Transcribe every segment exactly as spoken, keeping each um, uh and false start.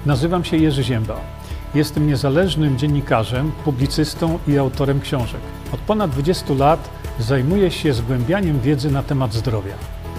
Nazywam się Jerzy Ziemba. Jestem niezależnym dziennikarzem, publicystą i autorem książek. Od ponad dwudziestu lat zajmuję się zgłębianiem wiedzy na temat zdrowia.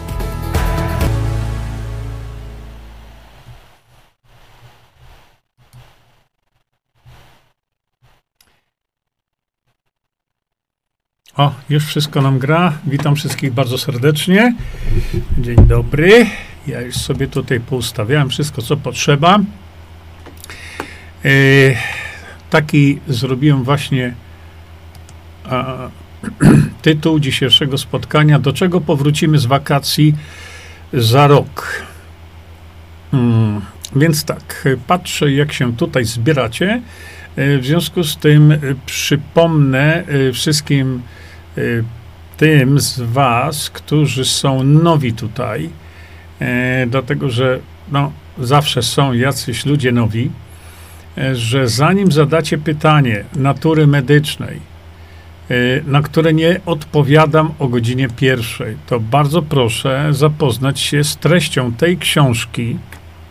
O, już wszystko nam gra. Witam wszystkich bardzo serdecznie. Dzień dobry. Ja już sobie tutaj poustawiałem wszystko, co potrzeba. Yy, taki zrobiłem właśnie a, tytuł dzisiejszego spotkania. Do czego powrócimy z wakacji za rok? Hmm, więc tak, patrzę, jak się tutaj zbieracie. W związku z tym przypomnę wszystkim tym z was, którzy są nowi tutaj, dlatego że no, zawsze są jacyś ludzie nowi, że zanim zadacie pytanie natury medycznej, na które nie odpowiadam o godzinie pierwszej, to bardzo proszę zapoznać się z treścią tej książki.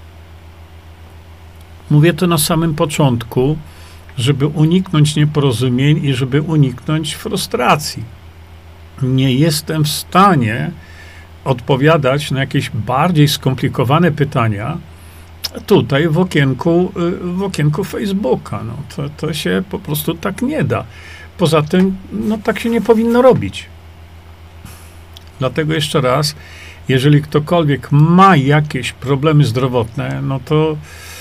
Mówię to na samym początku, żeby uniknąć nieporozumień i żeby uniknąć frustracji. Nie jestem w stanie odpowiadać na jakieś bardziej skomplikowane pytania tutaj w okienku, w okienku Facebooka. No, to, to się po prostu tak nie da. Poza tym, no tak się nie powinno robić. Dlatego jeszcze raz, jeżeli ktokolwiek ma jakieś problemy zdrowotne, no to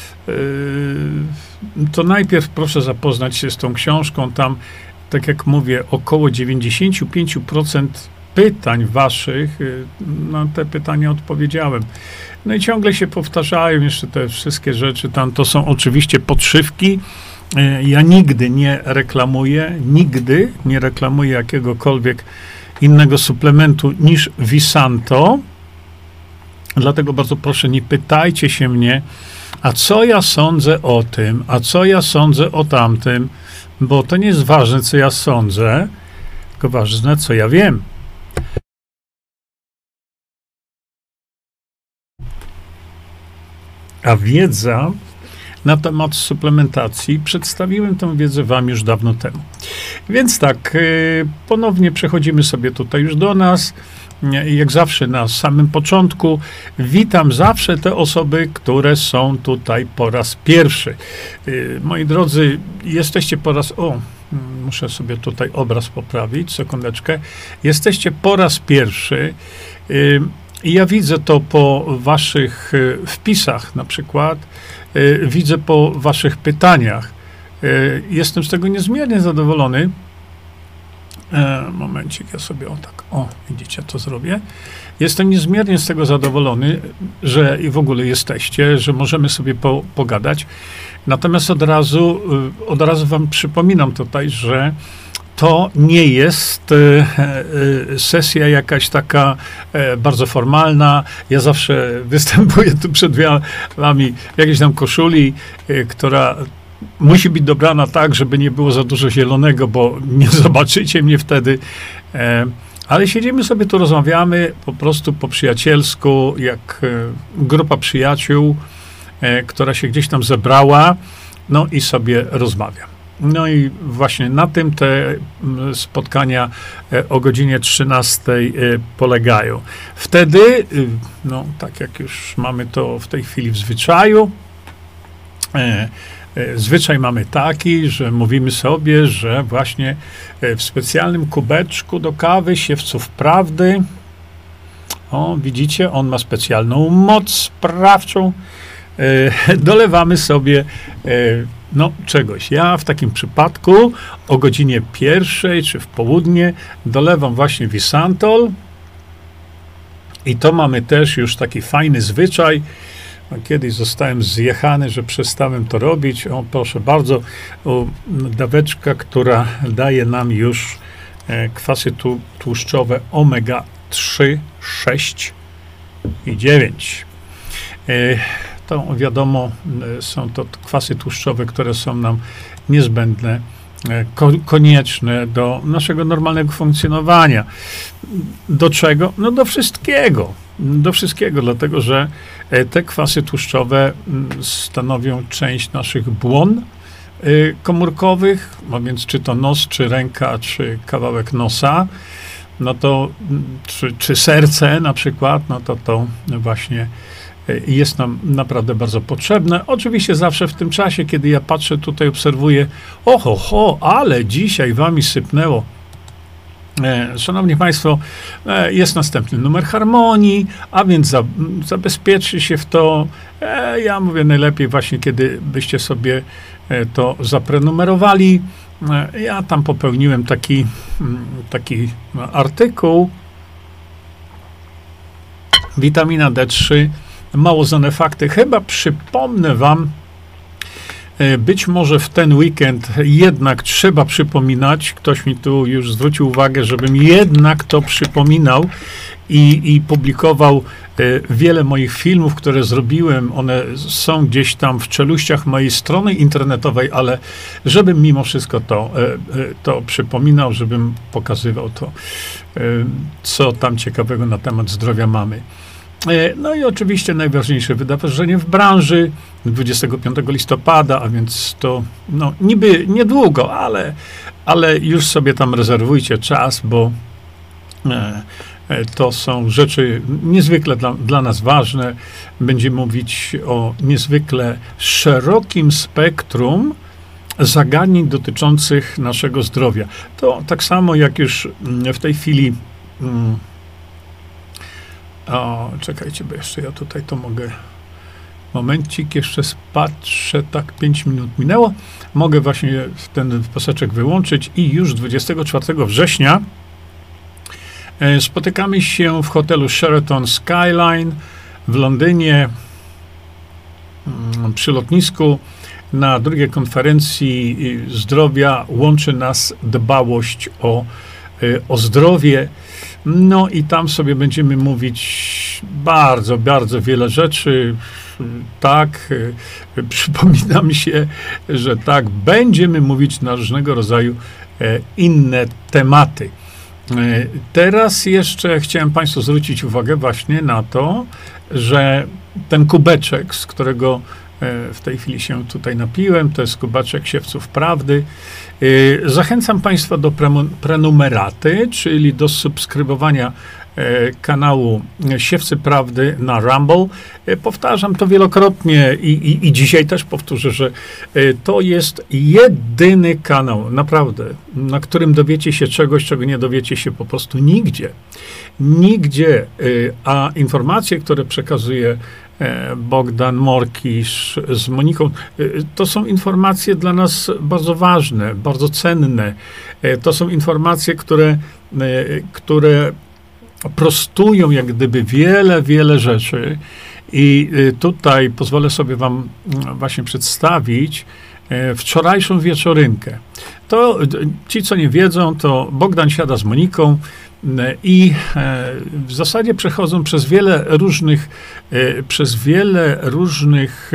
to najpierw proszę zapoznać się z tą książką. Tam, tak jak mówię, około dziewięćdziesiąt pięć procent pytań waszych, na te pytania odpowiedziałem. No i ciągle się powtarzają jeszcze te wszystkie rzeczy. Tam to są oczywiście podszywki. Ja nigdy nie reklamuję, nigdy nie reklamuję jakiegokolwiek innego suplementu niż Visanto. Dlatego bardzo proszę, nie pytajcie się mnie, a co ja sądzę o tym, a co ja sądzę o tamtym, bo to nie jest ważne, co ja sądzę, tylko ważne, co ja wiem. A wiedza na temat suplementacji, przedstawiłem tę wiedzę wam już dawno temu. Więc tak, ponownie przechodzimy sobie tutaj już do nas. Jak zawsze na samym początku witam zawsze te osoby, które są tutaj po raz pierwszy. Moi drodzy, jesteście po raz... O, muszę sobie tutaj obraz poprawić, sekundeczkę. Jesteście po raz pierwszy i ja widzę to po waszych wpisach na przykład, widzę po waszych pytaniach. Jestem z tego niezmiernie zadowolony. E, momencik, ja sobie o tak, o, widzicie, to zrobię. Jestem niezmiernie z tego zadowolony, że i w ogóle jesteście, że możemy sobie po, pogadać. Natomiast od razu, od razu wam przypominam tutaj, że to nie jest e, e, sesja jakaś taka e, bardzo formalna. Ja zawsze występuję tu przed wami w jakiejś tam koszuli, e, która musi być dobrana tak, żeby nie było za dużo zielonego, bo nie zobaczycie mnie wtedy. E, ale siedzimy sobie tu, rozmawiamy po prostu po przyjacielsku, jak e, grupa przyjaciół, e, która się gdzieś tam zebrała, no i sobie rozmawia. No i właśnie na tym te spotkania e, o godzinie trzynastej e, polegają. Wtedy, e, no tak jak już mamy to w tej chwili w zwyczaju, e, zwyczaj mamy taki, że mówimy sobie, że właśnie w specjalnym kubeczku do kawy siewców prawdy, o widzicie, on ma specjalną moc sprawczą, e, dolewamy sobie e, no czegoś. Ja w takim przypadku o godzinie pierwszej czy w południe dolewam właśnie Visantol i to mamy też już taki fajny zwyczaj. Kiedyś zostałem zjechany, że przestałem to robić. O, proszę bardzo, o, daweczka, która daje nam już e, kwasy tu, tłuszczowe omega trzy, sześć i dziewięć. E, to wiadomo, e, są to kwasy tłuszczowe, które są nam niezbędne, e, ko, konieczne do naszego normalnego funkcjonowania. Do czego? No do wszystkiego. do wszystkiego, dlatego że te kwasy tłuszczowe stanowią część naszych błon komórkowych, a więc czy to nos, czy ręka, czy kawałek nosa, no to, czy, czy serce na przykład, no to to właśnie jest nam naprawdę bardzo potrzebne. Oczywiście zawsze w tym czasie, kiedy ja patrzę tutaj, obserwuję, oho, ho, ale dzisiaj wami sypnęło. Szanowni Państwo, jest następny numer harmonii, a więc za, zabezpieczy się w to. Ja mówię najlepiej właśnie, kiedy byście sobie to zaprenumerowali. Ja tam popełniłem taki, taki artykuł. Witamina D trzy, mało znane fakty. Chyba przypomnę wam, być może w ten weekend jednak trzeba przypominać, ktoś mi tu już zwrócił uwagę, żebym jednak to przypominał i, i publikował wiele moich filmów, które zrobiłem. One są gdzieś tam w czeluściach mojej strony internetowej, ale żebym mimo wszystko to, to przypominał, żebym pokazywał to, co tam ciekawego na temat zdrowia mamy. No i oczywiście najważniejsze wydarzenie w branży dwudziestego piątego listopada, a więc to no, niby niedługo, ale, ale już sobie tam rezerwujcie czas, bo e, e, to są rzeczy niezwykle dla, dla nas ważne. Będziemy mówić o niezwykle szerokim spektrum zagadnień dotyczących naszego zdrowia. To tak samo jak już w tej chwili mm, O, czekajcie, bo jeszcze ja tutaj to mogę. Momencik, jeszcze spatrzę, tak pięć minut minęło. Mogę właśnie ten paseczek wyłączyć i już dwudziestego czwartego września e, spotykamy się w hotelu Sheraton Skyline w Londynie mm, przy lotnisku na drugiej konferencji zdrowia. Łączy nas dbałość o, e, o zdrowie. No i tam sobie będziemy mówić bardzo, bardzo wiele rzeczy. Tak, przypomina mi się, że tak, będziemy mówić na różnego rodzaju inne tematy. Teraz jeszcze chciałem Państwu zwrócić uwagę właśnie na to, że ten kubeczek, z którego w tej chwili się tutaj napiłem, to jest kubeczek Siewców Prawdy. Zachęcam Państwa do prenumeraty, czyli do subskrybowania kanału Siewcy Prawdy na Rumble. Powtarzam to wielokrotnie i, i, i dzisiaj też powtórzę, że to jest jedyny kanał, naprawdę, na którym dowiecie się czegoś, czego nie dowiecie się po prostu nigdzie. Nigdzie, a informacje, które przekazuje Bogdan Morkisz z Moniką, to są informacje dla nas bardzo ważne, bardzo cenne. To są informacje, które, które prostują jak gdyby wiele, wiele rzeczy i tutaj pozwolę sobie wam właśnie przedstawić wczorajszą wieczorynkę. To ci, co nie wiedzą, to Bogdan siada z Moniką i w zasadzie przechodzą przez wiele różnych, przez wiele różnych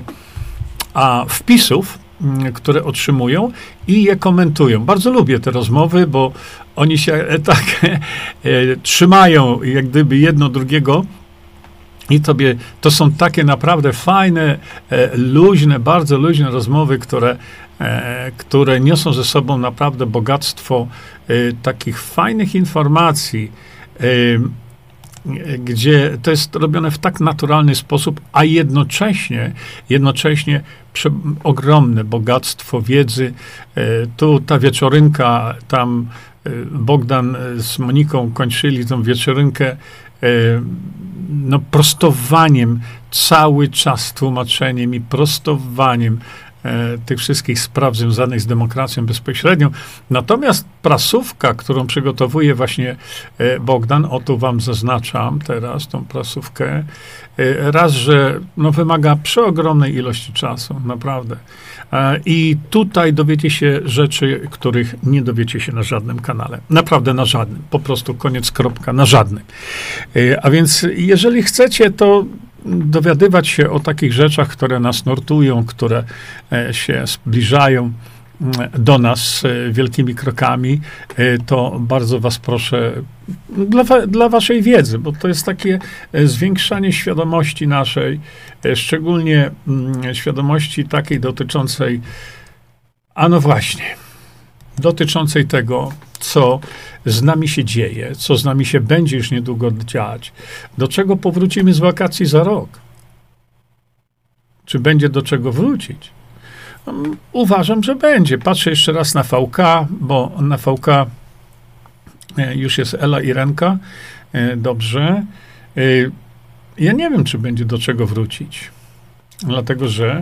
a, wpisów, które otrzymują i je komentują. Bardzo lubię te rozmowy, bo oni się tak trzymają jak gdyby jedno drugiego i tobie, to są takie naprawdę fajne, luźne, bardzo luźne rozmowy, które, które niosą ze sobą naprawdę bogactwo takich fajnych informacji, gdzie to jest robione w tak naturalny sposób, a jednocześnie, jednocześnie prze, ogromne bogactwo wiedzy. Tu ta wieczorynka, tam Bogdan z Moniką kończyli tą wieczorynkę no, prostowaniem, cały czas tłumaczeniem i prostowaniem tych wszystkich spraw związanych z demokracją bezpośrednią. Natomiast prasówka, którą przygotowuje właśnie Bogdan, o tu wam zaznaczam teraz tą prasówkę, raz, że no, wymaga przeogromnej ilości czasu, naprawdę. I tutaj dowiecie się rzeczy, których nie dowiecie się na żadnym kanale. Naprawdę na żadnym. Po prostu koniec, kropka, na żadnym. A więc jeżeli chcecie, to dowiadywać się o takich rzeczach, które nas nurtują, które się zbliżają do nas wielkimi krokami, to bardzo was proszę, dla, dla waszej wiedzy, bo to jest takie zwiększanie świadomości naszej, szczególnie świadomości takiej dotyczącej, a no właśnie, dotyczącej tego, co z nami się dzieje, co z nami się będzie już niedługo dziać, do czego powrócimy z wakacji za rok. Czy będzie do czego wrócić? Uważam, że będzie. Patrzę jeszcze raz na V K, bo na V K już jest Ela i Renka. Dobrze. Ja nie wiem, czy będzie do czego wrócić. Dlatego, że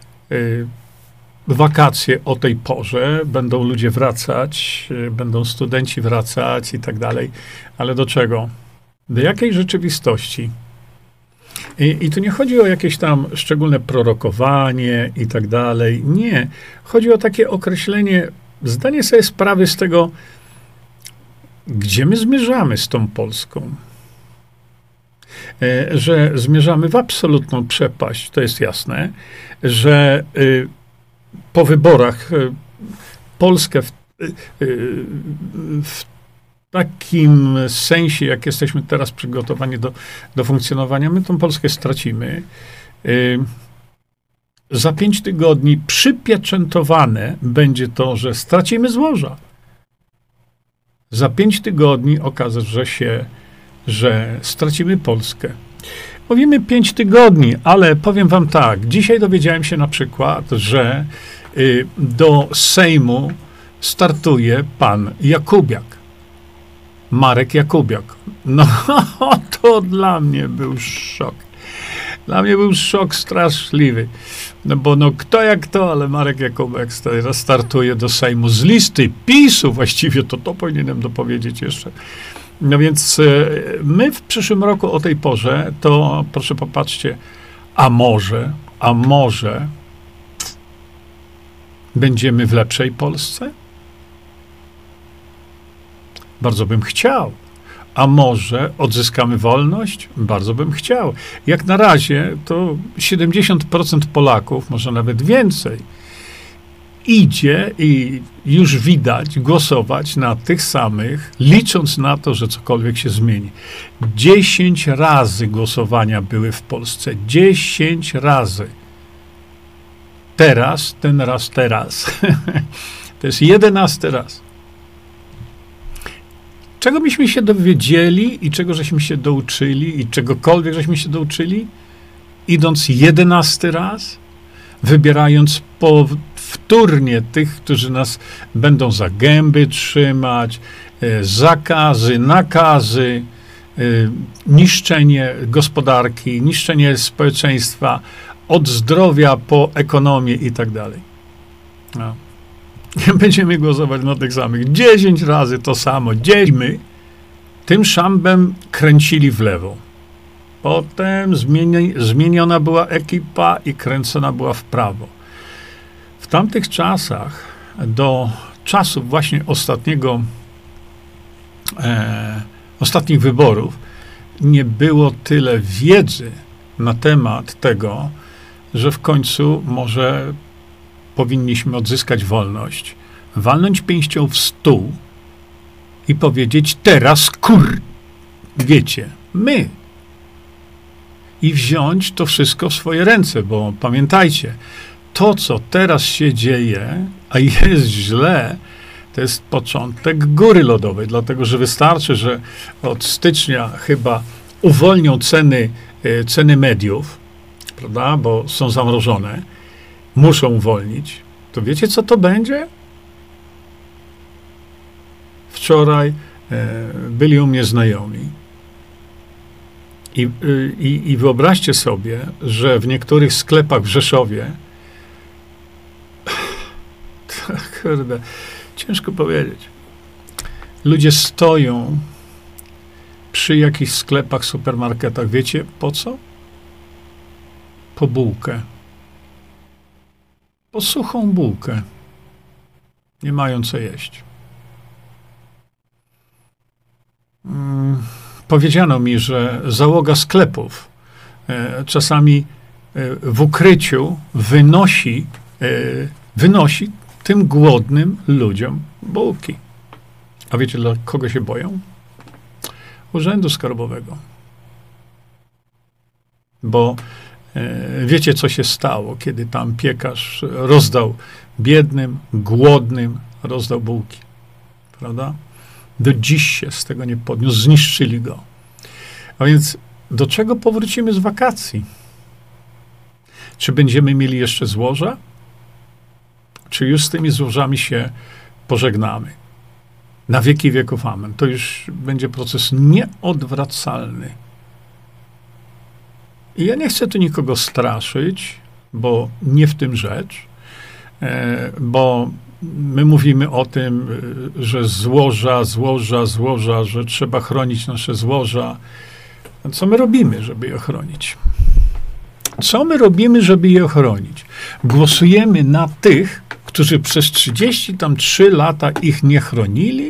wakacje o tej porze, będą ludzie wracać, będą studenci wracać i tak dalej. Ale do czego? Do jakiej rzeczywistości? I, I tu nie chodzi o jakieś tam szczególne prorokowanie i tak dalej. Nie. Chodzi o takie określenie, zdanie sobie sprawy z tego, gdzie my zmierzamy z tą Polską. E, że zmierzamy w absolutną przepaść, to jest jasne, że y, po wyborach y, Polskę w, y, w takim sensie, jak jesteśmy teraz przygotowani do, do funkcjonowania, my tą Polskę stracimy. Yy, za pięć tygodni przypieczętowane będzie to, że stracimy złoża. Za pięć tygodni okaże że się, że stracimy Polskę. Mówimy pięć tygodni, ale powiem wam tak, dzisiaj dowiedziałem się na przykład, że yy, do Sejmu startuje pan Jakubiak. Marek Jakubiak. No, to dla mnie był szok. Dla mnie był szok straszliwy. No bo no kto jak to, ale Marek Jakubiak startuje do Sejmu z listy PiSu właściwie, to to powinienem dopowiedzieć jeszcze. No więc my w przyszłym roku o tej porze, to proszę popatrzcie, a może, a może będziemy w lepszej Polsce? Bardzo bym chciał. A może odzyskamy wolność? Bardzo bym chciał. Jak na razie to siedemdziesiąt procent Polaków, może nawet więcej, idzie i już widać głosować na tych samych, licząc na to, że cokolwiek się zmieni. Dziesięć razy głosowania były w Polsce. Dziesięć razy. Teraz, ten raz, teraz. To jest jedenasty raz. Czego myśmy się dowiedzieli i czego żeśmy się douczyli i czegokolwiek żeśmy się douczyli, idąc jedenasty raz, wybierając powtórnie tych, którzy nas będą za gęby trzymać, e, zakazy, nakazy, e, niszczenie gospodarki, niszczenie społeczeństwa, od zdrowia po ekonomię i tak dalej. No. Będziemy głosować na tych samych. Dziesięć razy to samo. Dzielimy. Tym szambem kręcili w lewo. Potem zmieni, zmieniona była ekipa i kręcona była w prawo. W tamtych czasach, do czasów właśnie ostatniego, e, ostatnich wyborów, nie było tyle wiedzy na temat tego, że w końcu może powinniśmy odzyskać wolność, walnąć pięścią w stół i powiedzieć teraz kur... wiecie, my. I wziąć to wszystko w swoje ręce, bo pamiętajcie, to, co teraz się dzieje, a jest źle, to jest początek góry lodowej, dlatego, że wystarczy, że od stycznia chyba uwolnią ceny, ceny mediów, prawda, bo są zamrożone, muszą uwolnić, to wiecie, co to będzie? Wczoraj e, byli u mnie znajomi I, i, i wyobraźcie sobie, że w niektórych sklepach w Rzeszowie kurde, ciężko powiedzieć, ludzie stoją przy jakichś sklepach, supermarketach. Wiecie po co? Po bułkę. Po suchą bułkę. Nie mają co jeść. Hmm, powiedziano mi, że załoga sklepów e, czasami e, w ukryciu wynosi, e, wynosi tym głodnym ludziom bułki. A wiecie, dla kogo się boją? Urzędu Skarbowego. Bo e, wiecie, co się stało, kiedy tam piekarz rozdał biednym, głodnym, rozdał bułki. Prawda? Do dziś się z tego nie podniósł, zniszczyli go. A więc do czego powrócimy z wakacji? Czy będziemy mieli jeszcze złoża? Czy już z tymi złożami się pożegnamy? Na wieki wieków amen. To już będzie proces nieodwracalny. I ja nie chcę tu nikogo straszyć, bo nie w tym rzecz, e, bo my mówimy o tym, że złoża, złoża, złoża, że trzeba chronić nasze złoża. Co my robimy, żeby je chronić? Co my robimy, żeby je chronić? Głosujemy na tych, którzy przez trzydzieści trzy lata ich nie chronili?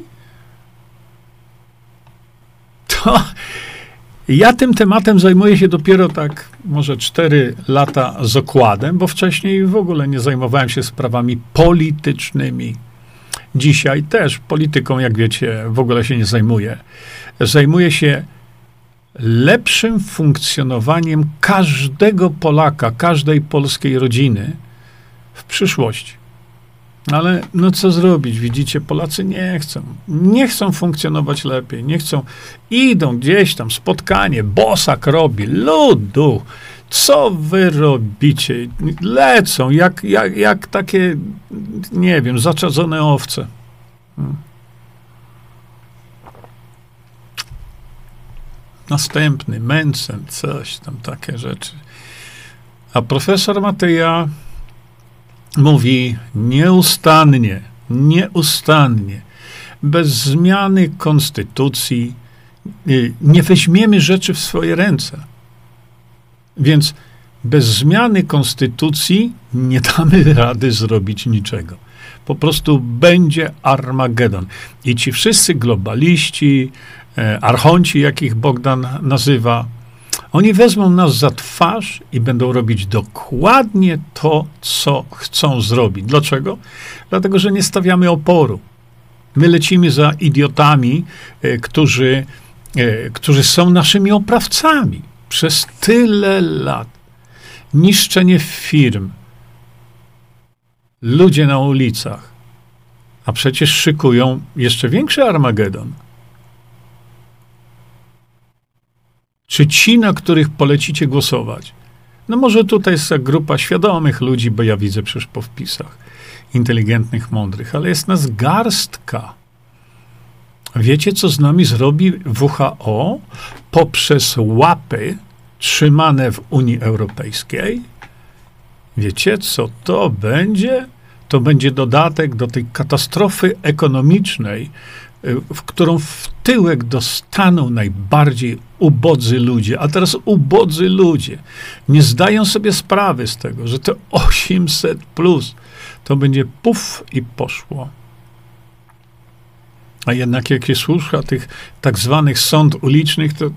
To ja tym tematem zajmuję się dopiero tak może cztery lata z okładem, bo wcześniej w ogóle nie zajmowałem się sprawami politycznymi. Dzisiaj też polityką, jak wiecie, w ogóle się nie zajmuję. Zajmuję się lepszym funkcjonowaniem każdego Polaka, każdej polskiej rodziny w przyszłości. Ale no co zrobić? Widzicie, Polacy nie chcą. Nie chcą funkcjonować lepiej. Nie chcą. Idą gdzieś tam, spotkanie, bosak robi, ludu. Co wy robicie? Lecą jak, jak, jak takie, nie wiem, zaczadzone owce. Hmm. Następny, Mencen, coś tam, takie rzeczy. A profesor Matyja mówi nieustannie, nieustannie, bez zmiany konstytucji nie weźmiemy rzeczy w swoje ręce. Więc bez zmiany konstytucji nie damy rady zrobić niczego. Po prostu będzie Armagedon. I ci wszyscy globaliści, archonci, jakich Bogdan nazywa, oni wezmą nas za twarz i będą robić dokładnie to, co chcą zrobić. Dlaczego? Dlatego, że nie stawiamy oporu. My lecimy za idiotami, e, którzy, e, którzy są naszymi oprawcami. Przez tyle lat. Niszczenie firm. Ludzie na ulicach. A przecież szykują jeszcze większy Armagedon. Czy ci, na których polecicie głosować? No może tutaj jest ta grupa świadomych ludzi, bo ja widzę przecież po wpisach, inteligentnych, mądrych, ale jest nas garstka. Wiecie, co z nami zrobi W H O poprzez łapy trzymane w Unii Europejskiej? Wiecie, co to będzie? To będzie dodatek do tej katastrofy ekonomicznej, w którą w tyłek dostaną najbardziej ubodzy ludzie. A teraz ubodzy ludzie nie zdają sobie sprawy z tego, że to osiemset plus to będzie puf i poszło. A jednak jak się słucha tych tak zwanych sąd ulicznych, to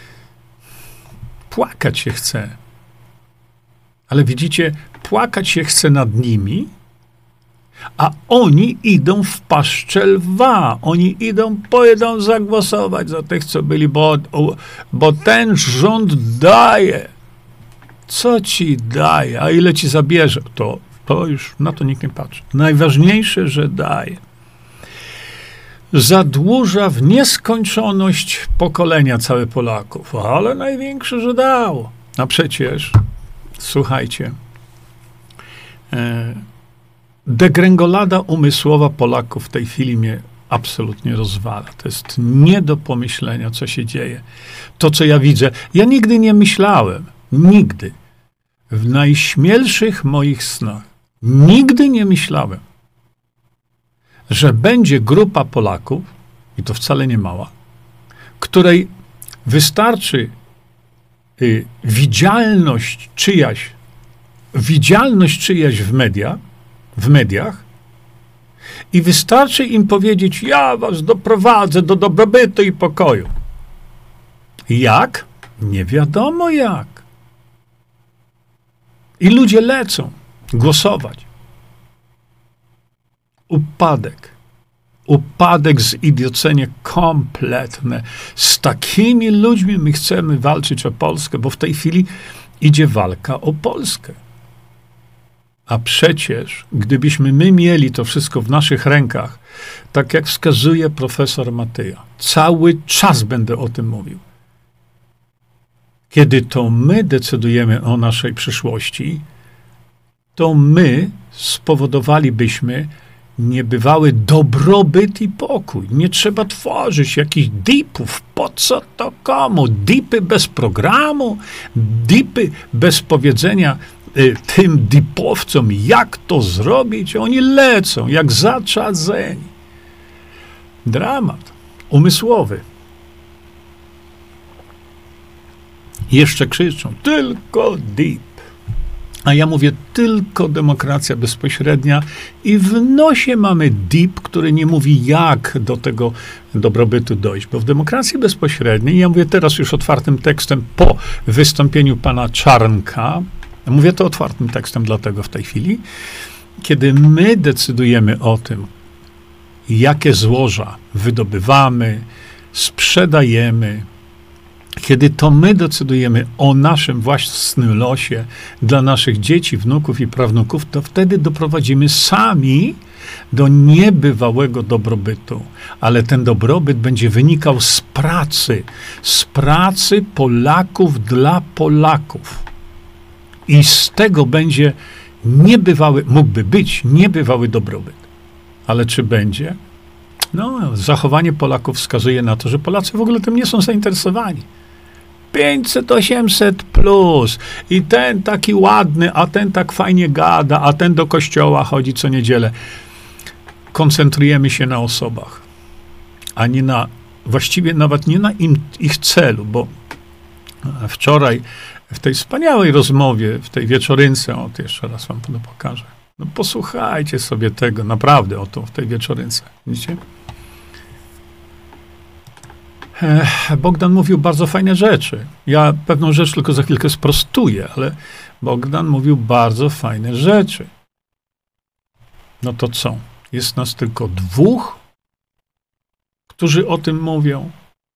płakać się chce. Ale widzicie, płakać się chce nad nimi, a oni idą w paszczę lwa. Oni idą, pojedą zagłosować za tych, co byli, bo, bo ten rząd daje. Co ci daje? A ile ci zabierze? To, to już na to nikt nie patrzy. Najważniejsze, że daje. Zadłuża w nieskończoność pokolenia całe Polaków. Ale największe, że dało. A przecież, słuchajcie, e, degrengolada umysłowa Polaków w tej chwili mnie absolutnie rozwala. To jest nie do pomyślenia, co się dzieje. To, co ja widzę. Ja nigdy nie myślałem, nigdy, w najśmielszych moich snach, nigdy nie myślałem, że będzie grupa Polaków, i to wcale nie mała, której wystarczy y, widzialność czyjaś, widzialność czyjaś w mediach, w mediach i wystarczy im powiedzieć, ja was doprowadzę do dobrobytu i pokoju. Jak? Nie wiadomo jak. I ludzie lecą głosować. Upadek. Upadek, zidiocenie kompletne. Z takimi ludźmi my chcemy walczyć o Polskę, bo w tej chwili idzie walka o Polskę. A przecież, gdybyśmy my mieli to wszystko w naszych rękach, tak jak wskazuje profesor Matyja, cały czas będę o tym mówił. Kiedy to my decydujemy o naszej przyszłości, to my spowodowalibyśmy niebywały dobrobyt i pokój. Nie trzeba tworzyć jakichś dipów. Po co to komu? Dipy bez programu, dipy bez powiedzenia y, tym dipowcom, jak to zrobić. Oni lecą jak zaczadzeni. Dramat umysłowy. Jeszcze krzyczą, tylko dip. A ja mówię, tylko demokracja bezpośrednia i w nosie mamy dip, który nie mówi, jak do tego dobrobytu dojść. Bo w demokracji bezpośredniej, ja mówię teraz już otwartym tekstem po wystąpieniu pana Czarnka, mówię to otwartym tekstem dlatego w tej chwili, kiedy my decydujemy o tym, jakie złoża wydobywamy, sprzedajemy, kiedy to my decydujemy o naszym własnym losie dla naszych dzieci, wnuków i prawnuków, to wtedy doprowadzimy sami do niebywałego dobrobytu. Ale ten dobrobyt będzie wynikał z pracy, z pracy Polaków dla Polaków. I z tego będzie niebywały, mógłby być niebywały dobrobyt. Ale czy będzie? No, zachowanie Polaków wskazuje na to, że Polacy w ogóle tym nie są zainteresowani. pięćset, osiemset plus i ten taki ładny, a ten tak fajnie gada, a ten do kościoła chodzi co niedzielę. Koncentrujemy się na osobach, a nie na, właściwie nawet nie na im, ich celu, bo wczoraj w tej wspaniałej rozmowie, w tej wieczorynce, o to jeszcze raz wam to pokażę. No posłuchajcie sobie tego, naprawdę o to w tej wieczorynce. Widzicie? Bogdan mówił bardzo fajne rzeczy. Ja pewną rzecz tylko za chwilkę sprostuję, ale Bogdan mówił bardzo fajne rzeczy. No to co? Jest nas tylko dwóch, którzy o tym mówią.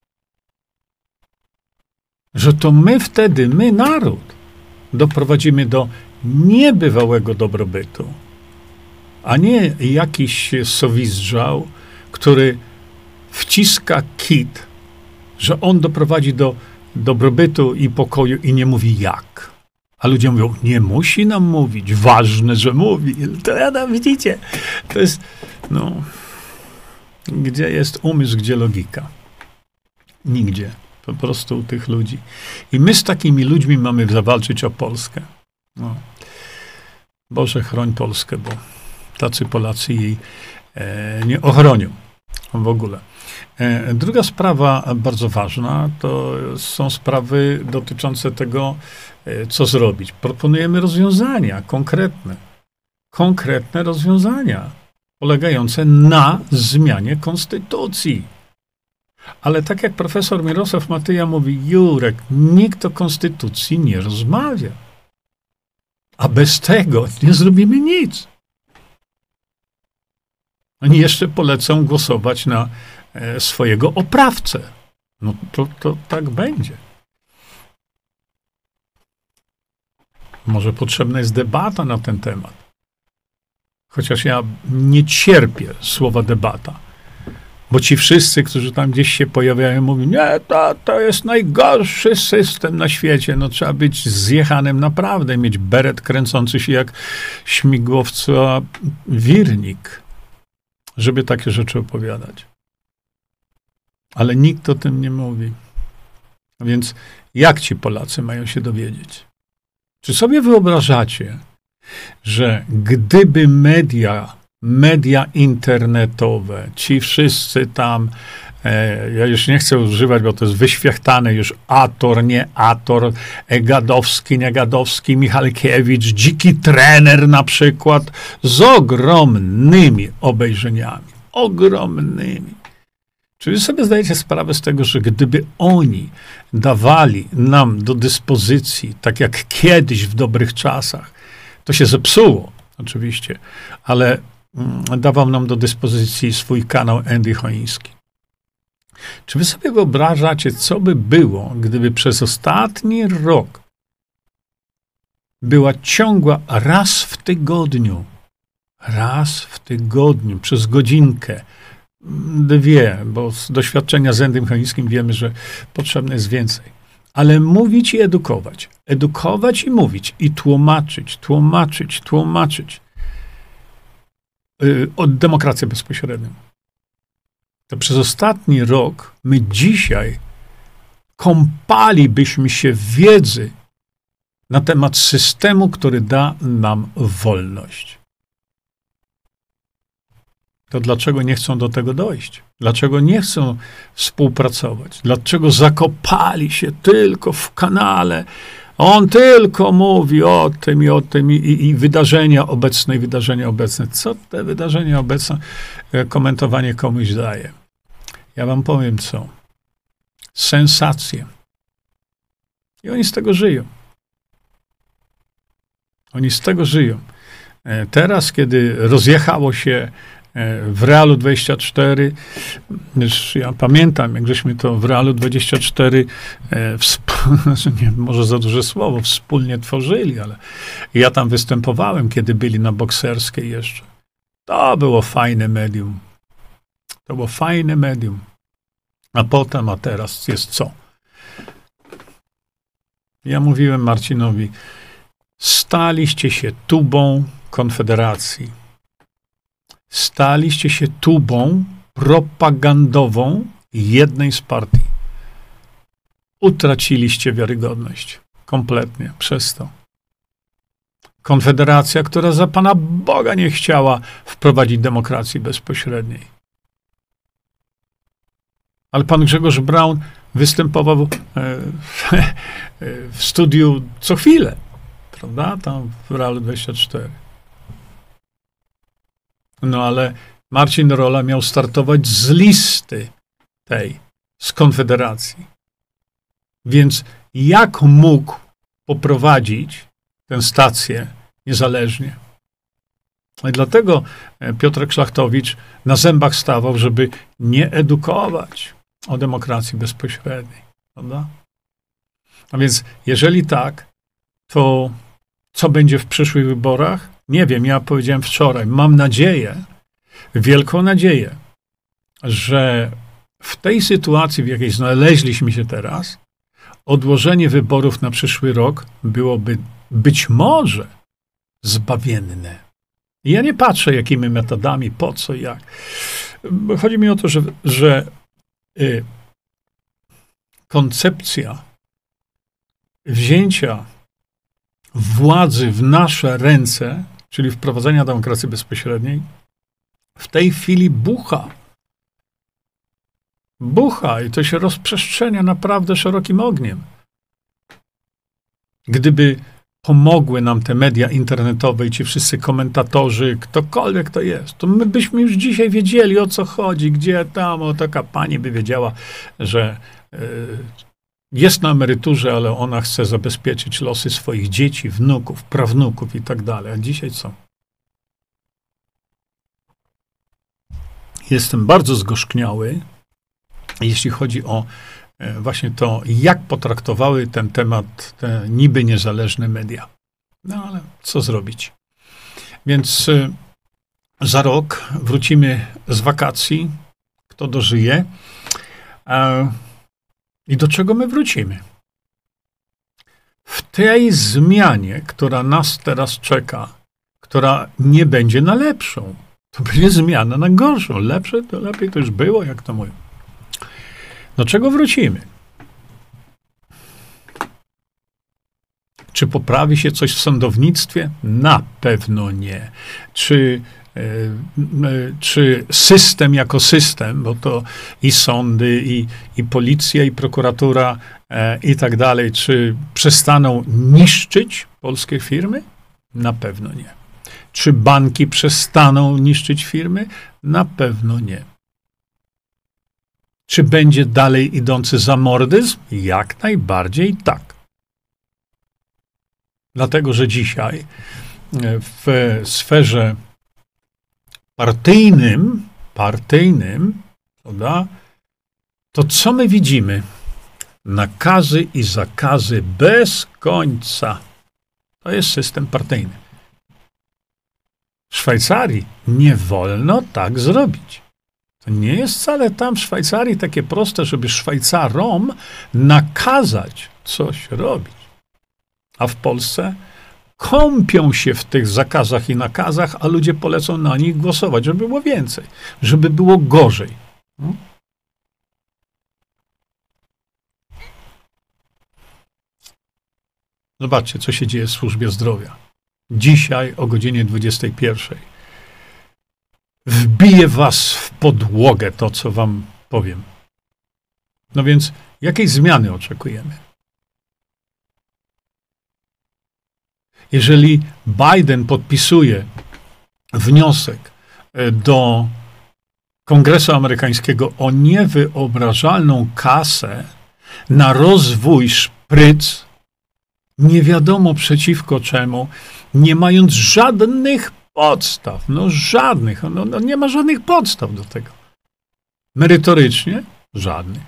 Że to my wtedy, my naród, doprowadzimy do niebywałego dobrobytu, a nie jakiś sowizdżał, który wciska kit, że on doprowadzi do dobrobytu i pokoju i nie mówi jak. A ludzie mówią, nie musi nam mówić, ważne, że mówi. To ja tam widzicie, to jest, no, gdzie jest umysł, gdzie logika? Nigdzie. Po prostu u tych ludzi. I my z takimi ludźmi mamy zawalczyć o Polskę. No. Boże, chroń Polskę, bo tacy Polacy jej e, nie ochronią w ogóle. E, druga sprawa bardzo ważna, to są sprawy dotyczące tego, e, co zrobić. Proponujemy rozwiązania konkretne. Konkretne rozwiązania polegające na zmianie konstytucji. Ale tak jak profesor Mirosław Matyja mówi, Jurek, nikt o konstytucji nie rozmawia. A bez tego nie zrobimy nic. Oni jeszcze polecą głosować na e, swojego oprawcę. No to, to tak będzie. Może potrzebna jest debata na ten temat. Chociaż ja nie cierpię słowa debata. Bo ci wszyscy, którzy tam gdzieś się pojawiają, mówią, nie, to, to jest najgorszy system na świecie. No trzeba być zjechanym naprawdę, mieć beret kręcący się jak śmigłowca wirnik, żeby takie rzeczy opowiadać. Ale nikt o tym nie mówi. A więc jak ci Polacy mają się dowiedzieć? Czy sobie wyobrażacie, że gdyby media media internetowe, ci wszyscy tam, e, ja już nie chcę używać, bo to jest wyświechtane już, Ator, nie Ator, e, Gadowski, nie Gadowski, Michalkiewicz, Dziki Trener na przykład, z ogromnymi obejrzeniami. Ogromnymi. Czy wy sobie zdajecie sprawę z tego, że gdyby oni dawali nam do dyspozycji, tak jak kiedyś w dobrych czasach, to się zepsuło, oczywiście, ale dawał nam do dyspozycji swój kanał Andy Choiński. Czy wy sobie wyobrażacie, co by było, gdyby przez ostatni rok była ciągła raz w tygodniu, raz w tygodniu, przez godzinkę, dwie, bo z doświadczenia z Endym Choińskim wiemy, że potrzebne jest więcej. Ale mówić i edukować. Edukować i mówić. I tłumaczyć, tłumaczyć, tłumaczyć. Yy, od demokracji bezpośredniej. To przez ostatni rok my dzisiaj kąpalibyśmy się w wiedzy na temat systemu, który da nam wolność. To dlaczego nie chcą do tego dojść? Dlaczego nie chcą współpracować? Dlaczego zakopali się tylko w kanale? On tylko mówi o tym i o tym i, i, i wydarzenia obecne, i wydarzenia obecne. Co te wydarzenia obecne komentowanie komuś daje? Ja wam powiem co. Sensacje. I oni z tego żyją. Oni z tego żyją. Teraz, kiedy rozjechało się w Realu dwadzieścia cztery, już ja pamiętam, jak żeśmy to w Realu dwadzieścia cztery, e, znaczy nie, może za duże słowo, wspólnie tworzyli, ale ja tam występowałem, kiedy byli na Bokserskiej jeszcze. To było fajne medium. To było fajne medium. A potem, a teraz jest co? Ja mówiłem Marcinowi, staliście się tubą Konfederacji. Staliście się tubą propagandową jednej z partii. Utraciliście wiarygodność. Kompletnie przez to. Konfederacja, która za Pana Boga nie chciała wprowadzić demokracji bezpośredniej. Ale pan Grzegorz Braun występował w studiu co chwilę. Prawda? Tam w Realu dwadzieścia cztery. No ale Marcin Rola miał startować z listy tej, z Konfederacji. Więc jak mógł poprowadzić tę stację niezależnie? I dlatego Piotrek Szlachtowicz na zębach stawał, żeby nie edukować o demokracji bezpośredniej. Prawda? A więc jeżeli tak, to co będzie w przyszłych wyborach? Nie wiem, ja powiedziałem wczoraj, mam nadzieję, wielką nadzieję, że w tej sytuacji, w jakiej znaleźliśmy się teraz, odłożenie wyborów na przyszły rok byłoby być może zbawienne. I ja nie patrzę, jakimi metodami, po co, jak. Chodzi mi o to, że, że y, koncepcja wzięcia władzy w nasze ręce, czyli wprowadzenia demokracji bezpośredniej, w tej chwili bucha. Bucha i to się rozprzestrzenia naprawdę szerokim ogniem. Gdyby pomogły nam te media internetowe i ci wszyscy komentatorzy, ktokolwiek to jest, to my byśmy już dzisiaj wiedzieli, o co chodzi, gdzie tam, o taka pani by wiedziała, że yy, jest na emeryturze, ale ona chce zabezpieczyć losy swoich dzieci, wnuków, prawnuków i tak dalej. A dzisiaj co? Jestem bardzo zgorzkniały, jeśli chodzi o właśnie to, jak potraktowały ten temat te niby niezależne media. No ale co zrobić? Więc y, za rok wrócimy z wakacji, kto dożyje. A, I do czego my wrócimy? W tej zmianie, która nas teraz czeka, która nie będzie na lepszą. To będzie zmiana na gorszą. Lepsze to lepiej to już było, jak to mówią. Do czego wrócimy? Czy poprawi się coś w sądownictwie? Na pewno nie. Czy, e, e, czy system jako system, bo to i sądy, i, i policja, i prokuratura, e, i tak dalej, czy przestaną niszczyć polskie firmy? Na pewno nie. Czy banki przestaną niszczyć firmy? Na pewno nie. Czy będzie dalej idący zamordyzm? Jak najbardziej tak. Dlatego, że dzisiaj w sferze partyjnym, partyjnym, prawda, to co my widzimy? Nakazy i zakazy bez końca. To jest system partyjny. W Szwajcarii nie wolno tak zrobić. To nie jest wcale tam w Szwajcarii takie proste, żeby Szwajcarom nakazać coś robić. A w Polsce kąpią się w tych zakazach i nakazach, a ludzie polecą na nich głosować, żeby było więcej, żeby było gorzej. No? Zobaczcie, co się dzieje w służbie zdrowia. Dzisiaj o godzinie dwudziestej pierwszej. Wbije was w podłogę to, co wam powiem. No więc, jakiej zmiany oczekujemy? Jeżeli Biden podpisuje wniosek do Kongresu Amerykańskiego o niewyobrażalną kasę na rozwój szpryc, nie wiadomo przeciwko czemu, nie mając żadnych podstaw, no żadnych, no, no nie ma żadnych podstaw do tego. Merytorycznie żadnych.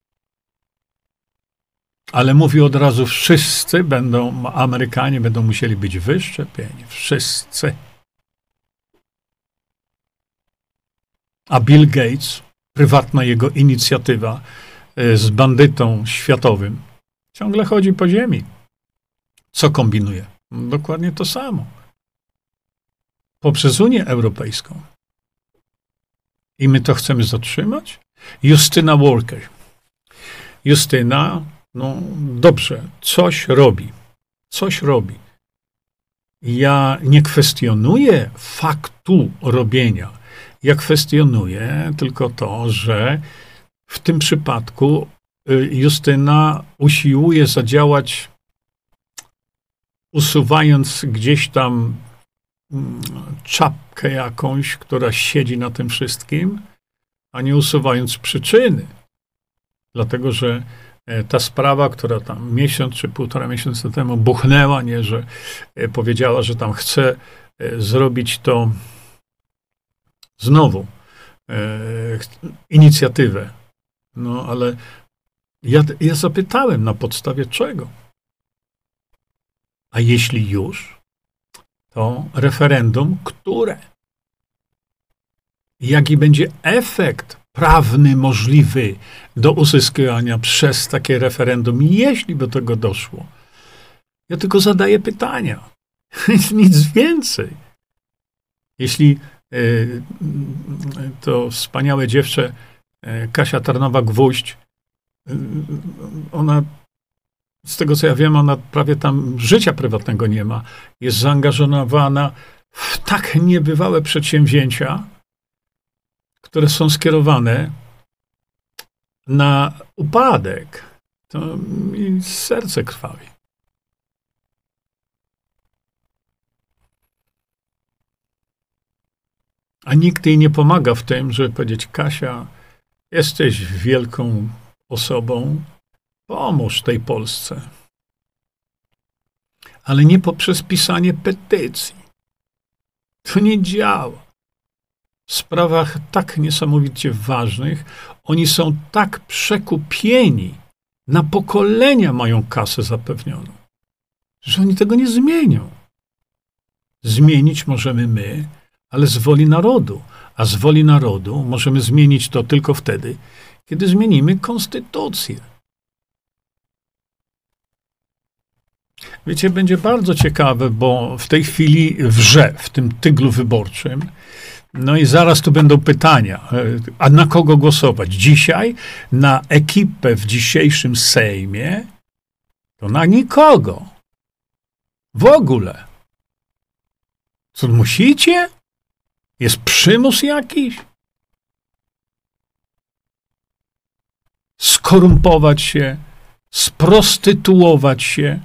Ale mówi od razu, wszyscy będą, Amerykanie będą musieli być wyszczepieni. Wszyscy. A Bill Gates, prywatna jego inicjatywa z bandytą światowym, ciągle chodzi po ziemi. Co kombinuje? Dokładnie to samo. Poprzez Unię Europejską. I my to chcemy zatrzymać? Justyna Walker. Justyna, no dobrze, coś robi. Coś robi. Ja nie kwestionuję faktu robienia. Ja kwestionuję tylko to, że w tym przypadku Justyna usiłuje zadziałać, usuwając gdzieś tam czapkę jakąś, która siedzi na tym wszystkim, a nie usuwając przyczyny. Dlatego, że ta sprawa, która tam miesiąc czy półtora miesiąca temu buchnęła, nie, że powiedziała, że tam chce zrobić to znowu, e, inicjatywę. No ale ja, ja zapytałem, na podstawie czego? A jeśli już, to referendum, które? Jaki będzie efekt prawny możliwy do uzyskania przez takie referendum, jeśli by do tego doszło? Ja tylko zadaję pytania. Nic więcej. Jeśli y, to wspaniałe dziewczę y, Kasia Tarnowa-Gwóźdź, y, ona, z tego co ja wiem, ona prawie tam życia prywatnego nie ma. Jest zaangażowana w tak niebywałe przedsięwzięcia, które są skierowane na upadek. To mi serce krwawi. A nikt jej nie pomaga w tym, żeby powiedzieć: Kasia, jesteś wielką osobą, pomóż tej Polsce. Ale nie poprzez pisanie petycji. To nie działa. W sprawach tak niesamowicie ważnych, oni są tak przekupieni, na pokolenia mają kasę zapewnioną, że oni tego nie zmienią. Zmienić możemy my, ale z woli narodu. A z woli narodu możemy zmienić to tylko wtedy, kiedy zmienimy konstytucję. Wiecie, będzie bardzo ciekawe, bo w tej chwili wrze w tym tyglu wyborczym. No i zaraz tu będą pytania. A na kogo głosować? Dzisiaj na ekipę w dzisiejszym Sejmie to na nikogo. W ogóle. Co, musicie? Jest przymus jakiś? Skorumpować się, sprostytuować się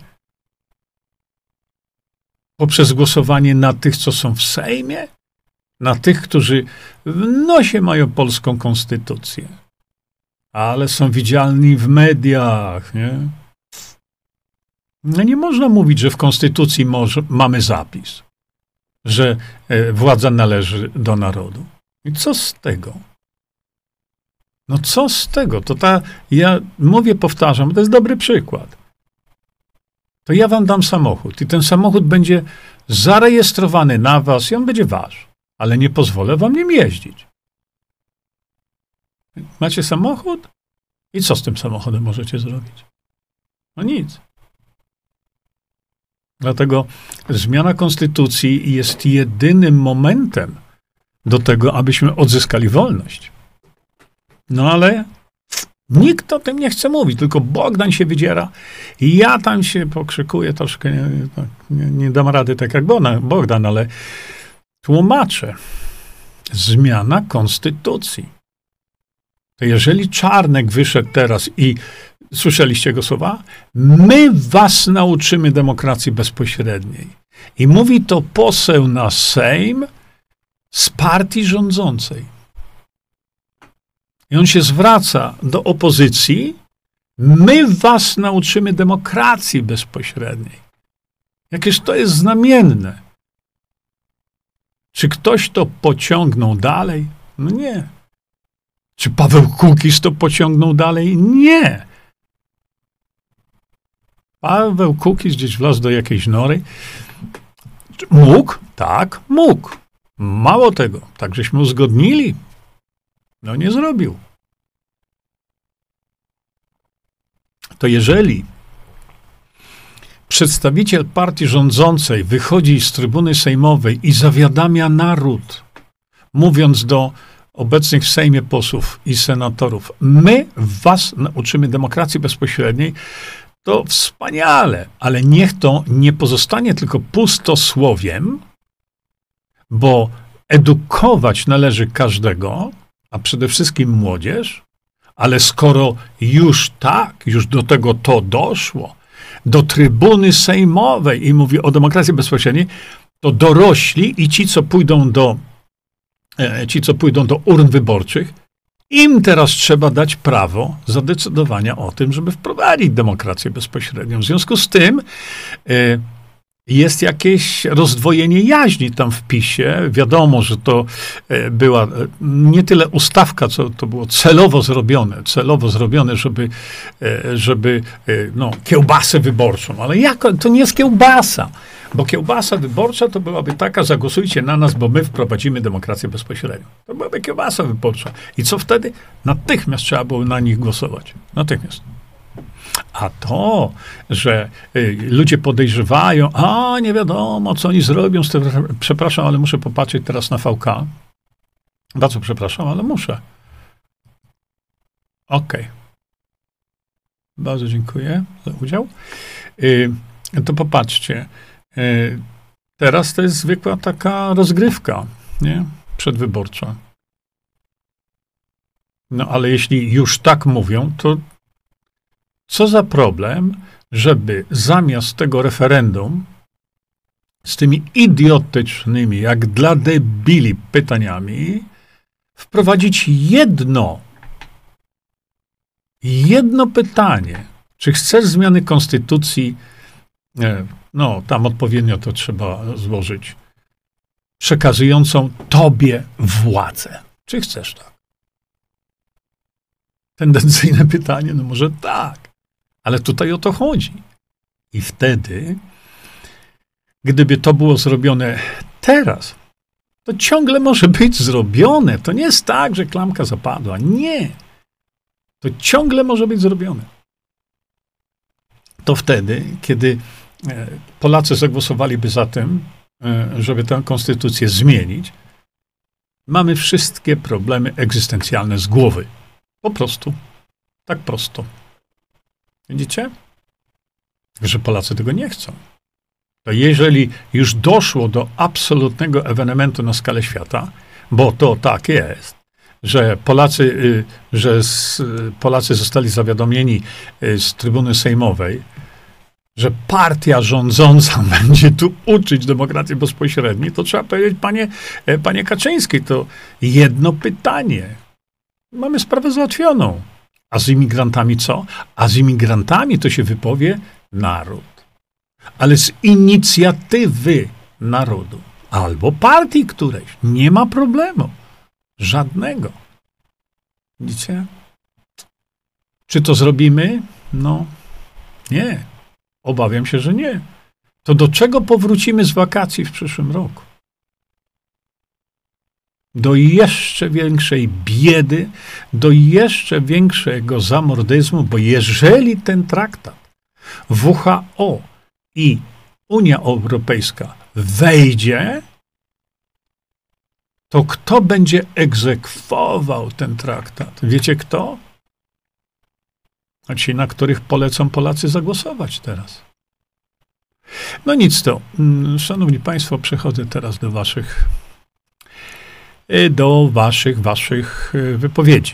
poprzez głosowanie na tych, co są w Sejmie? Na tych, którzy w nosie mają polską konstytucję, ale są widzialni w mediach, nie? No nie można mówić, że w konstytucji może, mamy zapis. że władza należy do narodu. I co z tego? No co z tego? To ta, ja mówię, powtarzam, to jest dobry przykład. To ja wam dam samochód i ten samochód będzie zarejestrowany na was i on będzie wasz, ale nie pozwolę wam nim jeździć. Macie samochód? I co z tym samochodem możecie zrobić? No nic. Dlatego zmiana konstytucji jest jedynym momentem do tego, abyśmy odzyskali wolność. No ale nikt o tym nie chce mówić, tylko Bogdan się wydziera i ja tam się pokrzykuję troszkę, nie, nie, nie dam rady tak jak Bogdan, ale tłumaczę. Zmiana konstytucji. To jeżeli Czarnek wyszedł teraz i słyszeliście jego słowa? My was nauczymy demokracji bezpośredniej. I mówi to poseł na Sejm z partii rządzącej. I on się zwraca do opozycji. My was nauczymy demokracji bezpośredniej. Jakież to jest znamienne. Czy ktoś to pociągnął dalej? No nie. Czy Paweł Kukiz to pociągnął dalej? Nie. Paweł Kukiz gdzieś wlazł do jakiejś nory. Mógł? Tak, mógł. Mało tego. Tak żeśmy uzgodnili. No nie zrobił. To jeżeli przedstawiciel partii rządzącej wychodzi z trybuny sejmowej i zawiadamia naród, mówiąc do obecnych w Sejmie posłów i senatorów, my was nauczymy demokracji bezpośredniej, to wspaniale, ale niech to nie pozostanie tylko pustosłowiem, bo edukować należy każdego, a przede wszystkim młodzież, ale skoro już tak, już do tego to doszło, do trybuny sejmowej i mówi o demokracji bezpośredniej, to dorośli i ci, co pójdą do, e, ci, co pójdą do urn wyborczych, im teraz trzeba dać prawo zadecydowania o tym, żeby wprowadzić demokrację bezpośrednią. W związku z tym e, jest jakieś rozdwojenie jaźni tam w PiSie. Wiadomo, że to była nie tyle ustawka, co to było celowo zrobione, celowo zrobione, żeby, żeby no, kiełbasę wyborczą. Ale jak, to nie jest kiełbasa, bo kiełbasa wyborcza to byłaby taka, zagłosujcie na nas, bo my wprowadzimy demokrację bezpośrednią. To byłaby kiełbasa wyborcza. I co wtedy? Natychmiast trzeba było na nich głosować. Natychmiast. A to, że y, ludzie podejrzewają, a nie wiadomo, co oni zrobią z tym. Przepraszam, ale muszę popatrzeć teraz na V K. Bardzo przepraszam, ale muszę. Okej. Okay. Bardzo dziękuję za udział. Y, to popatrzcie. Y, teraz to jest zwykła taka rozgrywka, nie? Przedwyborcza. No ale jeśli już tak mówią, to co za problem, żeby zamiast tego referendum z tymi idiotycznymi, jak dla debili pytaniami, wprowadzić jedno, jedno pytanie. Czy chcesz zmiany konstytucji? No, tam odpowiednio to trzeba złożyć. Przekazującą tobie władzę. Czy chcesz tak? Tendencyjne pytanie, no może tak. Ale tutaj o to chodzi. I wtedy, gdyby to było zrobione teraz, to ciągle może być zrobione. To nie jest tak, że klamka zapadła. Nie. To ciągle może być zrobione. To wtedy, kiedy Polacy zagłosowaliby za tym, żeby tę konstytucję zmienić, mamy wszystkie problemy egzystencjalne z głowy. Po prostu. Tak prosto. Widzicie? Że Polacy tego nie chcą. To jeżeli już doszło do absolutnego ewenementu na skalę świata, bo to tak jest, że Polacy, że z, Polacy zostali zawiadomieni z trybuny sejmowej, że partia rządząca będzie tu uczyć demokracji bezpośredniej, to trzeba powiedzieć, panie, panie Kaczyński, to jedno pytanie. Mamy sprawę załatwioną. A z imigrantami co? A z imigrantami to się wypowie naród. Ale z inicjatywy narodu. albo partii którejś. Nie ma problemu. Żadnego. Widzicie? Czy to zrobimy? No, nie. Obawiam się, że nie. To do czego powrócimy z wakacji w przyszłym roku? Do jeszcze większej biedy, do jeszcze większego zamordyzmu, bo jeżeli ten traktat W H O i Unia Europejska wejdzie, to kto będzie egzekwował ten traktat? Wiecie kto? A ci, na których polecą Polacy zagłosować teraz. No nic to. Szanowni Państwo, przechodzę teraz do waszych do waszych, waszych wypowiedzi.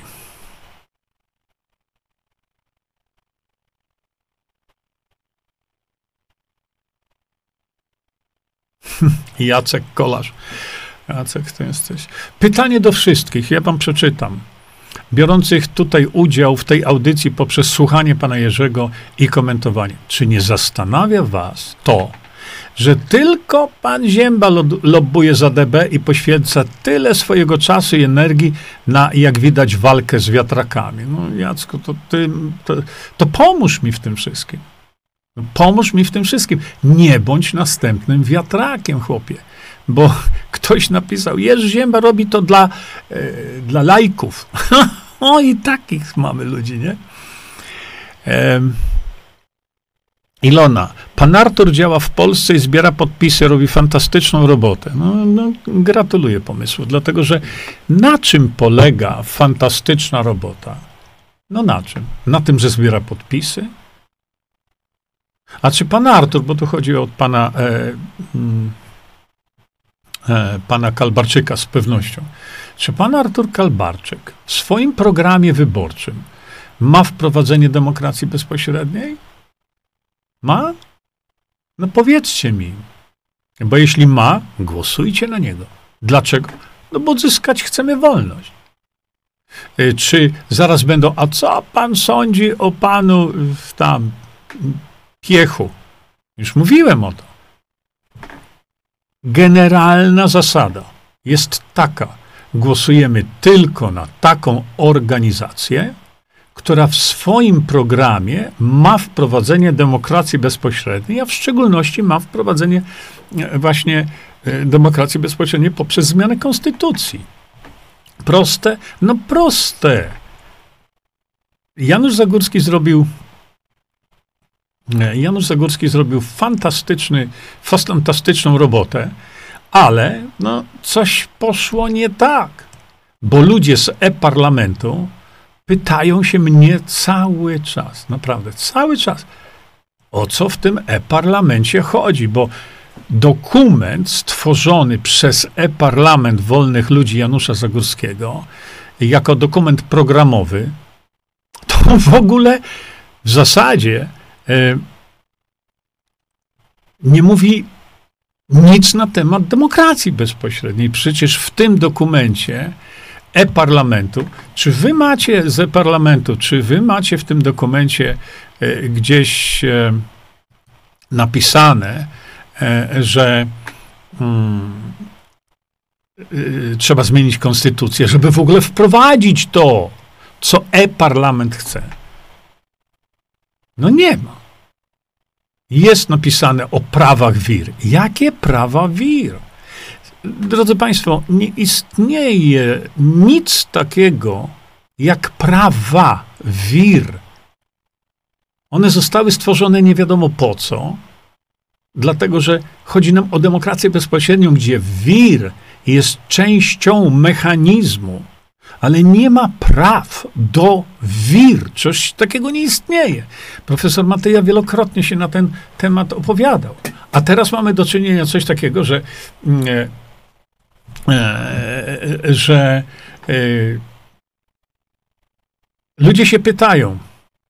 Jacek Kolarz. Jacek, to jesteś. Pytanie do wszystkich, ja wam przeczytam. Biorących tutaj udział w tej audycji poprzez słuchanie pana Jerzego i komentowanie. Czy nie zastanawia was to, że tylko pan Zięba lobbuje za D B i poświęca tyle swojego czasu i energii na, jak widać, walkę z wiatrakami? No Jacku, to ty, to, to pomóż mi w tym wszystkim. Pomóż mi w tym wszystkim. Nie bądź następnym wiatrakiem, chłopie. Bo ktoś napisał, Jerzy Zięba robi to dla, e, dla lajków. O, i takich mamy ludzi, nie? E, Ilona. Pan Artur działa w Polsce i zbiera podpisy, robi fantastyczną robotę. No, no, gratuluję pomysłu, dlatego że na czym polega fantastyczna robota? No na czym? Na tym, że zbiera podpisy? A czy pan Artur, bo tu chodzi o pana, e, e, pana Kalbarczyka z pewnością, czy pan Artur Kalbarczyk w swoim programie wyborczym ma wprowadzenie demokracji bezpośredniej? Ma? No powiedzcie mi. Bo jeśli ma, głosujcie na niego. Dlaczego? No bo odzyskać chcemy wolność. E, czy zaraz będą, a co pan sądzi o panu tam Piechu? Już mówiłem o to. Generalna zasada jest taka. Głosujemy tylko na taką organizację, która w swoim programie ma wprowadzenie demokracji bezpośredniej, a w szczególności ma wprowadzenie właśnie demokracji bezpośredniej poprzez zmianę konstytucji. Proste? No proste. Janusz Zagórski zrobił Janusz Zagórski zrobił fantastyczny, fantastyczną robotę, ale no, coś poszło nie tak, bo ludzie z e-parlamentu pytają się mnie cały czas, naprawdę cały czas, o co w tym e-parlamencie chodzi, bo dokument stworzony przez e-parlament Wolnych Ludzi Janusza Zagórskiego jako dokument programowy, to w ogóle w zasadzie nie mówi nic na temat demokracji bezpośredniej. Przecież w tym dokumencie e-parlamentu, czy wy macie z e-parlamentu, czy wy macie w tym dokumencie e, gdzieś e, napisane, e, że mm, e, trzeba zmienić konstytucję, żeby w ogóle wprowadzić to, co e-parlament chce? No nie ma. Jest napisane o prawach W I R. Jakie prawa W I R? Drodzy Państwo, nie istnieje nic takiego jak prawa W I R. One zostały stworzone nie wiadomo po co, dlatego że chodzi nam o demokrację bezpośrednią, gdzie W I R jest częścią mechanizmu, ale nie ma praw do W I R. Coś takiego nie istnieje. Profesor Matyja wielokrotnie się na ten temat opowiadał. A teraz mamy do czynienia coś takiego, że, e, e, że e, ludzie się pytają,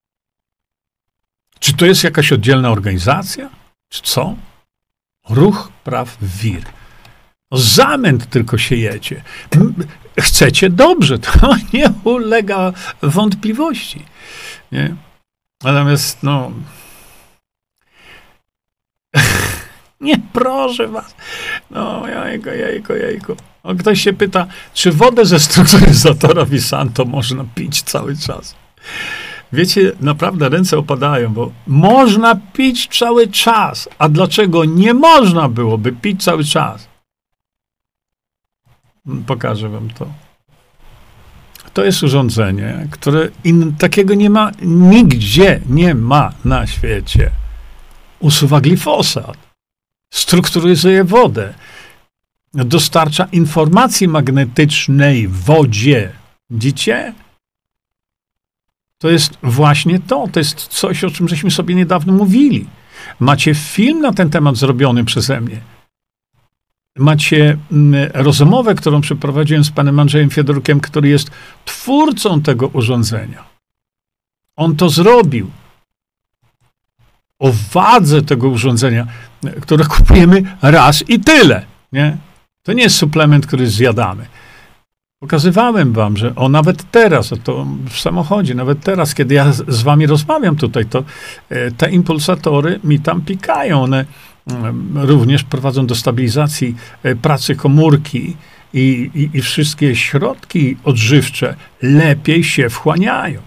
czy to jest jakaś oddzielna organizacja? Czy co? Ruch Praw W I R. No, zamęt tylko siejecie. Chcecie dobrze, to nie ulega wątpliwości. Nie? Natomiast, no... Nie, proszę was. No, jajko, jajko, jajko. A ktoś się pyta, czy wodę ze strukturyzatora Visanto można pić cały czas? Wiecie, naprawdę ręce opadają, bo można pić cały czas. A dlaczego nie można byłoby pić cały czas? Pokażę wam to. To jest urządzenie, które in, takiego nie ma, nigdzie nie ma na świecie. Usuwa glifosat, strukturyzuje wodę, dostarcza informacji magnetycznej w wodzie. Widzicie? To jest właśnie to. To jest coś, o czym żeśmy sobie niedawno mówili. Macie film na ten temat zrobiony przeze mnie. Macie rozmowę, którą przeprowadziłem z panem Andrzejem Fiedorkiem, który jest twórcą tego urządzenia. On to zrobił. O wadze tego urządzenia, które kupujemy raz i tyle. Nie? To nie jest suplement, który zjadamy. Pokazywałem wam, że o nawet teraz, o to w samochodzie, nawet teraz, kiedy ja z, z wami rozmawiam tutaj, to e, te impulsatory mi tam pikają. One e, również prowadzą do stabilizacji e, pracy komórki i, i, i wszystkie środki odżywcze lepiej się wchłaniają.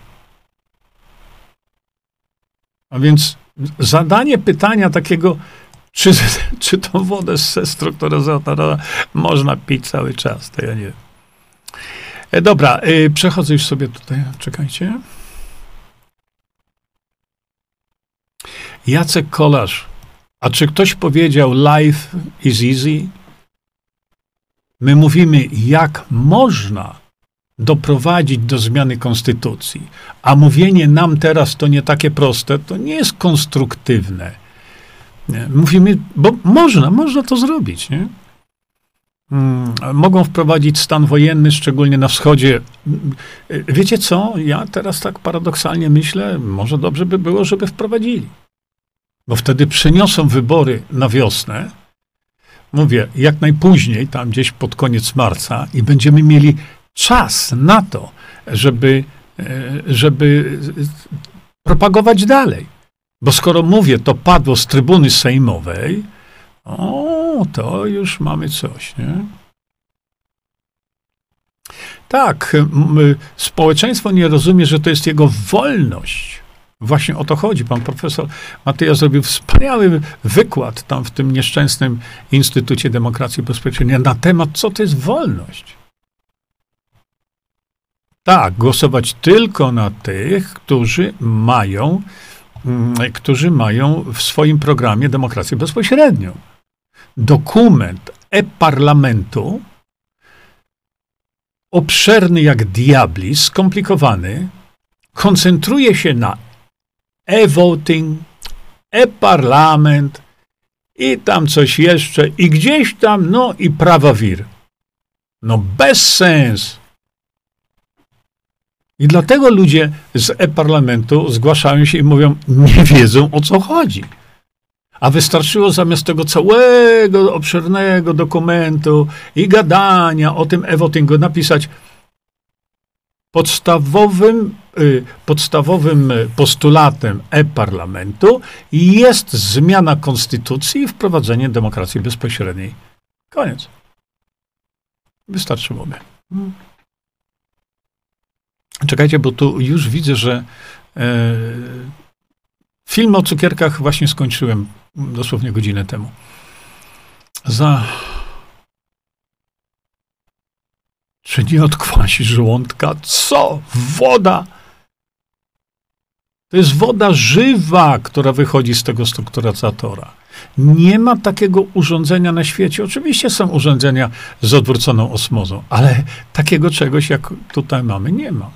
A więc zadanie pytania takiego, czy, czy tą wodę ze strukturyzatora można pić cały czas, to ja nie wiem. E, dobra, y, przechodzę już sobie tutaj, czekajcie. Jacek Kolarz. A czy ktoś powiedział life is easy? My mówimy, jak można doprowadzić do zmiany konstytucji. A mówienie nam teraz to nie takie proste, to nie jest konstruktywne. Nie? Mówimy, bo można, można to zrobić, nie? Hmm, mogą wprowadzić stan wojenny, szczególnie na wschodzie. Wiecie co? Ja teraz tak paradoksalnie myślę, może dobrze by było, żeby wprowadzili. Bo wtedy przeniosą wybory na wiosnę. Mówię, jak najpóźniej, tam gdzieś pod koniec marca i będziemy mieli czas na to, żeby, żeby propagować dalej. Bo skoro mówię, to padło z trybuny sejmowej, o, to już mamy coś, nie? Tak, społeczeństwo nie rozumie, że to jest jego wolność. Właśnie o to chodzi. Pan profesor Matyja zrobił wspaniały wykład tam w tym nieszczęsnym Instytucie Demokracji i Bezpieczeństwa na temat, co to jest wolność. Tak, głosować tylko na tych, którzy mają, którzy mają w swoim programie demokrację bezpośrednią. Dokument e-parlamentu, obszerny jak diabli, skomplikowany, koncentruje się na e-voting, e-parlament i tam coś jeszcze, i gdzieś tam, no i prawa W I R. No bez sens. I dlatego ludzie z e-parlamentu zgłaszają się i mówią, nie wiedzą, o co chodzi. A wystarczyło zamiast tego całego obszernego dokumentu i gadania o tym e-votingu napisać podstawowym, y, podstawowym postulatem e-parlamentu jest zmiana konstytucji i wprowadzenie demokracji bezpośredniej. Koniec. Wystarczyłoby. Hmm. Czekajcie, bo tu już widzę, że e, film o cukierkach właśnie skończyłem dosłownie godzinę temu. Za... Czy nie odkwasi żołądka? Co? Woda! To jest woda żywa, która wychodzi z tego strukturyzatora. Nie ma takiego urządzenia na świecie. Oczywiście są urządzenia z odwróconą osmozą, ale takiego czegoś, jak tutaj mamy, nie ma.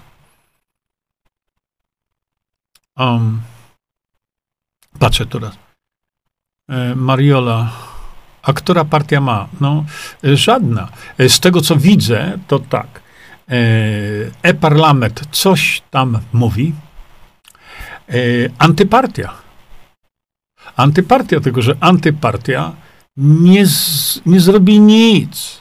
Um, patrzę tu raz. E, Mariola. A która partia ma? No, e, żadna. E, z tego, co widzę, to tak. E, e-parlament coś tam mówi. E, antypartia. Antypartia, tylko że antypartia nie, z, nie zrobi nic.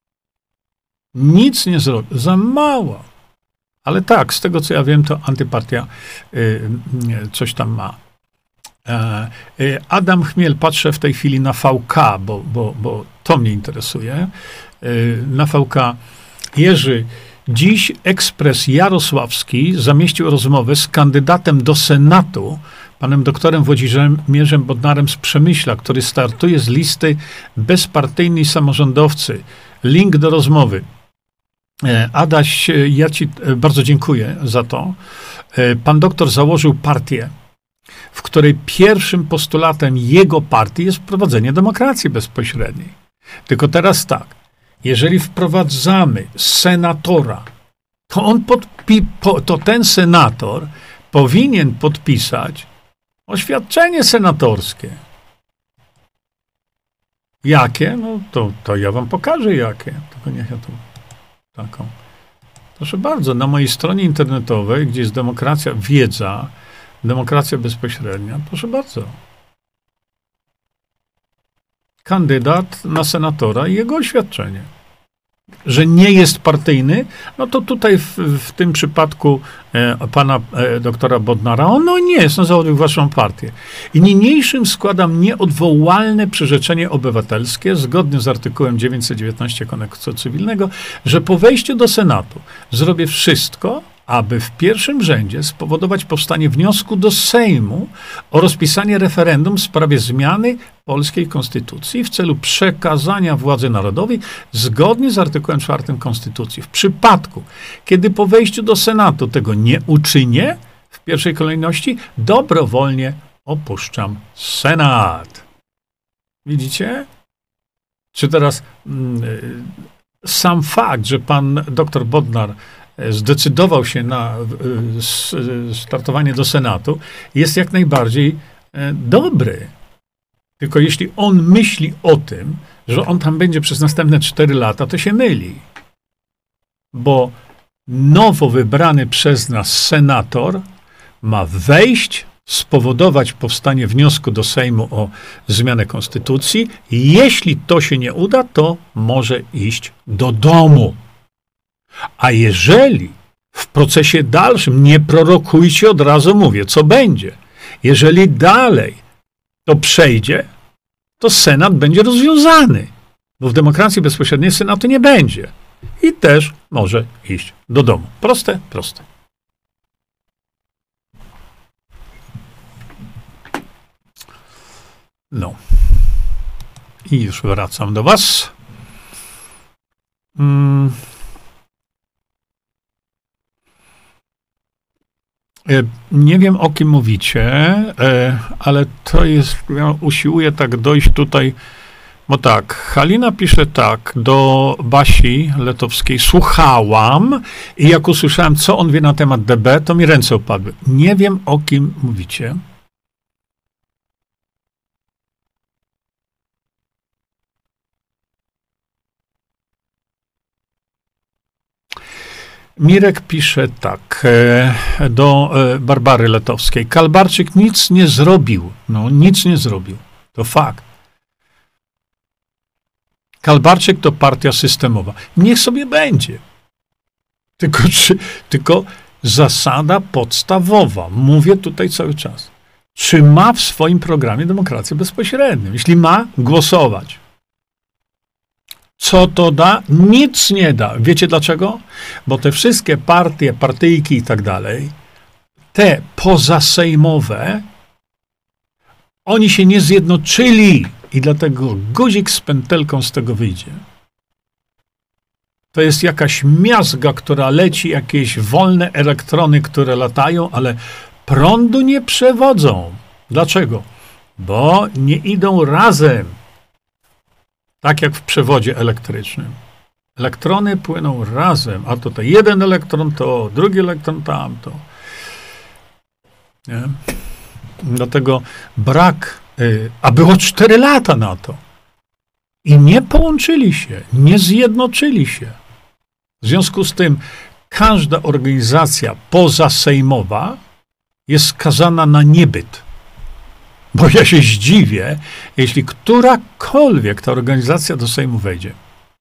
Nic nie zrobi. Za mało. Ale tak, z tego co ja wiem, to antypartia y, coś tam ma. E, y, Adam Chmiel, patrzę w tej chwili na V K, bo, bo, bo to mnie interesuje. Na V K Jerzy, dziś Ekspres Jarosławski zamieścił rozmowę z kandydatem do Senatu, panem doktorem Włodzimierzem Bodnarem z Przemyśla, który startuje z listy bezpartyjnej samorządowcy. Link do rozmowy. Adaś, ja ci bardzo dziękuję za to. Pan doktor założył partię, w której pierwszym postulatem jego partii jest wprowadzenie demokracji bezpośredniej. Tylko teraz tak, jeżeli wprowadzamy senatora, to on podpi- po, to ten senator powinien podpisać oświadczenie senatorskie. Jakie? No to, to ja wam pokażę jakie. Tylko niech ja tu taką. Proszę bardzo, na mojej stronie internetowej, gdzie jest demokracja, wiedza, demokracja bezpośrednia, proszę bardzo. Kandydat na senatora i jego oświadczenie. Że nie jest partyjny, no to tutaj w, w tym przypadku e, pana e, doktora Bodnara, on no nie jest, no założył waszą partię. I niniejszym składam nieodwołalne przyrzeczenie obywatelskie, zgodnie z artykułem dziewięćset dziewiętnaście kodeksu cywilnego, że po wejściu do Senatu zrobię wszystko, aby w pierwszym rzędzie spowodować powstanie wniosku do Sejmu o rozpisanie referendum w sprawie zmiany polskiej konstytucji w celu przekazania władzy narodowej zgodnie z artykułem czwartym Konstytucji. W przypadku, kiedy po wejściu do Senatu tego nie uczynię, w pierwszej kolejności dobrowolnie opuszczam Senat. Widzicie? Czy teraz mm, sam fakt, że pan doktor Bodnar zdecydował się na startowanie do Senatu, jest jak najbardziej dobry. Tylko jeśli on myśli o tym, że on tam będzie przez następne cztery lata, to się myli. Bo nowo wybrany przez nas senator ma wejść, spowodować powstanie wniosku do Sejmu o zmianę konstytucji. Jeśli to się nie uda, to może iść do domu. A jeżeli w procesie dalszym, nie prorokujcie, od razu mówię, co będzie. Jeżeli dalej to przejdzie, to Senat będzie rozwiązany. Bo w demokracji bezpośredniej Senatu nie będzie. I też może iść do domu. Proste, proste. No. I już wracam do was. Hmm. Nie wiem, o kim mówicie, ale to jest, ja usiłuję tak dojść tutaj, bo tak, Halina pisze tak, do Basi Letowskiej, słuchałam i jak usłyszałem, co on wie na temat D B, to mi ręce opadły. Nie wiem, o kim mówicie. Mirek pisze tak, do Barbary Letowskiej. Kalbarczyk nic nie zrobił. No, nic nie zrobił. To fakt. Kalbarczyk to partia systemowa. Niech sobie będzie. Tylko, czy, tylko zasada podstawowa. Mówię tutaj cały czas. Czy ma w swoim programie demokrację bezpośrednią? Jeśli ma, głosować. Co to da? Nic nie da. Wiecie dlaczego? Bo te wszystkie partie, partyjki i tak dalej, te pozasejmowe, oni się nie zjednoczyli i dlatego guzik z pętelką z tego wyjdzie. To jest jakaś miazga, która leci, jakieś wolne elektrony, które latają, ale prądu nie przewodzą. Dlaczego? Bo nie idą razem. Tak jak w przewodzie elektrycznym. Elektrony płyną razem, a tutaj jeden elektron to, drugi elektron tamto. Nie? Dlatego brak, y, a było cztery lata na to. I nie połączyli się, nie zjednoczyli się. W związku z tym każda organizacja pozasejmowa jest skazana na niebyt. Bo ja się zdziwię, jeśli którakolwiek ta organizacja do Sejmu wejdzie.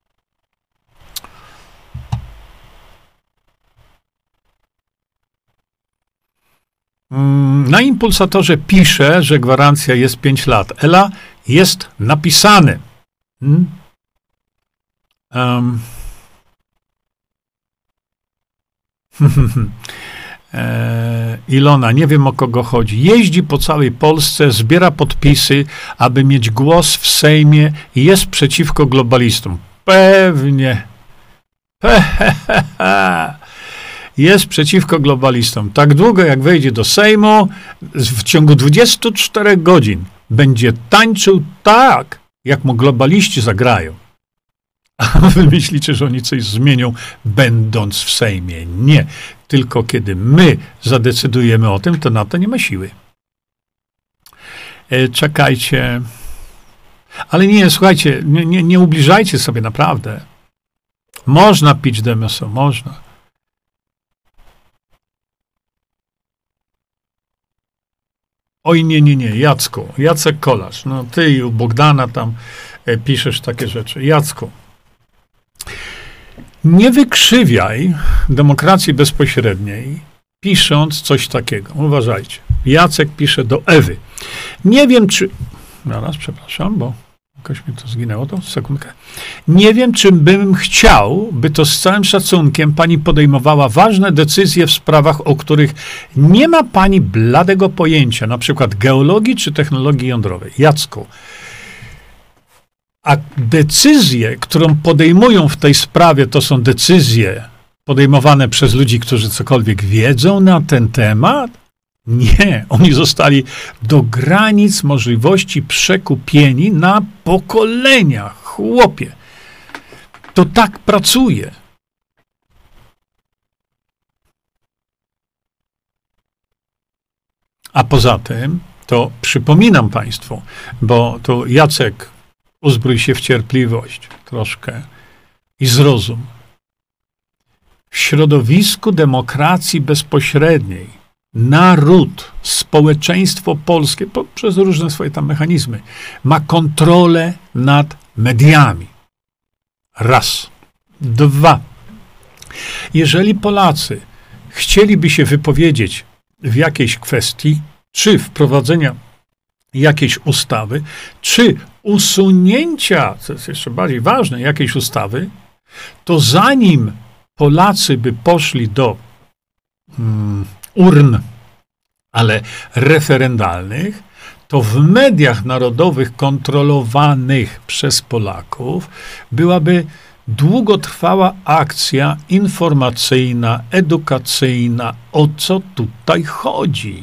Na Impulsatorze pisze, że gwarancja jest pięć lat. Ela, jest napisane. Hmm? Um. e, Ilona, nie wiem o kogo chodzi. Jeździ po całej Polsce, zbiera podpisy, aby mieć głos w Sejmie i jest przeciwko globalistom. Pewnie. Jest przeciwko globalistom. Tak długo, jak wejdzie do Sejmu, w ciągu dwudziestu czterech godzin będzie tańczył tak, jak mu globaliści zagrają. A wy myślicie, że oni coś zmienią, będąc w Sejmie? Nie. Tylko kiedy my zadecydujemy o tym, to na to nie ma siły. E, czekajcie. Ale nie, słuchajcie, nie, nie, nie ubliżajcie sobie naprawdę. Można pić D M S O, można. Oj, nie, nie, nie, Jacku, Jacek Kolarz, no ty i u Bogdana tam e, piszesz takie rzeczy. Jacku, nie wykrzywiaj demokracji bezpośredniej, pisząc coś takiego. Uważajcie. Jacek pisze do Ewy. Nie wiem, czy... Zaraz, przepraszam, bo jakoś mi to zginęło, to sekundkę. Nie wiem, czy bym chciał, by to z całym szacunkiem pani podejmowała ważne decyzje w sprawach, o których nie ma pani bladego pojęcia, na przykład geologii czy technologii jądrowej. Jacku, a decyzje, którą podejmują w tej sprawie, to są decyzje podejmowane przez ludzi, którzy cokolwiek wiedzą na ten temat? Nie, oni zostali do granic możliwości przekupieni na pokolenia. Chłopie, to tak pracuje. A poza tym, to przypominam państwu, bo to Jacek, uzbrój się w cierpliwość troszkę i zrozum. W środowisku demokracji bezpośredniej naród, społeczeństwo polskie, poprzez różne swoje tam mechanizmy, ma kontrolę nad mediami. Raz. Dwa. Jeżeli Polacy chcieliby się wypowiedzieć w jakiejś kwestii, czy wprowadzenia jakiejś ustawy, czy usunięcia, co jest jeszcze bardziej ważne, jakiejś ustawy, to zanim Polacy by poszli do mm, urn, ale referendalnych, to w mediach narodowych kontrolowanych przez Polaków byłaby długotrwała akcja informacyjna, edukacyjna, o co tutaj chodzi.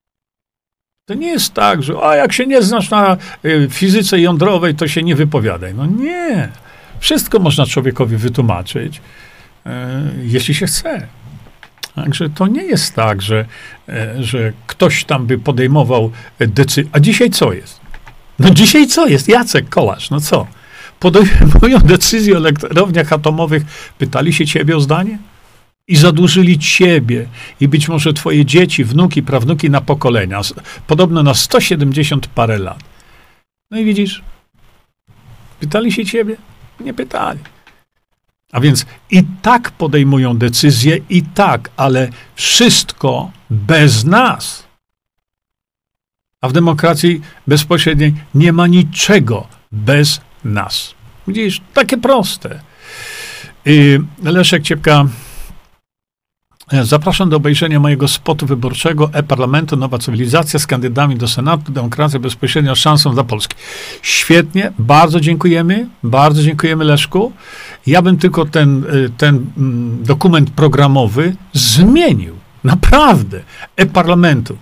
To nie jest tak, że a jak się nie znasz na y, fizyce jądrowej, to się nie wypowiadaj. No nie. Wszystko można człowiekowi wytłumaczyć, y, jeśli się chce. Także to nie jest tak, że, y, że ktoś tam by podejmował decyzję. A dzisiaj co jest? No dzisiaj co jest? Jacek Kolarz, no co? Podejmują decyzję o elektrowniach atomowych. Pytali się ciebie o zdanie? I zadłużyli ciebie i być może twoje dzieci, wnuki, prawnuki na pokolenia. Podobno na sto siedemdziesiąt parę lat. No i widzisz, pytali się ciebie? Nie pytali. A więc i tak podejmują decyzje, i tak, ale wszystko bez nas. A w demokracji bezpośredniej nie ma niczego bez nas. Widzisz, takie proste. I Leszek Ciepka. Zapraszam do obejrzenia mojego spotu wyborczego e-Parlamentu Nowa Cywilizacja z kandydatami do Senatu, demokracja bezpośrednia szansą dla Polski. Świetnie, bardzo dziękujemy, bardzo dziękujemy Leszku. Ja bym tylko ten, ten dokument programowy zmienił, naprawdę, e-Parlamentu.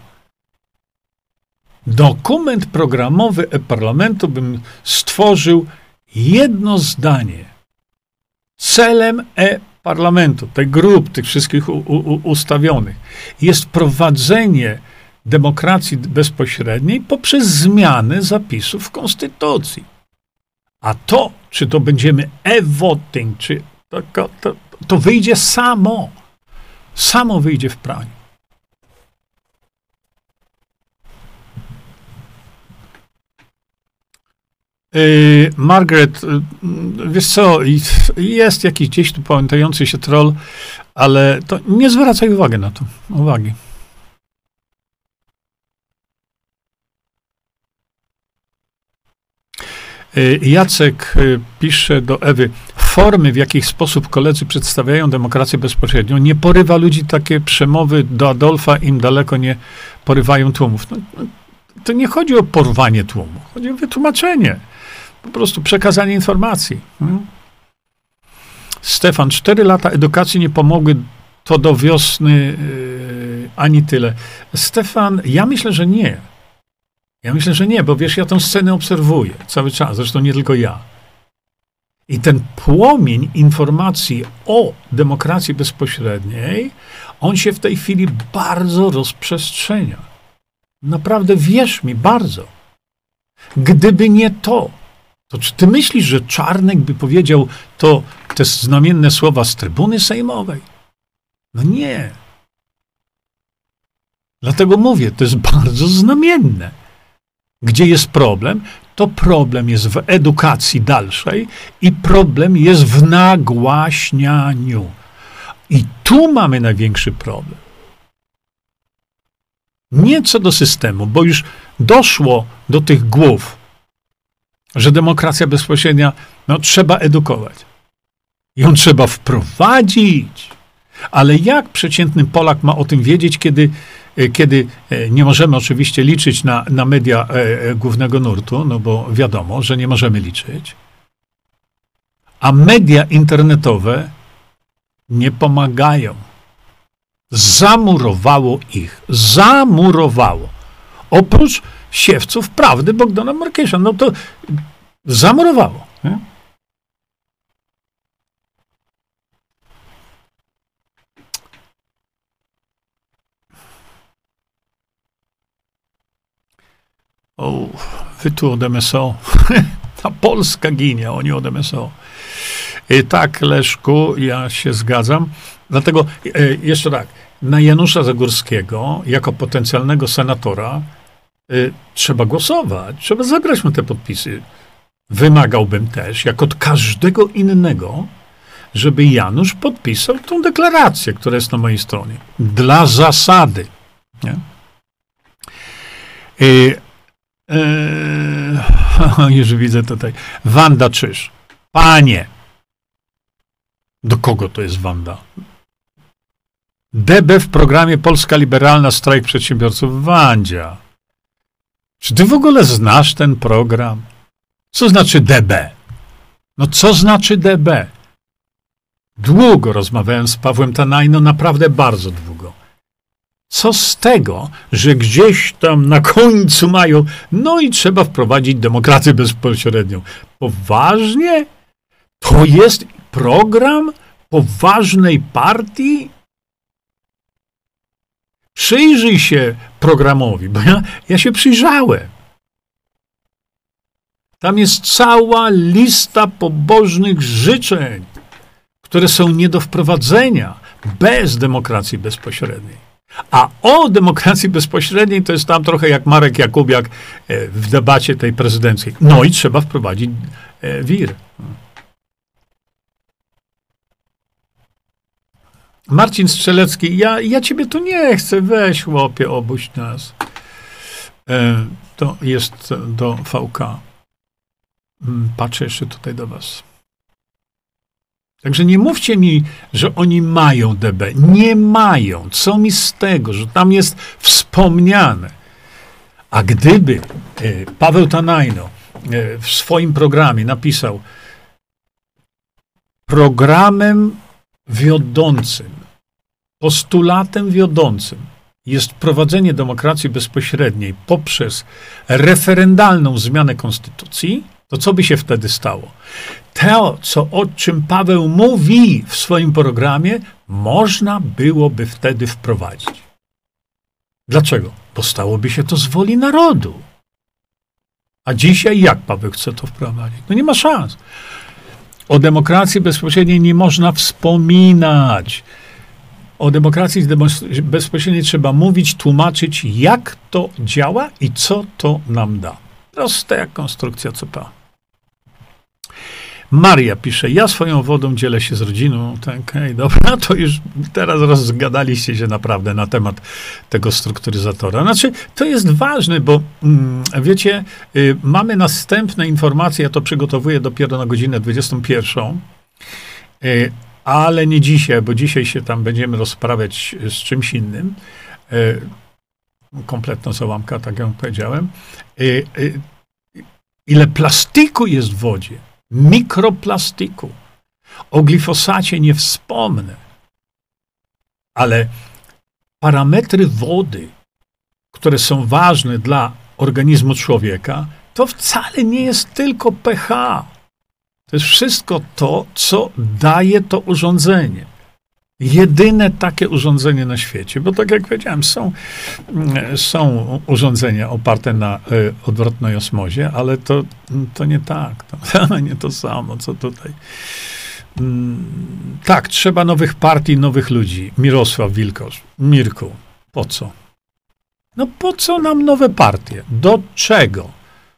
Dokument programowy e-Parlamentu bym stworzył jedno zdanie. Celem e-Parlamentu Parlamentu, tych grup, tych wszystkich u, u, ustawionych, jest prowadzenie demokracji bezpośredniej poprzez zmianę zapisów w Konstytucji. A to, czy to będziemy e-voting, czy to, to, to wyjdzie samo. Samo wyjdzie w praniu. Yy, Margaret, yy, wiesz co, jest jakiś gdzieś tu pamiętający się troll, ale to nie zwracaj uwagi na to. Uwagi. Yy, Jacek yy, pisze do Ewy. formy, w jaki sposób koledzy przedstawiają demokrację bezpośrednią, nie porywa ludzi, takie przemowy do Adolfa im daleko nie porywają tłumów. No, to nie chodzi o porwanie tłumu, chodzi o wytłumaczenie, po prostu przekazanie informacji. Hmm? Stefan, cztery lata edukacji nie pomogły, to do wiosny yy, ani tyle. Stefan, ja myślę, że nie. Ja myślę, że nie, bo wiesz, ja tę scenę obserwuję cały czas, zresztą nie tylko ja. I ten płomień informacji o demokracji bezpośredniej, on się w tej chwili bardzo rozprzestrzenia. Naprawdę, wierz mi, bardzo. Gdyby nie to, to czy ty myślisz, że Czarnek by powiedział to, te znamienne słowa z trybuny sejmowej? No nie. Dlatego mówię, to jest bardzo znamienne. Gdzie jest problem? To problem jest w edukacji dalszej i problem jest w nagłaśnianiu. I tu mamy największy problem. Nie co do systemu, bo już doszło do tych głów, że demokracja bezpośrednia, no trzeba edukować. Ją trzeba wprowadzić. Ale jak przeciętny Polak ma o tym wiedzieć, kiedy, kiedy nie możemy oczywiście liczyć na, na media e, głównego nurtu, no bo wiadomo, że nie możemy liczyć, a media internetowe nie pomagają. Zamurowało ich. Zamurowało. Oprócz siewców prawdy Bogdana Markiesza. No to zamurowało. Nie? O, wy tu od M S O. Ta Polska ginie, oni od M S O. I tak, Leszku, ja się zgadzam. Dlatego e, jeszcze tak, na Janusza Zagórskiego jako potencjalnego senatora e, trzeba głosować, trzeba zebrać mu te podpisy. Wymagałbym też, jak od każdego innego, żeby Janusz podpisał tą deklarację, która jest na mojej stronie. Dla zasady. Nie? E, Eee, już widzę tutaj. Wanda Czyż. Panie. Do kogo to jest Wanda? D B w programie Polska Liberalna Strajk Przedsiębiorców. Wandzia. Czy ty w ogóle znasz ten program? Co znaczy D B? No co znaczy D B? Długo rozmawiałem z Pawłem Tanajno, naprawdę bardzo długo. Co z tego, że gdzieś tam na końcu mają, no i trzeba wprowadzić demokrację bezpośrednią. Poważnie? To jest program poważnej partii? Przyjrzyj się programowi, bo ja, ja się przyjrzałem. Tam jest cała lista pobożnych życzeń, które są nie do wprowadzenia bez demokracji bezpośredniej. A o demokracji bezpośredniej to jest tam trochę jak Marek Jakubiak w debacie tej prezydenckiej. No i trzeba wprowadzić W I R. Marcin Strzelecki, ja, ja ciebie tu nie chcę, weź chłopie, obuś nas. E, to jest do V K. Patrzę jeszcze tutaj do was. Także nie mówcie mi, że oni mają D B. Nie mają. Co mi z tego, że tam jest wspomniane. A gdyby e, Paweł Tanajno e, w swoim programie napisał programem wiodącym, postulatem wiodącym jest wprowadzenie demokracji bezpośredniej poprzez referendalną zmianę konstytucji, to co by się wtedy stało? To, co, o czym Paweł mówi w swoim programie, można byłoby wtedy wprowadzić. Dlaczego? Bo stałoby się to z woli narodu. A dzisiaj jak Paweł chce to wprowadzić? No nie ma szans. O demokracji bezpośredniej nie można wspominać. O demokracji bezpośredniej trzeba mówić, tłumaczyć, jak to działa i co to nam da. Proste jak konstrukcja C P A. Maria pisze, ja swoją wodą dzielę się z rodziną. Tak, okej, dobra, to już teraz rozgadaliście się naprawdę na temat tego strukturyzatora. Znaczy, to jest ważne, bo mm, wiecie, y, mamy następne informacje, ja to przygotowuję dopiero na godzinę dwudziestą pierwszą. Ale nie dzisiaj, bo dzisiaj się tam będziemy rozprawiać z czymś innym. Kompletna załamka, tak jak powiedziałem. Ile plastiku jest w wodzie? Mikroplastiku. O glifosacie nie wspomnę. Ale parametry wody, które są ważne dla organizmu człowieka, to wcale nie jest tylko pH. To jest wszystko to, co daje to urządzenie. Jedyne takie urządzenie na świecie, bo tak jak powiedziałem, są, są urządzenia oparte na y, odwrotnej osmozie, ale to, to nie tak, to nie to samo, co tutaj. Mm, tak, trzeba nowych partii, nowych ludzi. Mirosław Wilkosz. Mirku, po co? No po co nam nowe partie? Do czego?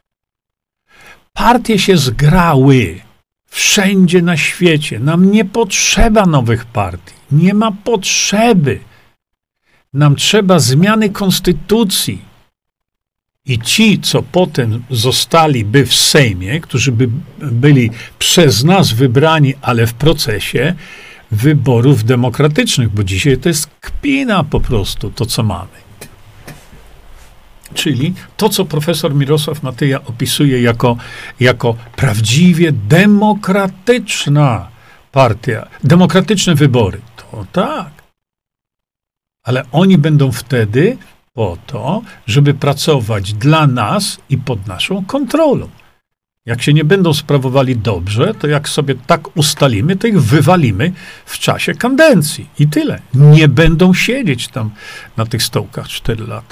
Partie się zgrały wszędzie na świecie. Nam nie potrzeba nowych partii. Nie ma potrzeby. Nam trzeba zmiany konstytucji. I ci, co potem zostaliby w Sejmie, którzy by byli przez nas wybrani, ale w procesie wyborów demokratycznych, bo dzisiaj to jest kpina po prostu, to co mamy. Czyli to, co profesor Mirosław Matyja opisuje jako, jako prawdziwie demokratyczna partia, demokratyczne wybory. To tak. Ale oni będą wtedy po to, żeby pracować dla nas i pod naszą kontrolą. Jak się nie będą sprawowali dobrze, to jak sobie tak ustalimy, to ich wywalimy w czasie kadencji. I tyle. Nie będą siedzieć tam na tych stołkach cztery lata.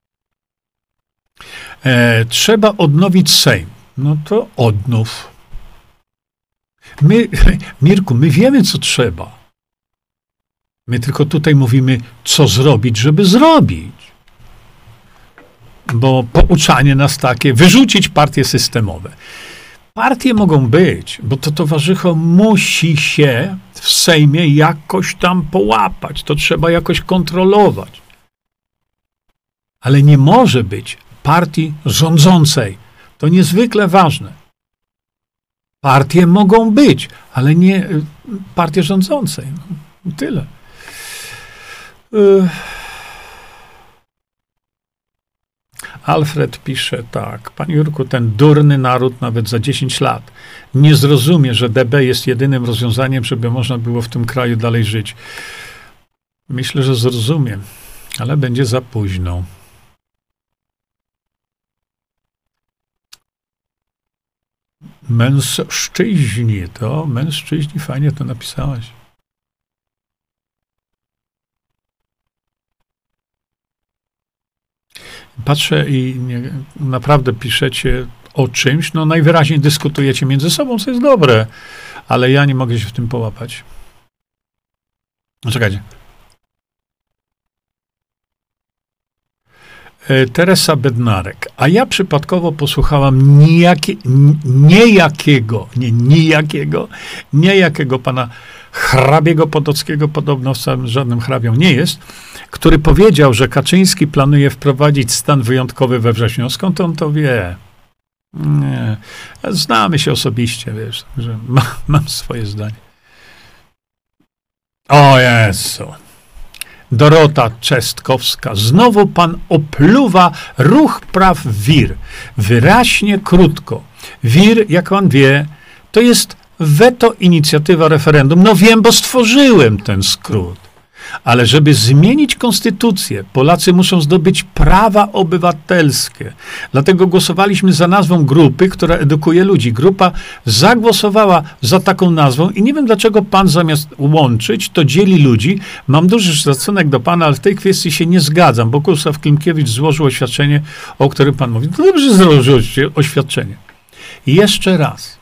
E, trzeba odnowić Sejm. No to odnów. My, Mirku, my wiemy, co trzeba. My tylko tutaj mówimy, co zrobić, żeby zrobić. Bo pouczanie nas takie, wyrzucić partie systemowe. Partie mogą być, bo to towarzycho musi się w Sejmie jakoś tam połapać. To trzeba jakoś kontrolować. Ale nie może być partii rządzącej. To niezwykle ważne. Partie mogą być, ale nie partie rządzącej. No, tyle. Alfred pisze tak. Panie Jurku, ten durny naród nawet za dziesięć lat nie zrozumie, że D B jest jedynym rozwiązaniem, żeby można było w tym kraju dalej żyć. Myślę, że zrozumie, ale będzie za późno. Mężczyźni, to mężczyźni, fajnie to napisałaś. Patrzę i nie, naprawdę piszecie o czymś, no najwyraźniej dyskutujecie między sobą, co jest dobre, ale ja nie mogę się w tym połapać. No czekajcie. Teresa Bednarek. A ja przypadkowo posłuchałam nijakie, niejakiego, nie nijakiego, niejakiego pana hrabiego Potockiego, podobno w żadnym hrabią nie jest, który powiedział, że Kaczyński planuje wprowadzić stan wyjątkowy we wrześniu. Skąd on to wie? Nie. Znamy się osobiście, wiesz, że ma, mam swoje zdanie. O Jezu. Dorota Czestkowska. Znowu pan opluwa ruch praw W I R. Wyraźnie, krótko. W I R, jak pan wie, to jest weto inicjatywa referendum. No wiem, bo stworzyłem ten skrót. Ale żeby zmienić konstytucję, Polacy muszą zdobyć prawa obywatelskie. Dlatego głosowaliśmy za nazwą grupy, która edukuje ludzi. Grupa zagłosowała za taką nazwą i nie wiem, dlaczego pan zamiast łączyć, to dzieli ludzi. Mam duży szacunek do pana, ale w tej kwestii się nie zgadzam, bo Kusław Klimkiewicz złożył oświadczenie, o którym pan mówi. No dobrze, złożył oświadczenie. I jeszcze raz.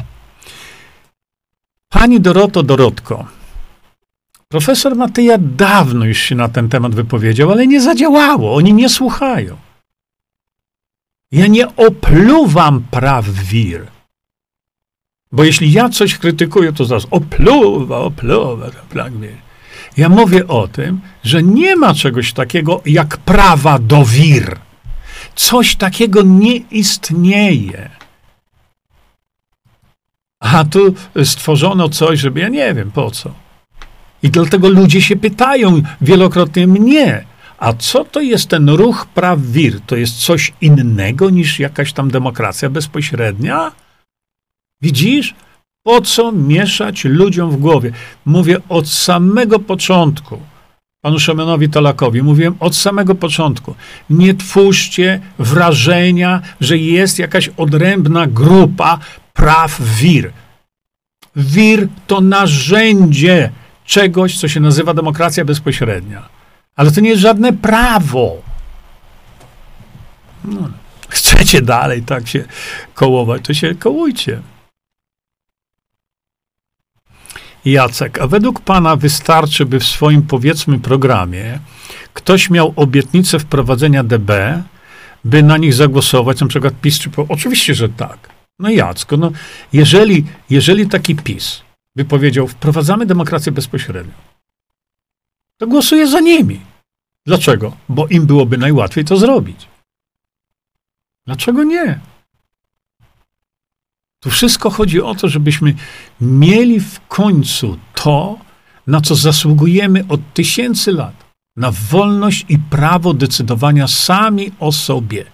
Pani Doroto Dorotko, profesor Matyja dawno już się na ten temat wypowiedział, ale nie zadziałało. Oni nie słuchają. Ja nie opluwam praw W I R. Bo jeśli ja coś krytykuję, to zaraz opluwa, opluwa. Ja mówię o tym, że nie ma czegoś takiego jak prawa do W I R. Coś takiego nie istnieje. A tu stworzono coś, żeby, ja nie wiem po co. I dlatego ludzie się pytają wielokrotnie mnie, a co to jest ten ruch praw wir? To jest coś innego niż jakaś tam demokracja bezpośrednia? Widzisz? Po co mieszać ludziom w głowie? Mówię od samego początku, panu Szymonowi Talakowi, mówiłem od samego początku, nie twórzcie wrażenia, że jest jakaś odrębna grupa praw wir. Wir to narzędzie czegoś, co się nazywa demokracja bezpośrednia. Ale to nie jest żadne prawo. No, chcecie dalej tak się kołować, to się kołujcie. Jacek, a według pana wystarczy, by w swoim, powiedzmy, programie ktoś miał obietnicę wprowadzenia D B, by na nich zagłosować, na przykład PiS czy po... Oczywiście, że tak. No Jacku, no jeżeli, jeżeli taki PiS by powiedział, wprowadzamy demokrację bezpośrednią, to głosuję za nimi. Dlaczego? Bo im byłoby najłatwiej to zrobić. Dlaczego nie? Tu wszystko chodzi o to, żebyśmy mieli w końcu to, na co zasługujemy od tysięcy lat. Na wolność i prawo decydowania sami o sobie.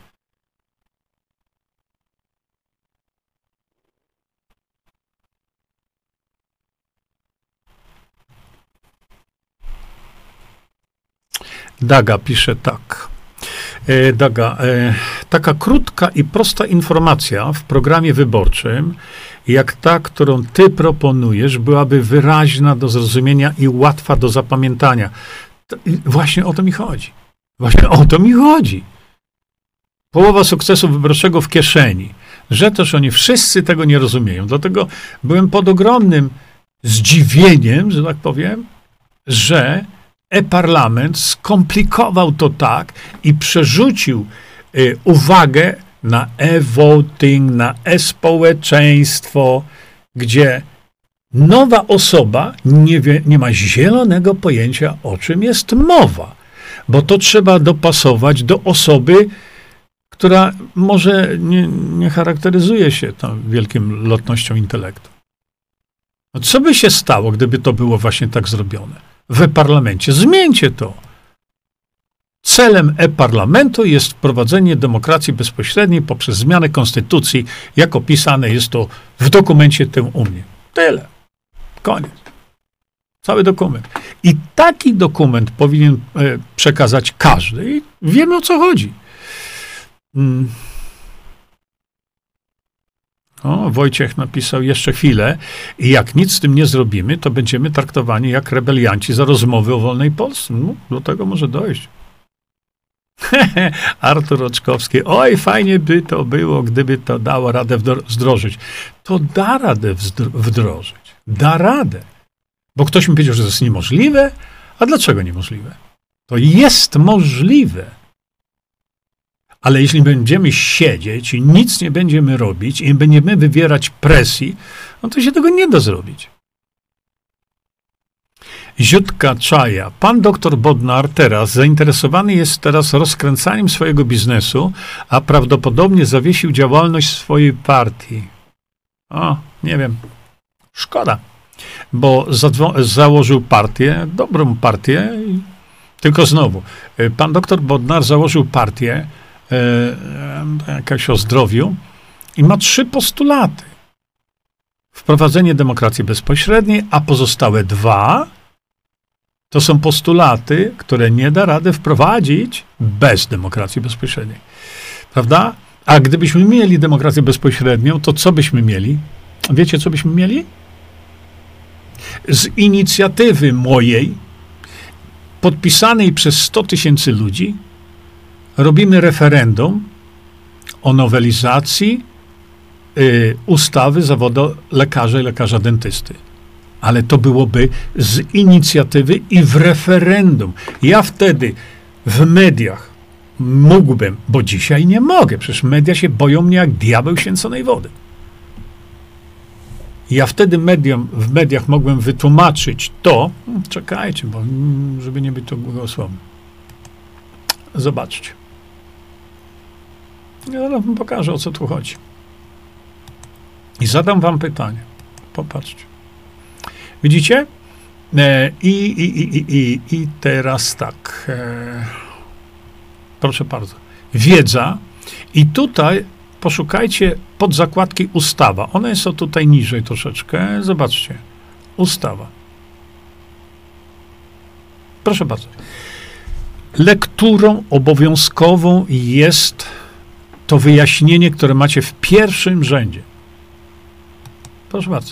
Daga pisze tak. E, Daga, e, taka krótka i prosta informacja w programie wyborczym, jak ta, którą ty proponujesz, byłaby wyraźna do zrozumienia i łatwa do zapamiętania. To, właśnie o to mi chodzi. Właśnie o to mi chodzi. Połowa sukcesu wyborczego w kieszeni. Że też oni wszyscy tego nie rozumieją. Dlatego byłem pod ogromnym zdziwieniem, że tak powiem, że e-parlament skomplikował to tak i przerzucił y, uwagę na e-voting, na e-społeczeństwo, gdzie nowa osoba nie, wie, nie ma zielonego pojęcia, o czym jest mowa. Bo to trzeba dopasować do osoby, która może nie, nie charakteryzuje się tą wielkim lotnością intelektu. No co by się stało, gdyby to było właśnie tak zrobione? W e-parlamencie. Zmieńcie to. Celem e-parlamentu jest wprowadzenie demokracji bezpośredniej poprzez zmianę konstytucji, jak opisane jest to w dokumencie tym u mnie. Tyle. Koniec. Cały dokument. I taki dokument powinien e, przekazać każdy. I wiemy, o co chodzi. Hmm. O, Wojciech napisał jeszcze chwilę i jak nic z tym nie zrobimy, to będziemy traktowani jak rebelianci za rozmowy o wolnej Polsce. No, do tego może dojść. Artur Oczkowski. Oj, fajnie by to było, gdyby to dało radę wdrożyć. To da radę wdrożyć. Da radę. Bo ktoś mi powiedział, że to jest niemożliwe. A dlaczego niemożliwe? To jest możliwe. Ale jeśli będziemy siedzieć i nic nie będziemy robić i nie będziemy wywierać presji, no to się tego nie da zrobić. Ziutka Czaja. Pan doktor Bodnar teraz zainteresowany jest teraz rozkręcaniem swojego biznesu, a prawdopodobnie zawiesił działalność swojej partii. O, nie wiem. Szkoda. Bo założył partię, dobrą partię, tylko znowu, pan doktor Bodnar założył partię, e, jakaś o zdrowiu i ma trzy postulaty. Wprowadzenie demokracji bezpośredniej, a pozostałe dwa to są postulaty, które nie da rady wprowadzić bez demokracji bezpośredniej. Prawda? A gdybyśmy mieli demokrację bezpośrednią, to co byśmy mieli? Wiecie, co byśmy mieli? Z inicjatywy mojej, podpisanej przez sto tysięcy ludzi, robimy referendum o nowelizacji y, ustawy zawodu lekarza i lekarza dentysty. Ale to byłoby z inicjatywy i w referendum. Ja wtedy w mediach mógłbym, bo dzisiaj nie mogę, przecież media się boją mnie jak diabeł święconej wody. Ja wtedy mediom, w mediach mogłem wytłumaczyć to, czekajcie, bo żeby nie być to głosowym. Zobaczcie. Ja wam pokażę, o co tu chodzi. I zadam wam pytanie. Popatrzcie. Widzicie? E, i, i, i, i, I teraz tak. E, proszę bardzo. Wiedza. I tutaj poszukajcie pod zakładki ustawa. One są tutaj niżej troszeczkę. Zobaczcie. Ustawa. Proszę bardzo. Lekturą obowiązkową jest to wyjaśnienie, które macie w pierwszym rzędzie. Proszę bardzo.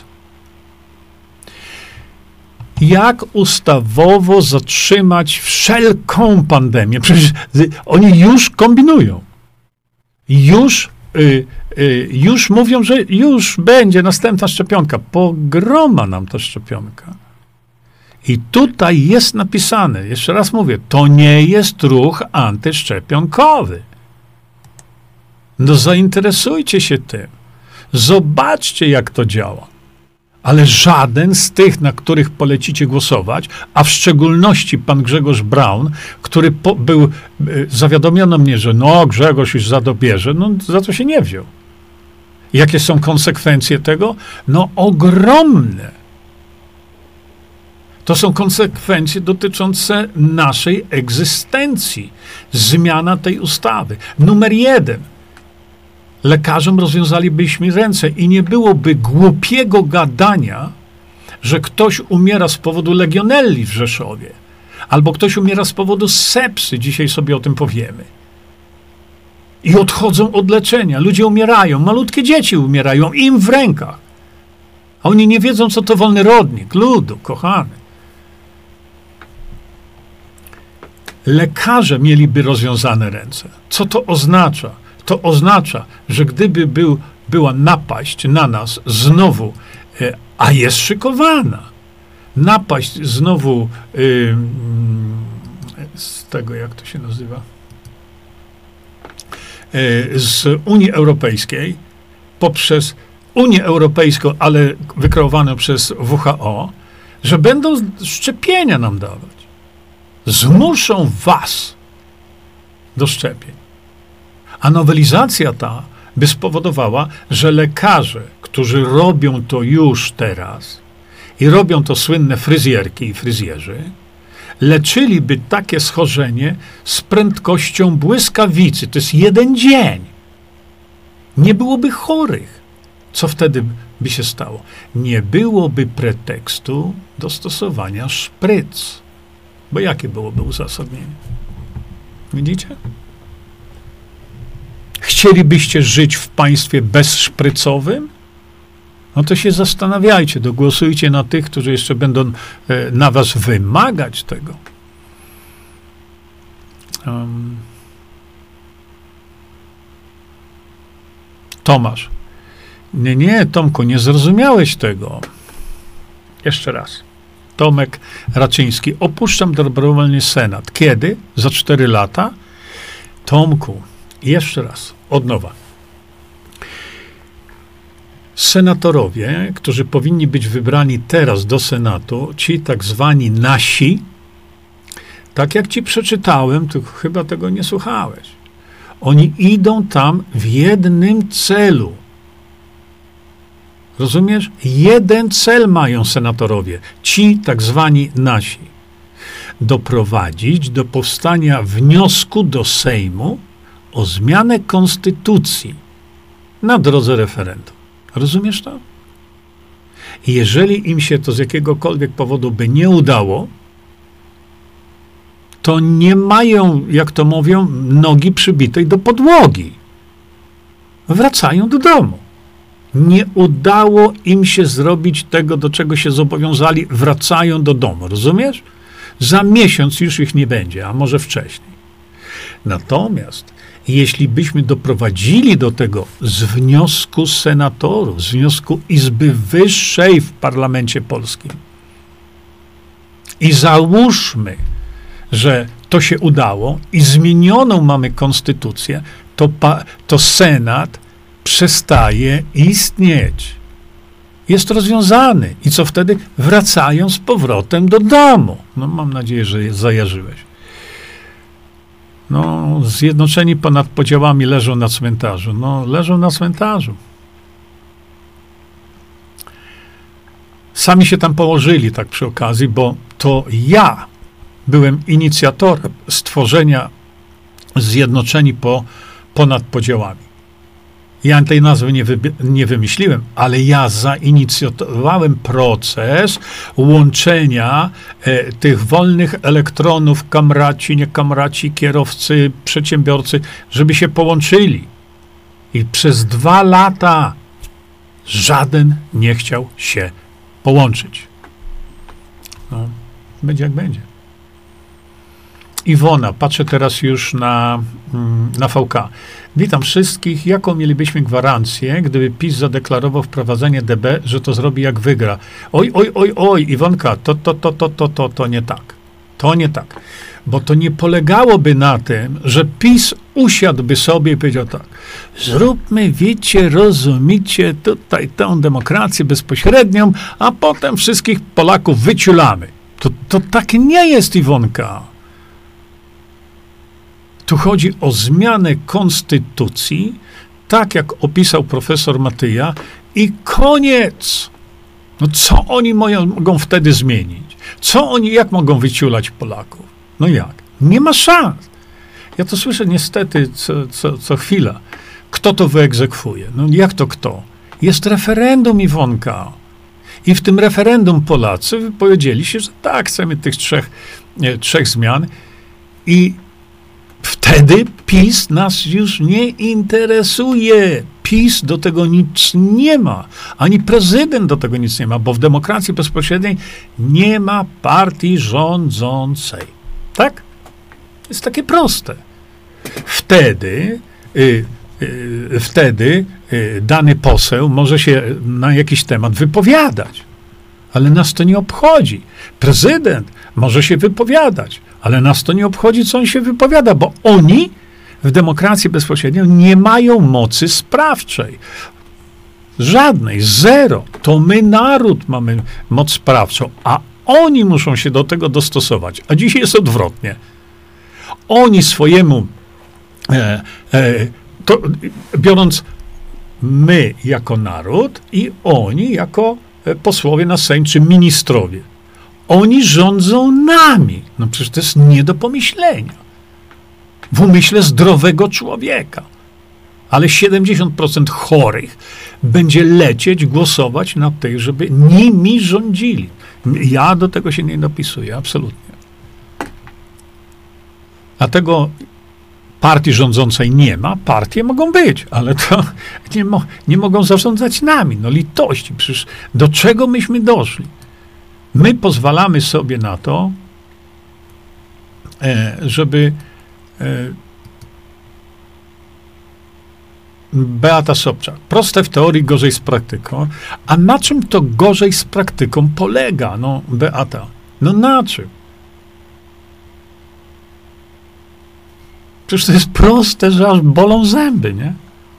Jak ustawowo zatrzymać wszelką pandemię? Przecież oni już kombinują. Już, y, y, już mówią, że już będzie następna szczepionka. Pogroma nam ta szczepionka. I tutaj jest napisane, jeszcze raz mówię, to nie jest ruch antyszczepionkowy. No zainteresujcie się tym. Zobaczcie, jak to działa. Ale żaden z tych, na których polecicie głosować, a w szczególności pan Grzegorz Braun, który po, był, zawiadomiono mnie, że no Grzegorz już za to bierze, no za to się nie wziął. Jakie są konsekwencje tego? No ogromne. To są konsekwencje dotyczące naszej egzystencji. Zmiana tej ustawy. Numer jeden. Lekarzom rozwiązalibyśmy ręce i nie byłoby głupiego gadania, że ktoś umiera z powodu legionelli w Rzeszowie, albo ktoś umiera z powodu sepsy, dzisiaj sobie o tym powiemy. I odchodzą od leczenia. Ludzie umierają, malutkie dzieci umierają im w rękach. A oni nie wiedzą, co to wolny rodnik, ludu, kochany. Lekarze mieliby rozwiązane ręce. Co to oznacza? To oznacza, że gdyby był, była napaść na nas znowu, e, a jest szykowana, napaść znowu e, z tego, jak to się nazywa, e, z Unii Europejskiej, poprzez Unię Europejską, ale wykreowaną przez W H O, że będą szczepienia nam dawać. Zmuszą was do szczepień. A nowelizacja ta by spowodowała, że lekarze, którzy robią to już teraz i robią to słynne fryzjerki i fryzjerzy, leczyliby takie schorzenie z prędkością błyskawicy. To jest jeden dzień. Nie byłoby chorych. Co wtedy by się stało? Nie byłoby pretekstu do stosowania szpryc. Bo jakie byłoby uzasadnienie? Widzicie? Chcielibyście żyć w państwie bezszprycowym? No to się zastanawiajcie, dogłosujcie na tych, którzy jeszcze będą e, na was wymagać tego. Um. Tomasz. Nie, nie, Tomku, nie zrozumiałeś tego. Jeszcze raz. Tomek Raczyński. Opuszczam dobrowolnie Senat. Kiedy? Za cztery lata? Tomku, jeszcze raz, od nowa. Senatorowie, którzy powinni być wybrani teraz do Senatu, ci tak zwani nasi, tak jak ci przeczytałem, to chyba tego nie słuchałeś. Oni idą tam w jednym celu. Rozumiesz? Jeden cel mają senatorowie, ci tak zwani nasi. Doprowadzić do powstania wniosku do Sejmu o zmianę konstytucji na drodze referendum. Rozumiesz to? I jeżeli im się to z jakiegokolwiek powodu by nie udało, to nie mają, jak to mówią, nogi przybitej do podłogi. Wracają do domu. Nie udało im się zrobić tego, do czego się zobowiązali, wracają do domu. Rozumiesz? Za miesiąc już ich nie będzie, a może wcześniej. Natomiast jeśli byśmy doprowadzili do tego z wniosku senatorów, z wniosku Izby Wyższej w parlamencie polskim i załóżmy, że to się udało i zmienioną mamy konstytucję, to, pa, to Senat przestaje istnieć. Jest rozwiązany. I co wtedy? Wracają z powrotem do domu. No mam nadzieję, że je zajarzyłeś. No, zjednoczeni ponad podziałami leżą na cmentarzu. No, leżą na cmentarzu. sami się tam położyli tak przy okazji, bo to ja byłem inicjatorem stworzenia Zjednoczeni po, ponad podziałami. Ja tej nazwy nie, wy, nie wymyśliłem, ale ja zainicjowałem proces łączenia e, tych wolnych elektronów, kamraci, niekamraci, kierowcy, przedsiębiorcy, żeby się połączyli. I przez dwa lata żaden nie chciał się połączyć. No, będzie jak będzie. Iwona, patrzę teraz już na, na V K. Witam wszystkich. Jaką mielibyśmy gwarancję, gdyby PiS zadeklarował wprowadzenie D B, że to zrobi jak wygra? Oj, oj, oj, oj, Iwonka, to, to, to, to, to, to, to nie tak. To nie tak. Bo to nie polegałoby na tym, że PiS usiadłby sobie i powiedział tak, zróbmy, wiecie, rozumicie, tutaj tę demokrację bezpośrednią, a potem wszystkich Polaków wyciulamy. To, to tak nie jest, Iwonka. Tu chodzi o zmianę konstytucji, tak jak opisał profesor Matyja, i koniec. No co oni moją, mogą wtedy zmienić? Co oni, jak mogą wyciulać Polaków? No jak? Nie ma szans. Ja to słyszę niestety co, co, co chwila. Kto to wyegzekwuje? No jak to kto? Jest referendum, Iwonka. I w tym referendum Polacy wypowiedzieli się, że tak, chcemy tych trzech, nie, trzech zmian i wtedy PiS nas już nie interesuje. PiS do tego nic nie ma. Ani prezydent do tego nic nie ma, bo w demokracji bezpośredniej nie ma partii rządzącej. Tak? Jest takie proste. Wtedy, y, y, wtedy y, dany poseł może się na jakiś temat wypowiadać, ale nas to nie obchodzi. Prezydent może się wypowiadać, ale nas to nie obchodzi, co on się wypowiada, bo oni w demokracji bezpośredniej nie mają mocy sprawczej. Żadnej, zero. To my, naród, mamy moc sprawczą, a oni muszą się do tego dostosować. A dzisiaj jest odwrotnie. Oni swojemu, e, e, to, biorąc my jako naród i oni jako posłowie na Sejm, czy ministrowie, oni rządzą nami. No przecież to jest nie do pomyślenia. W umyśle zdrowego człowieka. Ale siedemdziesiąt procent chorych będzie lecieć, głosować na tych, żeby nimi rządzili. Ja do tego się nie dopisuję, absolutnie. Dlatego partii rządzącej nie ma, partie mogą być, ale to nie, mo nie mogą zarządzać nami. No litości, przecież do czego myśmy doszli? My pozwalamy sobie na to, e, żeby e, Beata Sobczak. Proste w teorii, gorzej z praktyką. A na czym to gorzej z praktyką polega, no, Beata? No na czym? Przecież to jest proste, że aż bolą zęby, nie?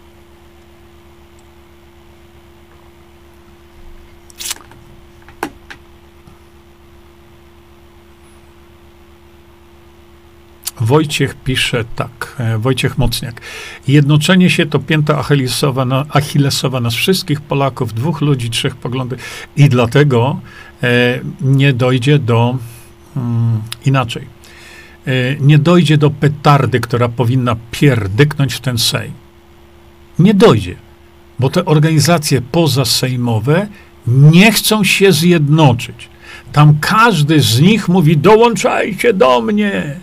Wojciech pisze tak, e, Wojciech Mocniak. Jednoczenie się to pięta achillesowa, na, achillesowa nas wszystkich Polaków, dwóch ludzi, trzech poglądów i dlatego e, nie dojdzie do mm, inaczej. E, nie dojdzie do petardy, która powinna pierdyknąć w ten Sejm. Nie dojdzie, bo te organizacje pozasejmowe nie chcą się zjednoczyć. Tam każdy z nich mówi, dołączajcie do mnie.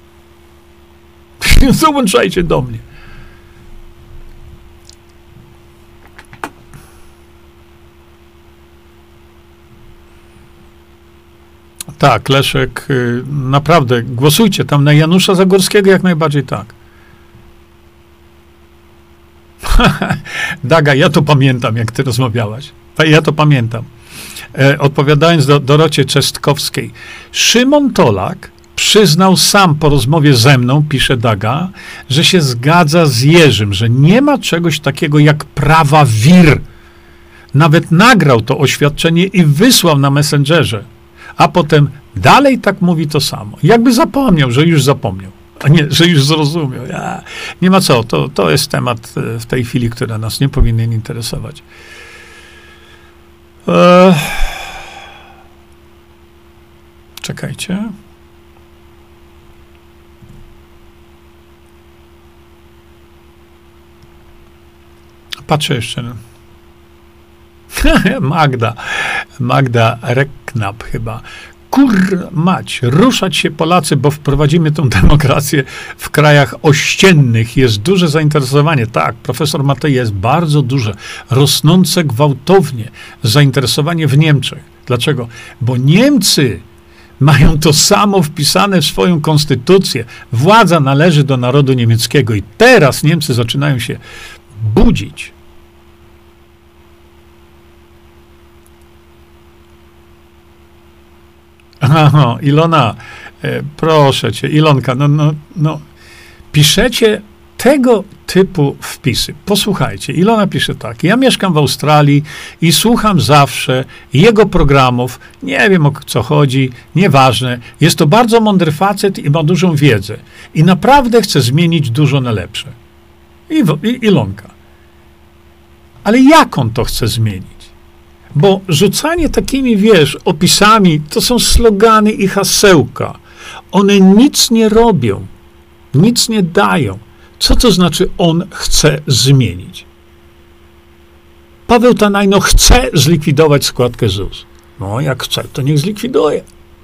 Dołączajcie do mnie. Tak, Leszek, y, naprawdę, głosujcie tam na Janusza Zagórskiego, jak najbardziej tak. Daga, ja to pamiętam, jak ty rozmawiałaś. Ja to pamiętam. E, odpowiadając do Dorocie Czestkowskiej. Szymon Tolak przyznał sam po rozmowie ze mną, pisze Daga, że się zgadza z Jerzym, że nie ma czegoś takiego jak prawa wir. Nawet nagrał to oświadczenie i wysłał na Messengerze. A potem dalej tak mówi to samo. Jakby zapomniał, że już zapomniał. A nie, że już zrozumiał. Ja, nie ma co. To, to jest temat w tej chwili, który nas nie powinien interesować. Eee... Czekajcie. Patrzę jeszcze. Magda. Magda Reknap chyba. Kur mać, ruszać się Polacy, bo wprowadzimy tą demokrację w krajach ościennych. Jest duże zainteresowanie. Tak, profesor Matej, jest bardzo duże, rosnące gwałtownie zainteresowanie w Niemczech. Dlaczego? Bo Niemcy mają to samo wpisane w swoją konstytucję. Władza należy do narodu niemieckiego i teraz Niemcy zaczynają się budzić. Aha, Ilona, e, proszę cię, Ilonka, no, no, no, piszecie tego typu wpisy. Posłuchajcie, Ilona pisze tak. Ja mieszkam w Australii i słucham zawsze jego programów. Nie wiem, o co chodzi, nieważne. Jest to bardzo mądry facet i ma dużą wiedzę. I naprawdę chce zmienić dużo na lepsze. I, i Ilonka. Ale jak on to chce zmienić? Bo rzucanie takimi, wiesz, opisami, to są slogany i hasełka. One nic nie robią, nic nie dają. Co to znaczy on chce zmienić? Paweł Tanajno chce zlikwidować składkę ZUS. No, jak chce, to niech zlikwiduje.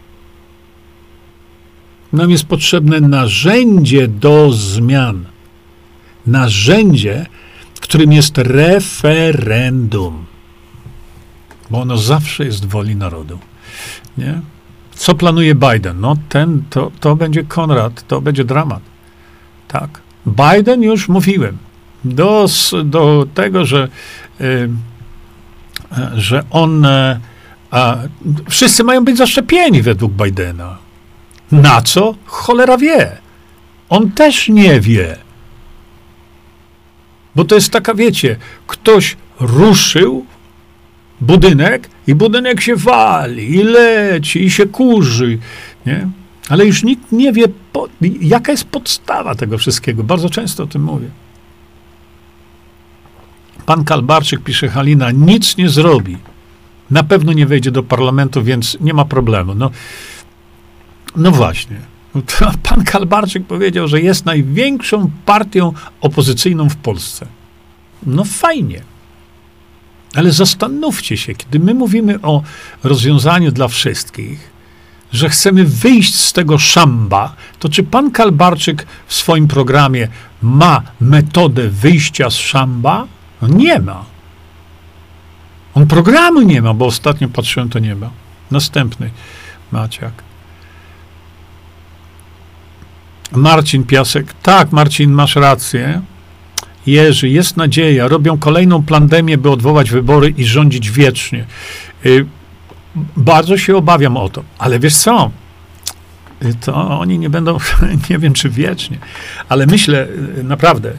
Nam jest potrzebne narzędzie do zmian. Narzędzie, którym jest referendum. Bo ono zawsze jest w woli narodu. Nie? Co planuje Biden? No ten, to, to będzie Konrad, to będzie dramat. Tak. Biden już mówiłem. Do, do tego, że, y, że on... Y, a, wszyscy mają być zaszczepieni według Bidena. Na co? Cholera wie. On też nie wie. Bo to jest taka, wiecie, ktoś ruszył budynek i budynek się wali, i leci, i się kurzy, nie? Ale już nikt nie wie, po, jaka jest podstawa tego wszystkiego. Bardzo często o tym mówię. Pan Kalbarczyk, pisze Halina, nic nie zrobi. Na pewno nie wejdzie do parlamentu, więc nie ma problemu. No, no właśnie. Pan Kalbarczyk powiedział, że jest największą partią opozycyjną w Polsce. No fajnie. Ale zastanówcie się, kiedy my mówimy o rozwiązaniu dla wszystkich, że chcemy wyjść z tego szamba, to czy pan Kalbarczyk w swoim programie ma metodę wyjścia z szamba? No nie ma. On programu nie ma, bo ostatnio patrzyłem, to nie ma. Następny Maciak. Marcin Piasek. Tak, Marcin, masz rację. Jerzy, jest nadzieja. Robią kolejną pandemię, by odwołać wybory i rządzić wiecznie. Y, bardzo się obawiam o to. Ale wiesz co? Y, to oni nie będą, nie wiem, czy wiecznie. Ale myślę y, naprawdę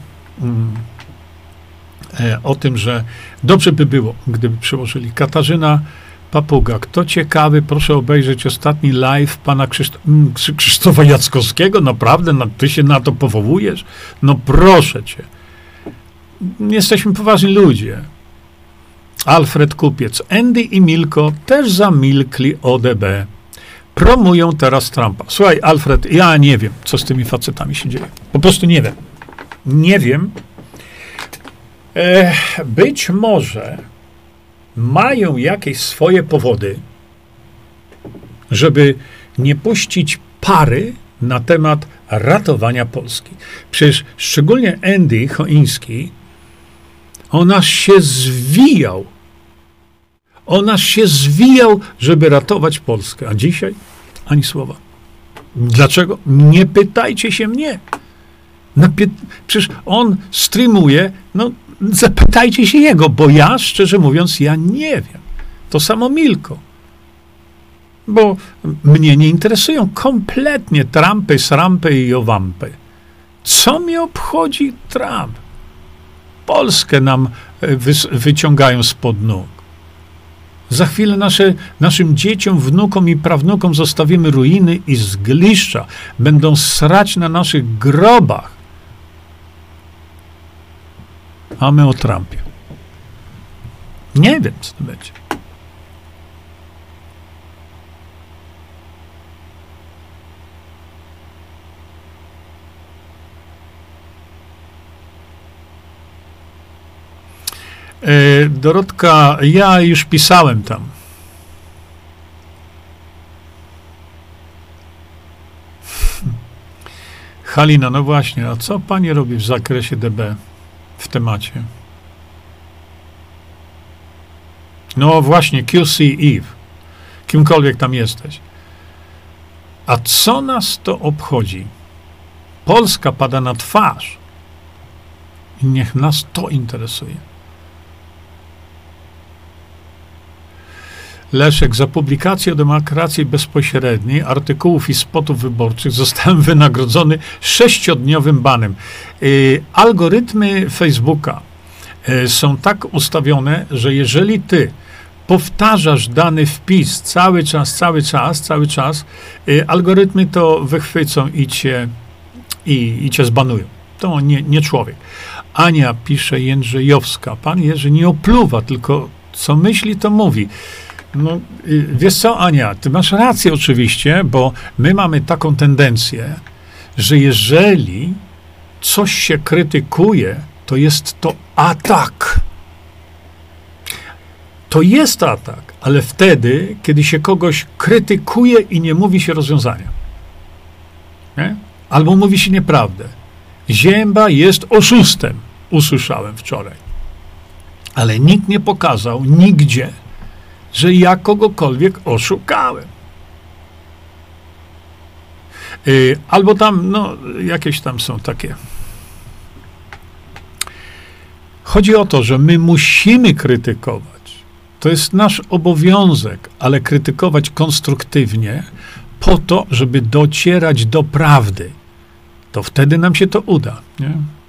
y, y, o tym, że dobrze by było, gdyby przyłożyli. Katarzyna Papuga. Kto ciekawy, proszę obejrzeć ostatni live pana Krzysztof, Krzysztofa Jackowskiego. Naprawdę? No, ty się na to powołujesz? No proszę cię. Jesteśmy poważni ludzie. Alfred Kupiec. Andy i Milko też zamilkli O D B. Promują teraz Trumpa. Słuchaj, Alfred, ja nie wiem, co z tymi facetami się dzieje. Po prostu nie wiem. Nie wiem. E, być może mają jakieś swoje powody, żeby nie puścić pary na temat ratowania Polski. Przecież szczególnie Andy Choiński, on aż się zwijał. On aż się zwijał, żeby ratować Polskę. A dzisiaj ani słowa. Dlaczego? Nie pytajcie się mnie. Napie- Przecież on streamuje, no zapytajcie się jego, bo ja, szczerze mówiąc, ja nie wiem. To samo Milko. Bo mnie nie interesują kompletnie Trumpy, srampy i owampy. Co mi obchodzi Trump? Polskę nam wy- wyciągają spod nóg. Za chwilę nasze, naszym dzieciom, wnukom i prawnukom zostawimy ruiny i zgliszcza. Będą srać na naszych grobach. A my o Trumpie. Nie wiem, co to będzie. E, Dorotka, ja już pisałem tam. Halina, no właśnie, a co pani robi w zakresie D B w temacie? No właśnie, Q C Eve, kimkolwiek tam jesteś. A co nas to obchodzi? Polska pada na twarz. I niech nas to interesuje. Leszek, za publikację o demokracji bezpośredniej, artykułów i spotów wyborczych zostałem wynagrodzony sześciodniowym banem. Yy, algorytmy Facebooka yy, są tak ustawione, że jeżeli ty powtarzasz dany wpis cały czas, cały czas, cały czas, yy, algorytmy to wychwycą i cię, i, i cię zbanują. To nie, nie człowiek. Ania pisze Jędrzejowska. Pan Jerzy nie opluwa, tylko co myśli, to mówi. No, wiesz co, Ania, ty masz rację oczywiście, bo my mamy taką tendencję, że jeżeli coś się krytykuje, to jest to atak. To jest atak, ale wtedy, kiedy się kogoś krytykuje i nie mówi się rozwiązania. Nie? Albo mówi się nieprawdę. Zięba jest oszustem, usłyszałem wczoraj. Ale nikt nie pokazał nigdzie, że ja kogokolwiek oszukałem. Yy, albo tam, no, jakieś tam są takie. Chodzi o to, że my musimy krytykować. To jest nasz obowiązek, ale krytykować konstruktywnie po to, żeby docierać do prawdy. To wtedy nam się to uda, nie?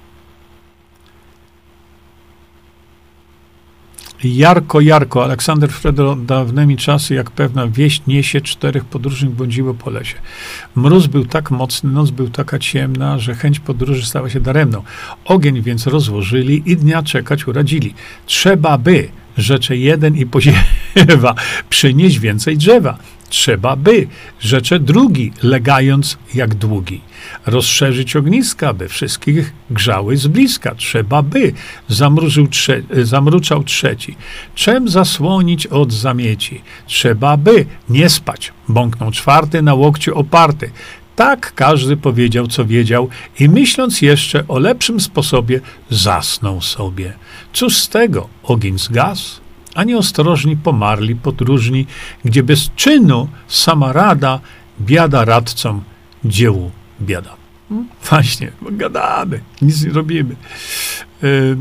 Jarko, Jarko, Aleksander Fredro, dawnymi czasy, jak pewna wieść niesie, czterech podróżnych błądziło po lesie. Mróz był tak mocny, noc był taka ciemna, że chęć podróży stała się daremną. Ogień więc rozłożyli i dnia czekać uradzili. Trzeba by, rzecze jeden i poziewa, przynieść więcej drzewa. Trzeba by, rzecze drugi, legając jak długi. Rozszerzyć ogniska, by wszystkich grzały z bliska. Trzeba by, zamrużył trze zamruczał trzeci. Czem zasłonić od zamieci? Trzeba by, nie spać. Bąknął czwarty na łokciu oparty. Tak każdy powiedział, co wiedział i myśląc jeszcze o lepszym sposobie, zasnął sobie. Cóż z tego? Ogień zgasł, a nieostrożni pomarli podróżni, gdzie bez czynu sama rada, biada radcom, dziełu biada. Hmm? Właśnie, bo gadamy, nic nie robimy. Yy.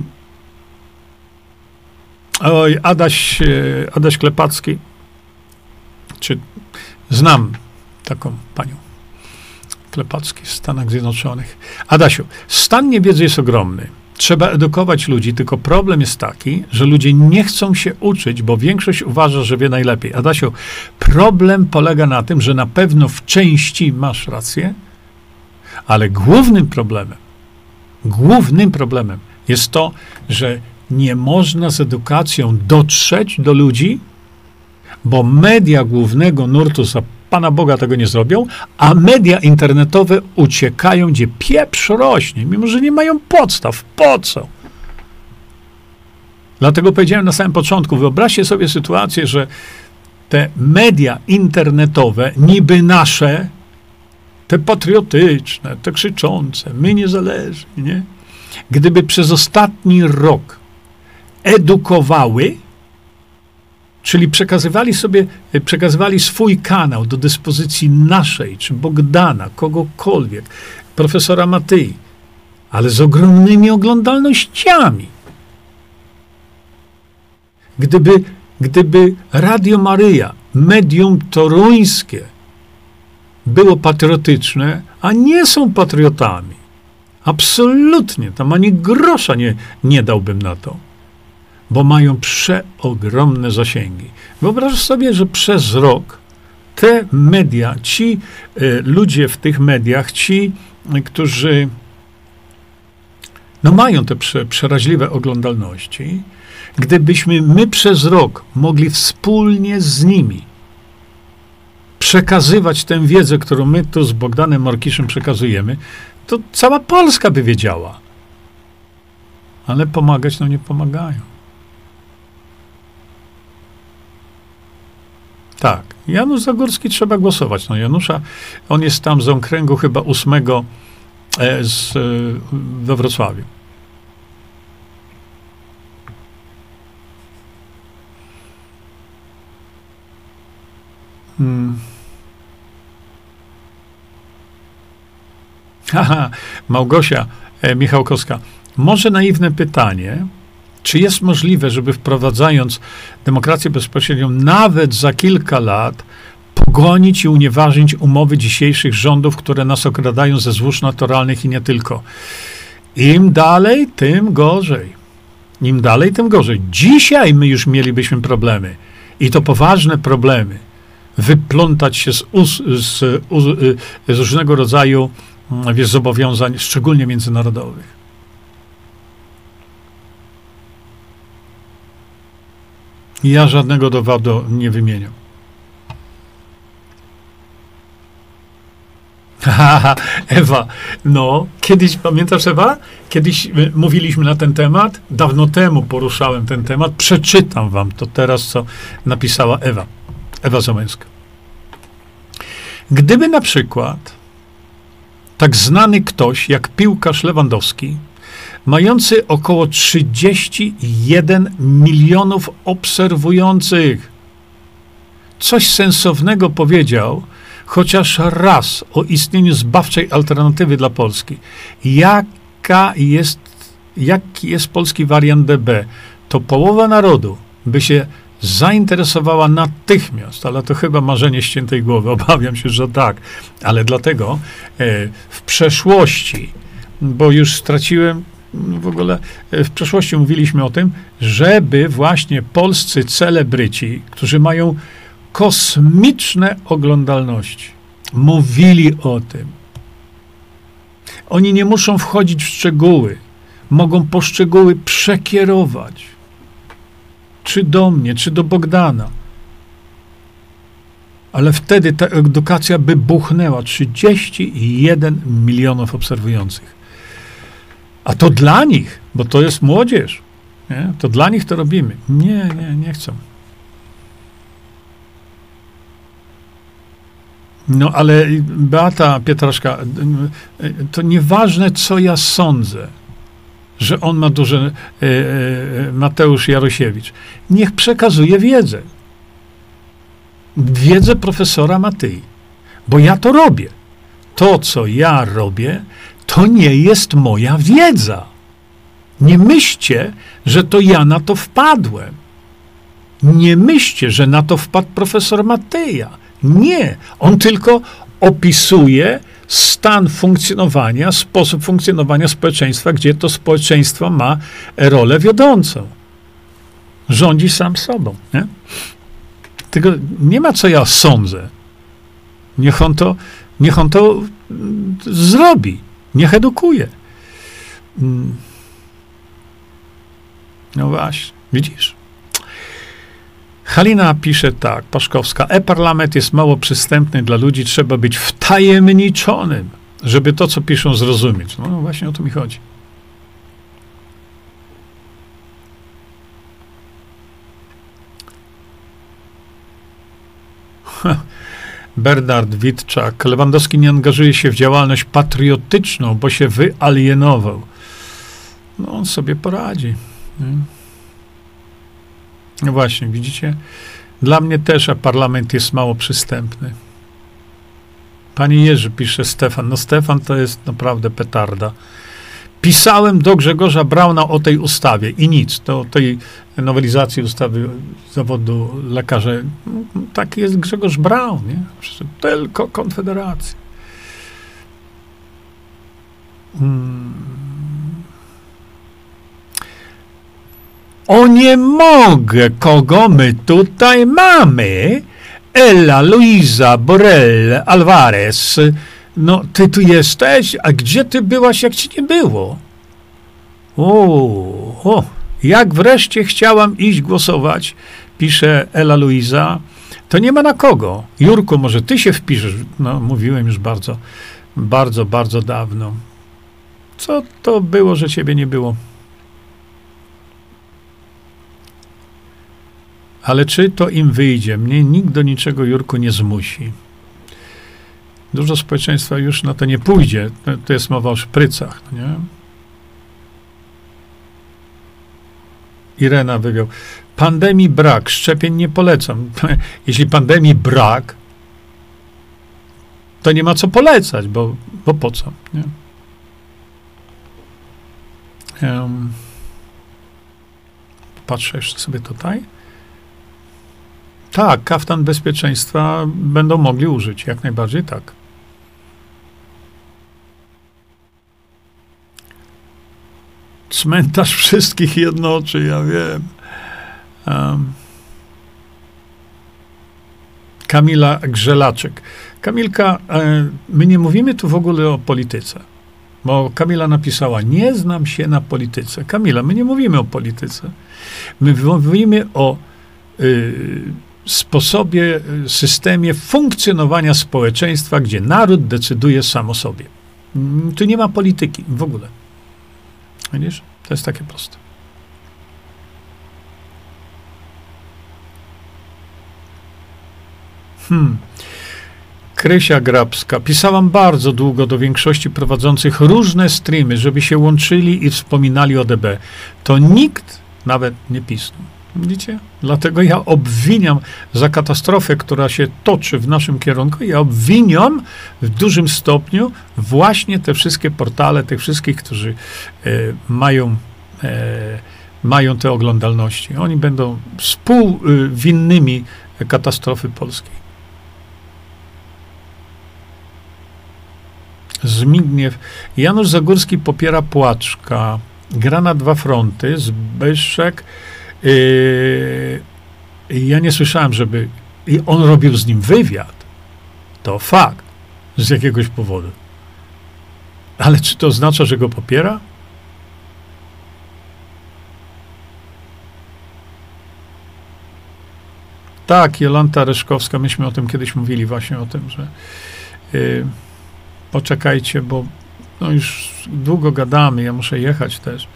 Oj, Adaś, Adaś Klepacki, czy znam taką panią Klepacki w Stanach Zjednoczonych. Adasiu, stan niewiedzy jest ogromny. Trzeba edukować ludzi, tylko problem jest taki, że ludzie nie chcą się uczyć, bo większość uważa, że wie najlepiej. Adasiu, problem polega na tym, że na pewno w części masz rację, ale głównym problemem, głównym problemem jest to, że nie można z edukacją dotrzeć do ludzi, bo media głównego nurtu za Pana Boga tego nie zrobią, a media internetowe uciekają, gdzie pieprz rośnie, mimo że nie mają podstaw. Po co? Dlatego powiedziałem na samym początku, wyobraźcie sobie sytuację, że te media internetowe, niby nasze, te patriotyczne, te krzyczące, my niezależni, nie? Gdyby przez ostatni rok edukowały, czyli przekazywali sobie, przekazywali swój kanał do dyspozycji naszej, czy Bogdana, kogokolwiek, profesora Matyi, ale z ogromnymi oglądalnościami. Gdyby, gdyby Radio Maryja, medium toruńskie, było patriotyczne, a nie są patriotami. Absolutnie, tam ani grosza nie, nie dałbym na to. Bo mają przeogromne zasięgi. Wyobraź sobie, że przez rok te media, ci y, ludzie w tych mediach, ci, y, którzy no, mają te prze, przeraźliwe oglądalności, gdybyśmy my przez rok mogli wspólnie z nimi przekazywać tę wiedzę, którą my tu z Bogdanem Morkiszem przekazujemy, to cała Polska by wiedziała. Ale pomagać nam nie pomagają. Tak. Janusz Zagórski trzeba głosować. No Janusza, on jest tam z okręgu chyba ósmego e, z, e, we Wrocławiu. Hmm. Haha, Małgosia e, Michałkowska. Może naiwne pytanie, czy jest możliwe, żeby wprowadzając demokrację bezpośrednią nawet za kilka lat pogonić i unieważnić umowy dzisiejszych rządów, które nas okradają ze złóż naturalnych i nie tylko. Im dalej, tym gorzej. Im dalej, tym gorzej. Dzisiaj my już mielibyśmy problemy. I to poważne problemy. Wyplątać się z, us, z, z, z różnego rodzaju wiesz, zobowiązań, szczególnie międzynarodowych. Ja żadnego dowodu nie wymieniam. Haha, Ewa, no, kiedyś, pamiętasz Ewa? Kiedyś mówiliśmy na ten temat, dawno temu poruszałem ten temat, przeczytam wam to teraz, co napisała Ewa, Ewa Załęska. Gdyby na przykład tak znany ktoś, jak piłkarz Lewandowski, mający około trzydzieści jeden milionów obserwujących, coś sensownego powiedział, chociaż raz o istnieniu zbawczej alternatywy dla Polski. Jaka jest, jaki jest polski wariant D B? To połowa narodu by się zainteresowała natychmiast, ale to chyba marzenie ściętej głowy. Obawiam się, że tak. Ale dlatego e, w przeszłości, bo już straciłem w ogóle, e, w przeszłości mówiliśmy o tym, żeby właśnie polscy celebryci, którzy mają kosmiczne oglądalności, mówili o tym. Oni nie muszą wchodzić w szczegóły. Mogą poszczegóły przekierować. Czy do mnie, czy do Bogdana. Ale wtedy ta edukacja by buchnęła. trzydzieści jeden milionów obserwujących. A to dla nich, bo to jest młodzież. Nie? To dla nich to robimy. Nie, nie, nie chcą. No ale Beata Pietraszka, to nieważne, co ja sądzę, że on ma duże, e, e, Mateusz Jarosiewicz. Niech przekazuje wiedzę. Wiedzę profesora Matyi. Bo ja to robię. To, co ja robię, to nie jest moja wiedza. Nie myślcie, że to ja na to wpadłem. Nie myślcie, że na to wpadł profesor Matyja. Nie. On tylko opisuje stan funkcjonowania, sposób funkcjonowania społeczeństwa, gdzie to społeczeństwo ma rolę wiodącą. Rządzi sam sobą. Nie? Tego nie ma, co ja sądzę. Niech on to, niech on to mm, zrobi. Niech edukuje. Mm. No właśnie. Widzisz? Halina pisze tak, Paszkowska, e-parlament jest mało przystępny dla ludzi, trzeba być wtajemniczonym, żeby to, co piszą, zrozumieć. No właśnie o to mi chodzi. Bernard Witczak, Lewandowski nie angażuje się w działalność patriotyczną, bo się wyalienował. No on sobie poradzi. Nie? No właśnie, widzicie? Dla mnie też, a parlament jest mało przystępny. Panie Jerzy, pisze Stefan. No Stefan to jest naprawdę petarda. Pisałem do Grzegorza Brauna o tej ustawie i nic. Do tej nowelizacji ustawy zawodu lekarza. Taki jest Grzegorz Braun, nie? Tylko Konfederacja. Hmm. O nie mogę, kogo my tutaj mamy? Ela, Luisa, Borrell, Alvarez. No, ty tu jesteś? A gdzie ty byłaś, jak ci nie było? O, o, jak wreszcie chciałam iść głosować, pisze Ela Luisa, to nie ma na kogo. Jurku, może ty się wpiszesz? No, mówiłem już bardzo, bardzo, bardzo dawno. Co to było, że ciebie nie było? Ale czy to im wyjdzie? Mnie nikt do niczego, Jurku, nie zmusi. Dużo społeczeństwa już na to nie pójdzie. To, to jest mowa o szprycach, no nie? Irena wywiał. Pandemii brak, szczepień nie polecam. Jeśli pandemii brak, to nie ma co polecać, bo, bo po co? Nie? Um, patrzę jeszcze sobie tutaj. Tak, kaftan bezpieczeństwa będą mogli użyć, jak najbardziej tak. Cmentarz wszystkich jednoczy, ja wiem. Um, Kamila Grzelaczek. Kamilka, e, my nie mówimy tu w ogóle o polityce, bo Kamila napisała, nie znam się na polityce. Kamila, my nie mówimy o polityce. My mówimy o y, sposobie, systemie funkcjonowania społeczeństwa, gdzie naród decyduje sam o sobie. Tu nie ma polityki w ogóle. Widzisz? To jest takie proste. Hmm. Krysia Grabska. Pisałam bardzo długo do większości prowadzących różne streamy, żeby się łączyli i wspominali o D B. To nikt nawet nie pisnął. Widzicie? Dlatego ja obwiniam za katastrofę, która się toczy w naszym kierunku, ja obwiniam w dużym stopniu właśnie te wszystkie portale, tych wszystkich, którzy e, mają, e, mają te oglądalności. Oni będą współwinnymi katastrofy polskiej. Zbigniew. Janusz Zagórski popiera Płaczka. Gra na dwa fronty. Zbyszek. Yy, ja nie słyszałem, żeby i on robił z nim wywiad. To fakt. Z jakiegoś powodu. Ale czy to oznacza, że go popiera? Tak, Jolanta Reszkowska. Myśmy o tym kiedyś mówili właśnie o tym, że yy, poczekajcie, bo no już długo gadamy, ja muszę jechać też.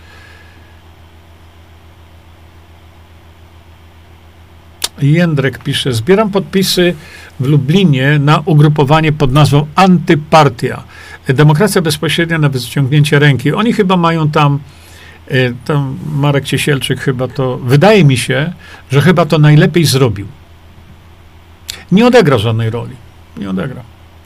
Jędrek pisze, zbieram podpisy w Lublinie na ugrupowanie pod nazwą Antypartia. Demokracja bezpośrednia na wyciągnięcie ręki. Oni chyba mają tam, tam Marek Ciesielczyk chyba to, wydaje mi się, że chyba to najlepiej zrobił. Nie odegra żadnej roli. Nie odegra.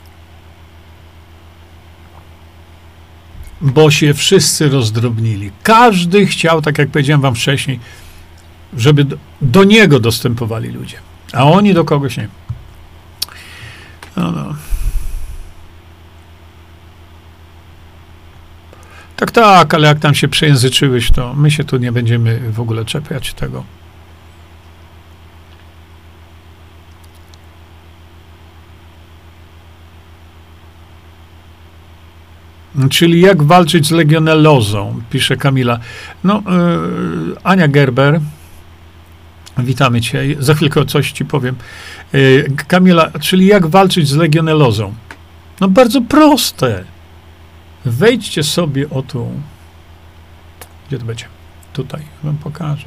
Bo się wszyscy rozdrobnili. Każdy chciał, tak jak powiedziałem wam wcześniej, żeby do, do niego dostępowali ludzie. A oni do kogoś nie. No, no. Tak, tak, ale jak tam się przejęzyczyłeś, to my się tu nie będziemy w ogóle czepiać tego. Czyli jak walczyć z legionellozą, pisze Kamila. No, yy, Ania Gerber, witamy cię, za chwilkę coś ci powiem. Yy, Kamila, czyli jak walczyć z legionellozą? No bardzo proste. Wejdźcie sobie o tu. Gdzie to będzie? Tutaj, wam pokażę.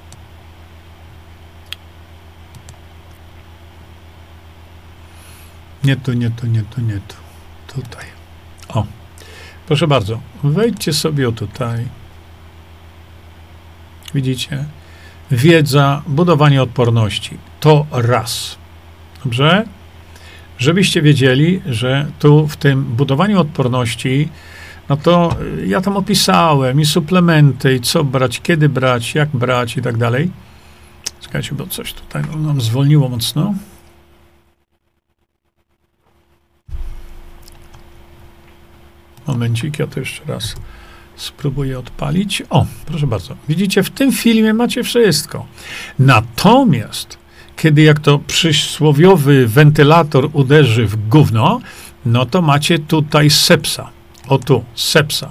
Nie tu, nie tu, nie tu, nie tu. Tutaj. O. Proszę bardzo, wejdźcie sobie o tutaj. Widzicie? Wiedza, budowanie odporności. To raz. Dobrze? Żebyście wiedzieli, że tu w tym budowaniu odporności, no to ja tam opisałem i suplementy, i co brać, kiedy brać, jak brać i tak dalej. Czekajcie, bo coś tutaj nam zwolniło mocno. Momencik, ja to jeszcze raz spróbuję odpalić. O, proszę bardzo. Widzicie, w tym filmie macie wszystko. Natomiast, kiedy jak to przysłowiowy wentylator uderzy w gówno, no to macie tutaj sepsa. O tu, sepsa.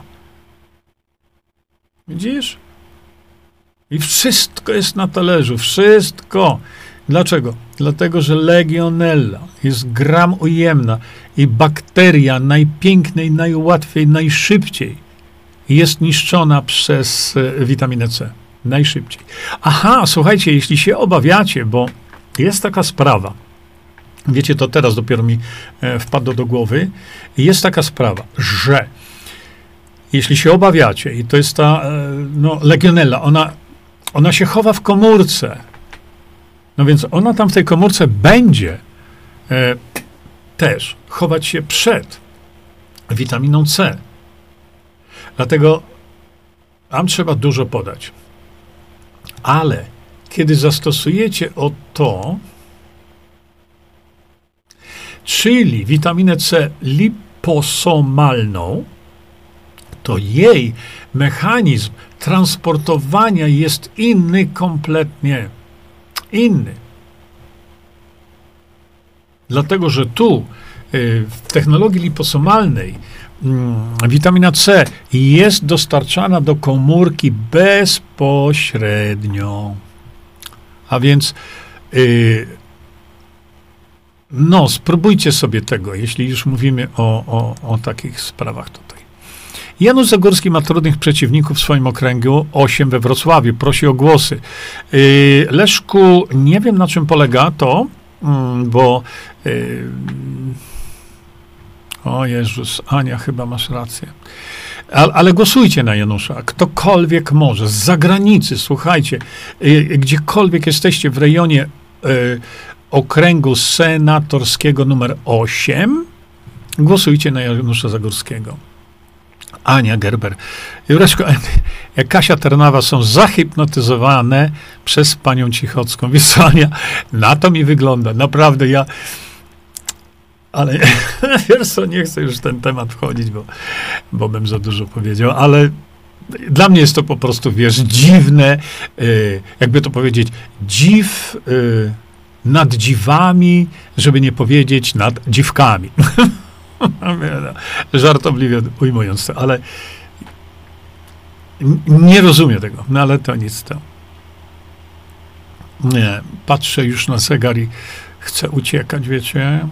Widzisz? I wszystko jest na talerzu. Wszystko. Dlaczego? Dlatego, że legionella jest gram ujemna i bakteria najpiękniej, najłatwiej, najszybciej jest niszczona przez witaminę C. Najszybciej. Aha, słuchajcie, jeśli się obawiacie, bo jest taka sprawa, wiecie, to teraz dopiero mi e, wpadło do głowy, jest taka sprawa, że jeśli się obawiacie, i to jest ta e, no, legionella, ona, ona się chowa w komórce, no więc ona tam w tej komórce będzie e, też chować się przed witaminą C. Dlatego wam trzeba dużo podać. Ale kiedy zastosujecie o to, czyli witaminę C liposomalną, to jej mechanizm transportowania jest inny kompletnie. Inny. Dlatego, że tu w technologii liposomalnej witamina C jest dostarczana do komórki bezpośrednio. A więc yy, no, spróbujcie sobie tego, jeśli już mówimy o, o, o takich sprawach tutaj. Janusz Zagórski ma trudnych przeciwników w swoim okręgu, osiem we Wrocławiu. Prosi o głosy. Yy, Leszku, nie wiem, na czym polega to, yy, bo yy, o Jezus, Ania, chyba masz rację. Ale, ale głosujcie na Janusza. Ktokolwiek może, z zagranicy, słuchajcie, y, gdziekolwiek jesteście w rejonie y, okręgu senatorskiego numer osiem, głosujcie na Janusza Zagórskiego. Ania Gerber. Jureczko, jak Kasia Ternawa są zahipnotyzowane przez panią Cichocką. Wiesz co, Ania, na to mi wygląda. Naprawdę, ja... Ale wiesz co, nie chcę już w ten temat wchodzić, bo, bo bym za dużo powiedział, ale dla mnie jest to po prostu, wiesz, dziwne, y, jakby to powiedzieć, dziw y, nad dziwami, żeby nie powiedzieć nad dziwkami. Żartobliwie ujmując to, ale nie rozumiem tego, no ale to nic to. Nie, patrzę już na zegar i chcę uciekać, wiecie.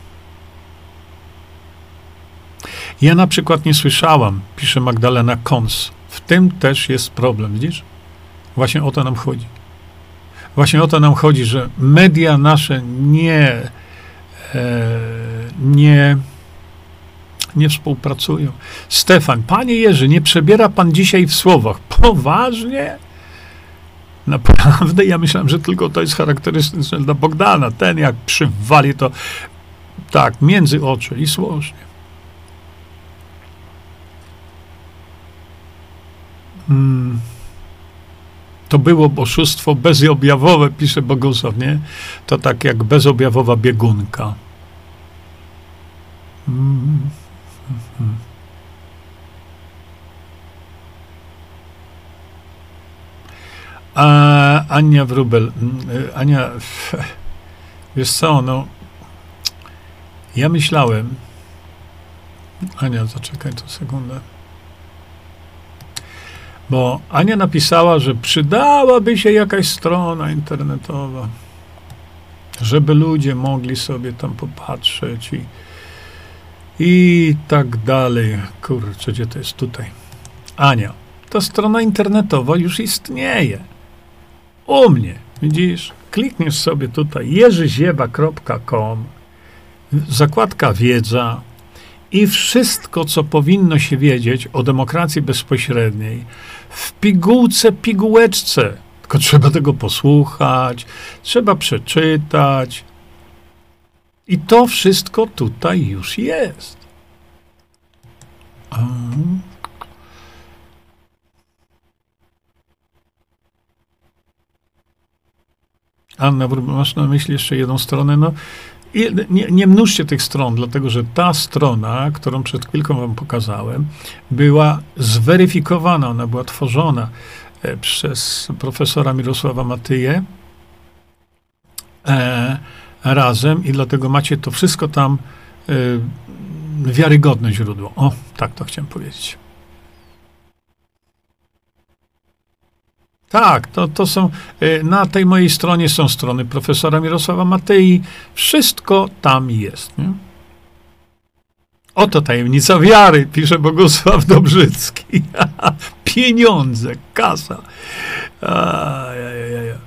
Ja na przykład nie słyszałam, pisze Magdalena Kons. W tym też jest problem, widzisz? Właśnie o to nam chodzi. Właśnie o to nam chodzi, że media nasze nie, e, nie, nie współpracują. Stefan, panie Jerzy, nie przebiera pan dzisiaj w słowach. Poważnie? Naprawdę? Ja myślałem, że tylko to jest charakterystyczne dla Bogdana. Ten jak przywali to tak, między oczy i słożnie. Hmm. To było oszustwo bezobjawowe, pisze Bogusław, nie? To tak jak bezobjawowa biegunka. Hmm. Hmm. A Ania Wróbel. Ania, wiesz co, no ja myślałem, Ania, zaczekaj tu sekundę. Bo Ania napisała, że przydałaby się jakaś strona internetowa, żeby ludzie mogli sobie tam popatrzeć i, i tak dalej. Kurczę, gdzie to jest tutaj? Ania, ta strona internetowa już istnieje. U mnie, widzisz? Klikniesz sobie tutaj jerzyzieba kropka com, zakładka wiedza, i wszystko, co powinno się wiedzieć o demokracji bezpośredniej, w pigułce, pigułeczce. Tylko trzeba tego posłuchać, trzeba przeczytać. I to wszystko tutaj już jest. Um. Anna, masz na myśli jeszcze jedną stronę? No, I nie, nie mnóżcie tych stron, dlatego że ta strona, którą przed chwilką wam pokazałem, była zweryfikowana, ona była tworzona e, przez profesora Mirosława Matyję e, razem i dlatego macie to wszystko tam e, wiarygodne źródło. O, tak to chciałem powiedzieć. Tak, to, to są, na tej mojej stronie są strony profesora Mirosława Matyi. Wszystko tam jest. Nie? Oto tajemnica wiary, pisze Bogusław Dobrzycki. Pieniądze, kasa. Ajajaj.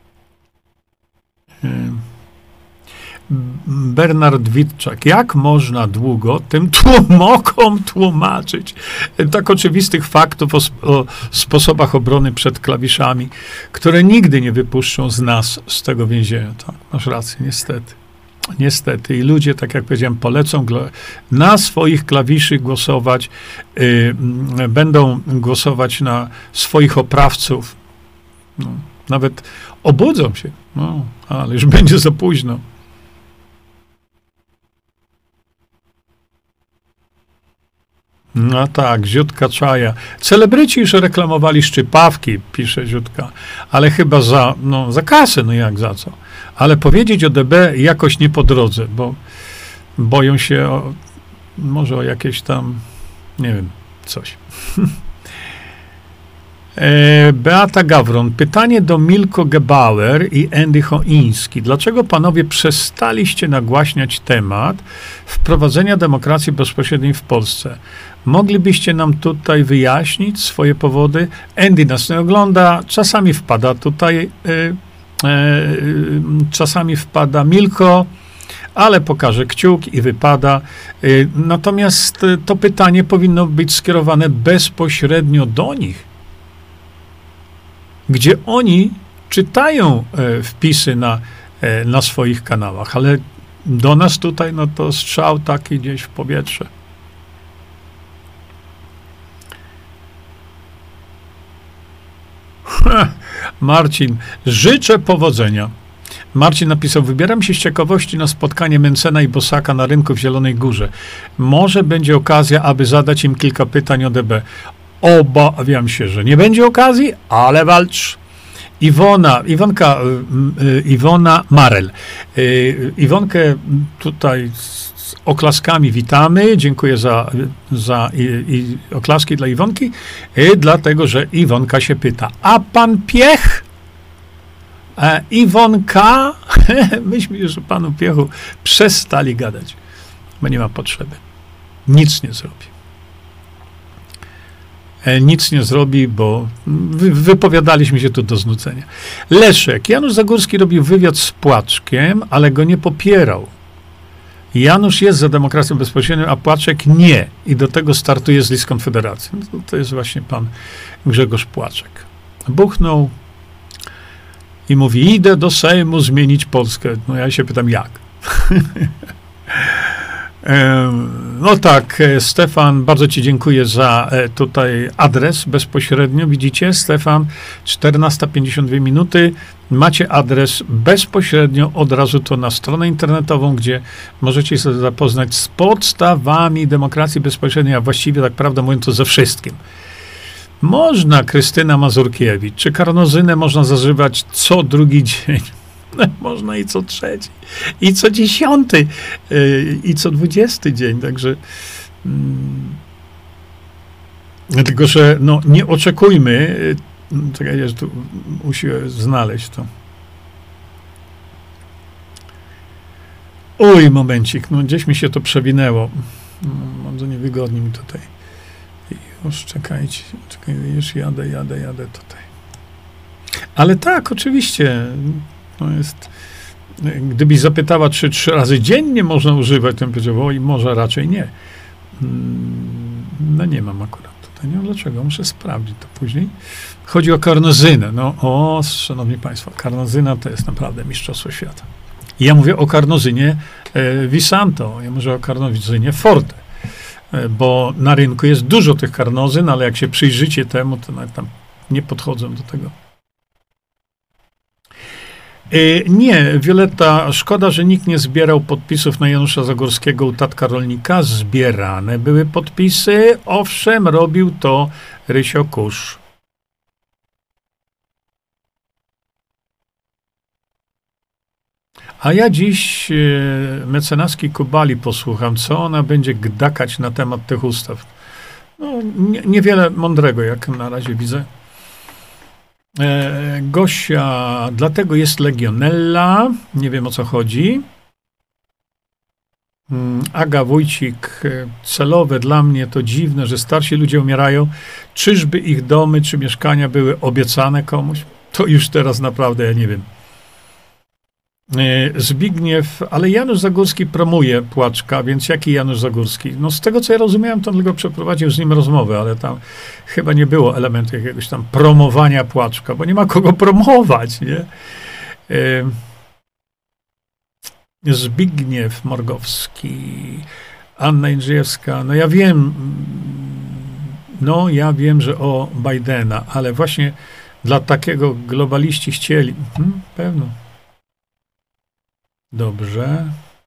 Bernard Witczak. Jak można długo tym tłumokom tłumaczyć tak oczywistych faktów o, o sposobach obrony przed klawiszami, które nigdy nie wypuszczą z nas z tego więzienia. Tak, masz rację, niestety. Niestety. I ludzie, tak jak powiedziałem, polecą na swoich klawiszy głosować, yy, będą głosować na swoich oprawców. No, nawet obudzą się. No, ale już będzie za późno. No tak, Ziutka Czaja. Celebryci już reklamowali szczypawki, pisze Ziutka, ale chyba za, no, za kasę, no jak za co. Ale powiedzieć o D B jakoś nie po drodze, bo boją się o, może o jakieś tam, nie wiem, coś. e, Beata Gawron. Pytanie do Milko Gebauer i Andy Choiński. Dlaczego panowie przestaliście nagłaśniać temat wprowadzenia demokracji bezpośredniej w Polsce? Moglibyście nam tutaj wyjaśnić swoje powody? Andy nas nie ogląda, czasami wpada tutaj, y, y, y, czasami wpada Milko, ale pokaże kciuk i wypada. Y, natomiast y, to pytanie powinno być skierowane bezpośrednio do nich, gdzie oni czytają y, wpisy na, y, na swoich kanałach, ale do nas tutaj, no to strzał taki gdzieś w powietrze. Marcin, życzę powodzenia. Marcin napisał, wybieram się z ciekawości na spotkanie Mencena i Bosaka na rynku w Zielonej Górze. Może będzie okazja, aby zadać im kilka pytań o D B. Obawiam się, że nie będzie okazji, ale walcz. Iwona, Iwonka, Iwona Marel. Iwonkę tutaj z oklaskami witamy. Dziękuję za, za i, i oklaski dla Iwonki, i dlatego, że Iwonka się pyta, a pan Piech? E, Iwonka? Myśmy już o panu Piechu przestali gadać, bo nie ma potrzeby. Nic nie zrobi. E, nic nie zrobi, bo wy, wypowiadaliśmy się tu do znudzenia. Leszek. Janusz Zagórski robił wywiad z Płaczkiem, ale go nie popierał. Janusz jest za demokracją bezpośrednią, a Płaczek nie. I do tego startuje z list Konfederacji. No to, to jest właśnie pan Grzegorz Płaczek. Buchnął i mówi, idę do Sejmu zmienić Polskę. No ja się pytam, jak? No tak, Stefan, bardzo ci dziękuję za tutaj adres bezpośrednio. Widzicie, Stefan, czternasta pięćdziesiąt dwie minuty. Macie adres bezpośrednio, od razu to na stronę internetową, gdzie możecie się zapoznać z podstawami demokracji bezpośredniej, a właściwie, tak prawdę mówiąc, to ze wszystkim. Można, Krystyna Mazurkiewicz, czy karnozynę można zażywać co drugi dzień? Można i co trzeci, i co dziesiąty, yy, i co dwudziesty dzień, także yy, tylko, że no, nie oczekujmy, yy, czekaj, ja tu muszę znaleźć to. Oj, momencik, no gdzieś mi się to przewinęło, no, bardzo niewygodnie mi tutaj. Już czekajcie, czekaj, już jadę, jadę, jadę tutaj. Ale tak, oczywiście, to jest, gdybyś zapytała, czy trzy razy dziennie można używać, to bym powiedział, oj, może raczej nie. No nie mam akurat tutaj, nie wiem dlaczego, muszę sprawdzić to później. Chodzi o karnozynę. No, o, szanowni państwo, karnozyna to jest naprawdę mistrzostwo świata. I ja mówię o karnozynie e, Visanto, ja mówię o karnozynie Forte, e, bo na rynku jest dużo tych karnozyn, ale jak się przyjrzycie temu, to nawet tam nie podchodzą do tego. Nie, Wioletta, szkoda, że nikt nie zbierał podpisów na Janusza Zagórskiego u Tatka Rolnika. Zbierane były podpisy. Owszem, robił to Rysio Kusz. A ja dziś e, mecenaski Kubali posłucham, co ona będzie gdakać na temat tych ustaw. No, nie, niewiele mądrego, jak na razie widzę. E, Gosia, dlatego jest legionella. Nie wiem, o co chodzi. Aga Wójcik, celowe dla mnie to dziwne, że starsi ludzie umierają. Czyżby ich domy czy mieszkania były obiecane komuś? To już teraz naprawdę ja nie wiem. Zbigniew, ale Janusz Zagórski promuje Płaczka, więc jaki Janusz Zagórski? No z tego, co ja rozumiałem, to on tylko przeprowadził z nim rozmowę, ale tam chyba nie było elementu jakiegoś tam promowania Płaczka, bo nie ma kogo promować, nie? Zbigniew Morgowski, Anna Jędrzejewska, no ja wiem, no ja wiem, że o Bidena, ale właśnie dla takiego globaliści chcieli, hmm, pewno. Dobrze.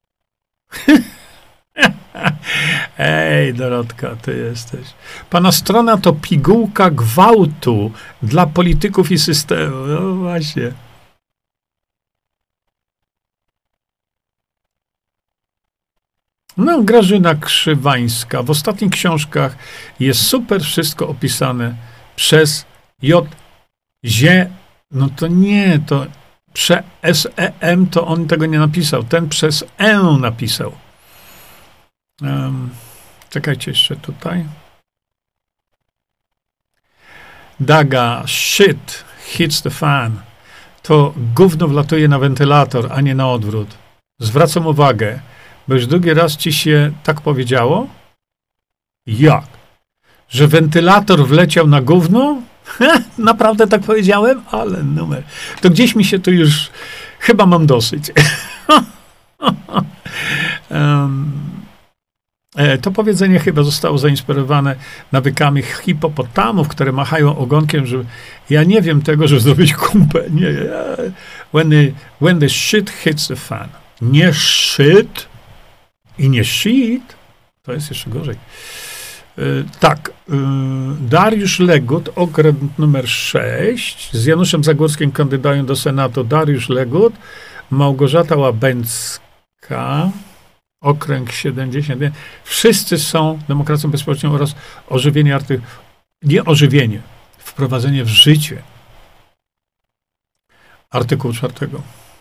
Ej, Dorotka, ty jesteś. Pana strona to pigułka gwałtu dla polityków i systemu. No właśnie. No, Grażyna Krzywańska. W ostatnich książkach jest super wszystko opisane przez J. Zie. No to nie, to Prze S E M to on tego nie napisał. Ten przez E napisał. Um, czekajcie jeszcze tutaj. Daga, shit, hits the fan. To gówno wlatuje na wentylator, a nie na odwrót. Zwracam uwagę, bo już drugi raz ci się tak powiedziało? Jak? Że wentylator wleciał na gówno? Naprawdę tak powiedziałem? Ale numer. To gdzieś mi się to już... Chyba mam dosyć. um, e, to powiedzenie chyba zostało zainspirowane nawykami hipopotamów, które machają ogonkiem, że ja nie wiem tego, żeby zrobić kumpę. Nie, when, the, when the shit hits the fan. Nie shit i nie shit. To jest jeszcze gorzej. Tak, Dariusz Legut, okręg numer sześć, z Januszem Zagórskim kandydatem do Senatu Dariusz Legut, Małgorzata Łabęcka, okręg siedemdziesiąt jeden. Wszyscy są demokracją bezpośrednią oraz ożywienie artykułu, nie ożywienie, wprowadzenie w życie artykułu czwartego.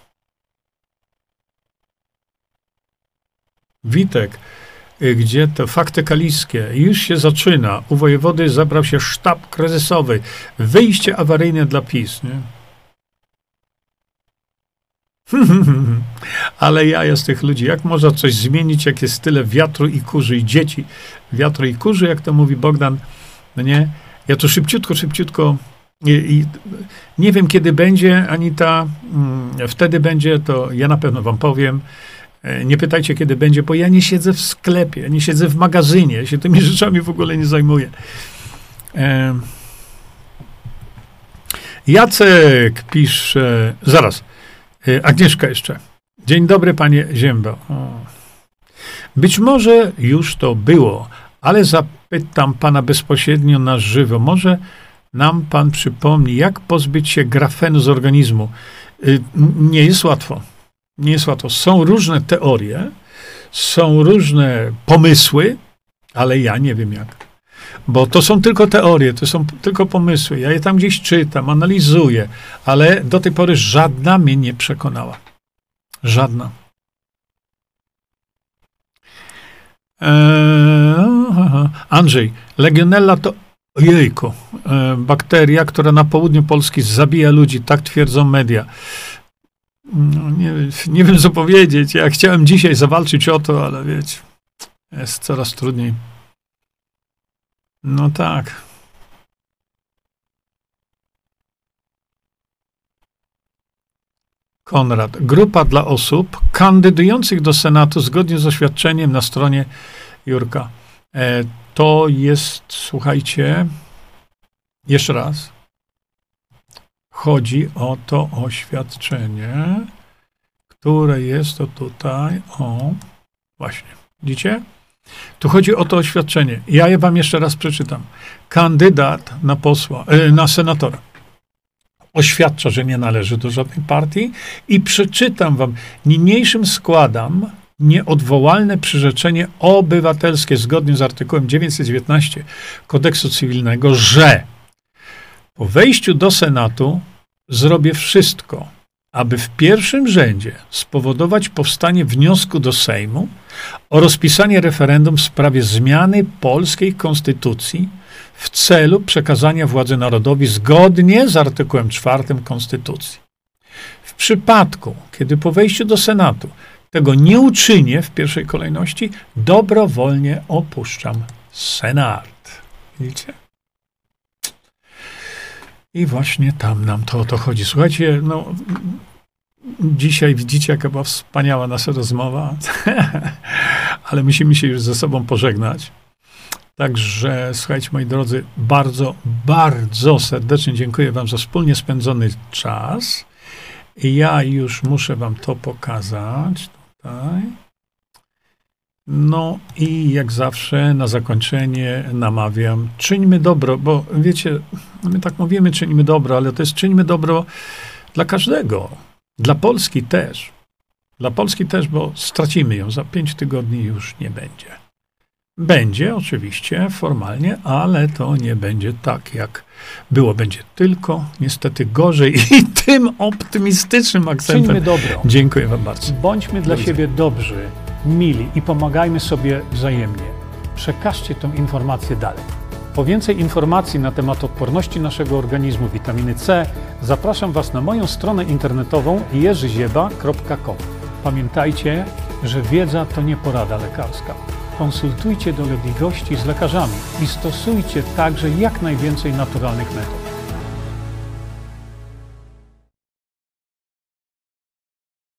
Witek, gdzie to fakty kaliskie. Już się zaczyna. U wojewody zabrał się sztab kryzysowy. Wyjście awaryjne dla PiS. Nie? Ale ja z tych ludzi. Jak można coś zmienić, jak jest tyle wiatru i kurzy i dzieci? Wiatru i kurzy, jak to mówi Bogdan. No nie? Ja to szybciutko, szybciutko i, i nie wiem, kiedy będzie, Anita. Wtedy będzie, to ja na pewno wam powiem. Nie pytajcie, kiedy będzie, bo ja nie siedzę w sklepie, ja nie siedzę w magazynie, ja się tymi rzeczami w ogóle nie zajmuję. E... Jacek pisze, zaraz, e, Agnieszka jeszcze. Dzień dobry, panie Zięba. O. Być może już to było, ale zapytam pana bezpośrednio na żywo. Może nam pan przypomni, jak pozbyć się grafenu z organizmu. E, nie jest łatwo. Nie jest łatwo. Są różne teorie, są różne pomysły, ale ja nie wiem jak. Bo to są tylko teorie, to są tylko pomysły. Ja je tam gdzieś czytam, analizuję, ale do tej pory żadna mnie nie przekonała. Żadna. Eee, Andrzej, legionella to ojejku, e, bakteria, która na południu Polski zabija ludzi, tak twierdzą media. No, nie, nie wiem, co powiedzieć. Ja chciałem dzisiaj zawalczyć o to, ale wiecie, jest coraz trudniej. No tak. Konrad. Grupa dla osób kandydujących do Senatu zgodnie z oświadczeniem na stronie Jurka. E, to jest, słuchajcie, jeszcze raz. Chodzi o to oświadczenie, które jest to tutaj, o, właśnie, widzicie? Tu chodzi o to oświadczenie. Ja je wam jeszcze raz przeczytam. Kandydat na posła, na senatora oświadcza, że nie należy do żadnej partii i przeczytam wam. Niniejszym składam nieodwołalne przyrzeczenie obywatelskie zgodnie z artykułem dziewięćset dziewiętnaście Kodeksu Cywilnego, że po wejściu do Senatu zrobię wszystko, aby w pierwszym rzędzie spowodować powstanie wniosku do Sejmu o rozpisanie referendum w sprawie zmiany polskiej konstytucji w celu przekazania władzy narodowi zgodnie z artykułem czwartym Konstytucji. W przypadku, kiedy po wejściu do Senatu tego nie uczynię w pierwszej kolejności, dobrowolnie opuszczam Senat. Widzicie? I właśnie tam nam to o to chodzi. Słuchajcie, no dzisiaj widzicie, jaka była wspaniała nasza rozmowa, ale musimy się już ze sobą pożegnać. Także słuchajcie, moi drodzy, bardzo, bardzo serdecznie dziękuję wam za wspólnie spędzony czas. I ja już muszę wam to pokazać tutaj. No i jak zawsze na zakończenie namawiam, czyńmy dobro, bo wiecie, my tak mówimy, czyńmy dobro, ale to jest czyńmy dobro dla każdego. Dla Polski też. Dla Polski też, bo stracimy ją. Za pięć tygodni już nie będzie. Będzie oczywiście formalnie, ale to nie będzie tak, jak było. Będzie tylko niestety gorzej i tym optymistycznym akcentem. Czyńmy dobro. Dziękuję wam bardzo. Bądźmy dla siebie dobrzy, mili i pomagajmy sobie wzajemnie. Przekażcie tę informację dalej. Po więcej informacji na temat odporności naszego organizmu witaminy C zapraszam was na moją stronę internetową jerzy zieba kropka com. Pamiętajcie, że wiedza to nie porada lekarska. Konsultujcie dolegliwości z lekarzami i stosujcie także jak najwięcej naturalnych metod.